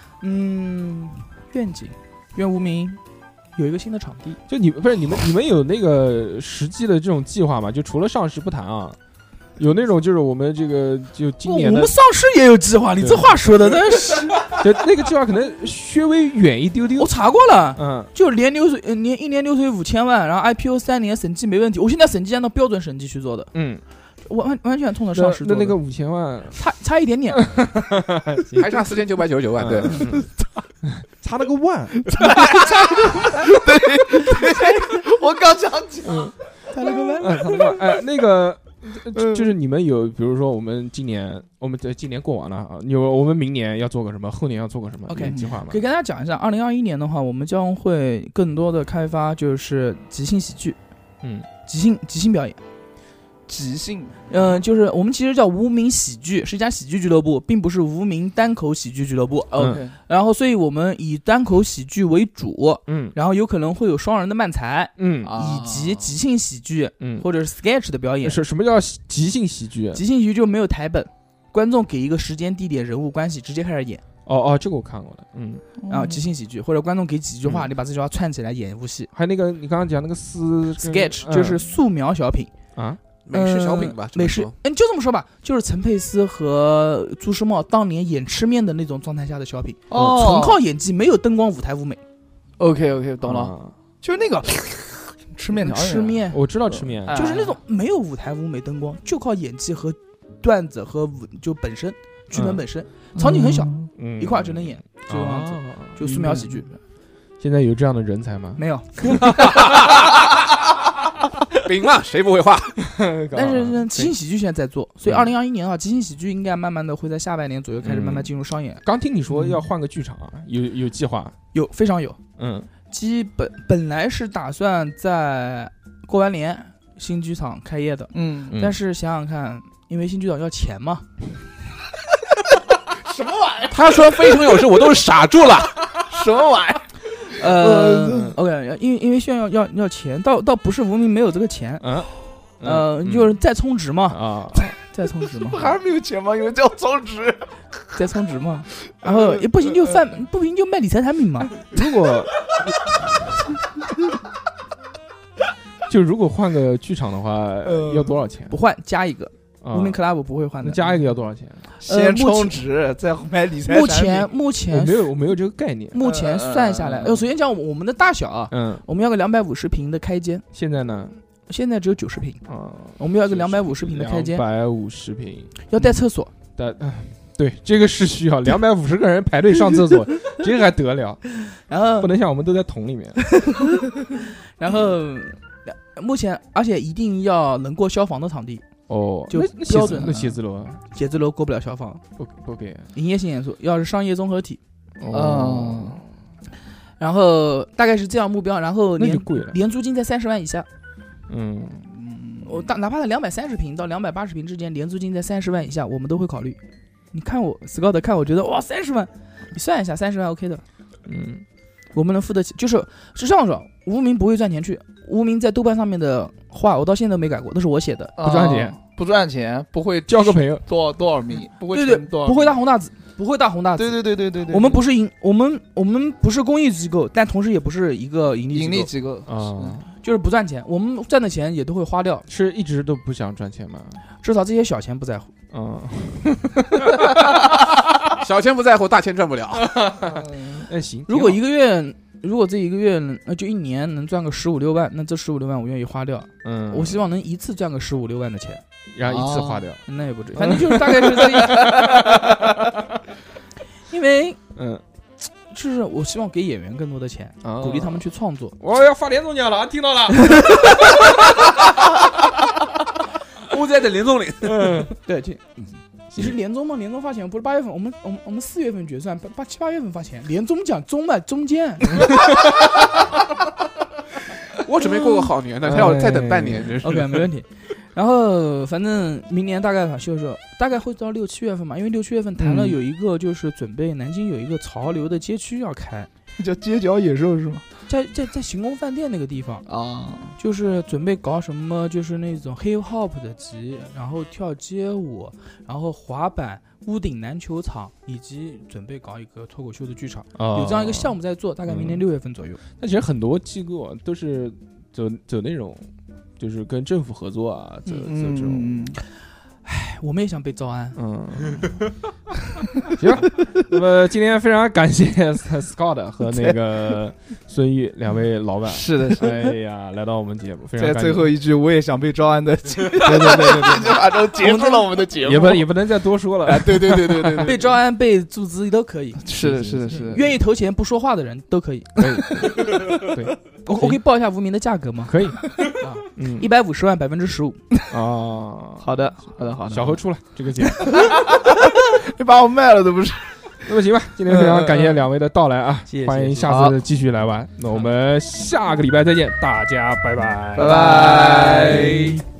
愿景，愿无名有一个新的场地。 就你们有那个实际的这种计划吗？就除了上市不谈啊，有那种就是我们这个就今年的我们上市也有计划，你这话说的真是。 就那个计划可能稍微远一丢丢。 我查过了，就一年流水5000万，然后 IPO 3年审计没问题。我现在审计按照标准审计去做的，完全冲着上市做的。 那个5000万差一点点， 还差4999万，对， 差了个万， 对，我刚想讲， 差了个万， 哎，那个。就是你们有，比如说我们今年过完了啊，我们明年要做个什么，后年要做个什么 ？OK， 计划吗？ 可以跟大家讲一下，2021年的话，我们将会更多的开发就是即兴喜剧，即兴表演。 即兴， 就是我们其实叫无名喜剧，是一家喜剧俱乐部，并不是无名单口喜剧俱乐部。 OK， 然后所以我们以单口喜剧为主，然后有可能会有双人的漫才，以及即兴喜剧，或者是 sketch 的表演。 是什么叫即兴喜剧？ 即兴喜剧就没有台本，观众给一个时间、地点、人物关系，直接开始演。 这个我看过的， 然后即兴喜剧，或者观众给几句话，你把这句话串起来演一部戏。 还有那个你刚刚讲那个 sketch，就是素描小品啊。 美式小品吧， 美式，就这么说吧，就是陈佩斯和朱时茂当年演吃面的那种状态下的小品，纯靠演技，没有灯光舞台舞美。 OK， 懂了，就是那个吃面条， 吃面， 我知道吃面， 就是那种没有舞台舞美灯光，就靠演技和段子和就本身剧本本身，场景很小，一块就能演，就这样子，就素描喜剧。 现在有这样的人才吗？ 没有。 饼嘛，谁不会画？ 但是即兴喜剧现在在做，所以2021年啊，即兴喜剧应该慢慢的会在下半年左右开始慢慢进入商演。 刚听你说要换个剧场，有计划？ 有，非常有。本来是打算在过完年新剧场开业的，但是想想看，因为新剧场要钱嘛。 什么玩意儿？ 他说非常有事，我都傻住了。 什么玩意儿 ？OK， 因为炫要钱，倒不是无名没有这个钱，就是再充值嘛，再充值嘛， 不还是没有钱吗？因为叫充值， 再充值嘛，然后也不行就卖理财产品嘛。 如果换个剧场的话，要多少钱？ 不换加一个。无名 club 不会换的， 加一个要多少钱？ 先充值，再买理财产品。 目前我没有这个概念。 目前算下来，首先讲我们的大小啊，我们要个250平的开间。 现在呢？ 现在只有90平我们要个250平的开间。 250平， 要带厕所。 对，这个是需要250个人排队上厕所，这个还得了？ 然后不能像我们都在桶里面。 然后目前，而且一定要能过消防的场地。就标准的写字楼， 写字楼过不了消防， 不给。 营业性元素要是商业综合体，然后大概是这样目标，然后年租金在30万以下，我哪怕在230平到280平之间，年租金在30万以下，我们都会考虑。你看我 Scott 看我觉得哇30万，你算一下30万 OK 的，我们能付得起，是这样说，无名不会赚钱去。无名在豆瓣上面的话，我到现在都没改过，那是我写的， 不赚钱，不会交个朋友， 多少名，不会不会大红大紫，不会大红大紫。 对， 我们不是我们不是公益机构，但同时也不是一个盈利机构就是不赚钱，我们赚的钱也都会花掉。 是一直都不想赚钱吗？ 至少这些小钱不在乎。 小钱不在乎，大钱赚不了。 哎，行， 如果这一个月就一年能赚个15-16万，那这15-16万我愿意花掉。我希望能一次赚个15-16万的钱， 然后一次花掉。 那也不至于，反正就是大概是这个。因为就是我希望给演员更多的钱，鼓励他们去创作。 我要发年终奖了，听到了。 我在等年终领。 对，其实年终嘛，年终发钱不是8月份，我们4月份决算，7、8月份发钱，年终奖中间。 我准备过个好年的，还要再等半年，真是。 OK， 没问题。然后反正明年大概法秀的时候，大概会到6、7月份嘛，因为6、7月份谈了有一个就是准备南京有一个潮流的街区要开， 叫街角野兽是吗？ 在行宫饭店那个地方啊，就是准备搞什么，就是那种 hip hop 的集，然后跳街舞，然后滑板、屋顶篮球场，以及准备搞一个脱口秀的剧场，有这样一个项目在做，大概明年6月份左右。 那其实很多机构都是走那种，就是跟政府合作啊，走这种。 唉，我们也想被招安。 行，那么今天非常感谢 Scott 和那个孙玉两位老板。 是的， 哎呀，来到我们节目，非常在最后一句我也想被招安的对这句话中结束了我们的节目， 也不能再多说了。 对， 被招安、被注资都可以。 是的， 愿意投钱不说话的人都可以。 对， 我可以报一下无名的价格吗？ 可以 ，150万15%。 啊， 好的。 小何出了这个节目， 你把我卖了都不是。 那么行吧，今天非常感谢两位的到来啊， 谢谢， 欢迎下次继续来玩。那我们下个礼拜再见，大家拜拜， 拜拜。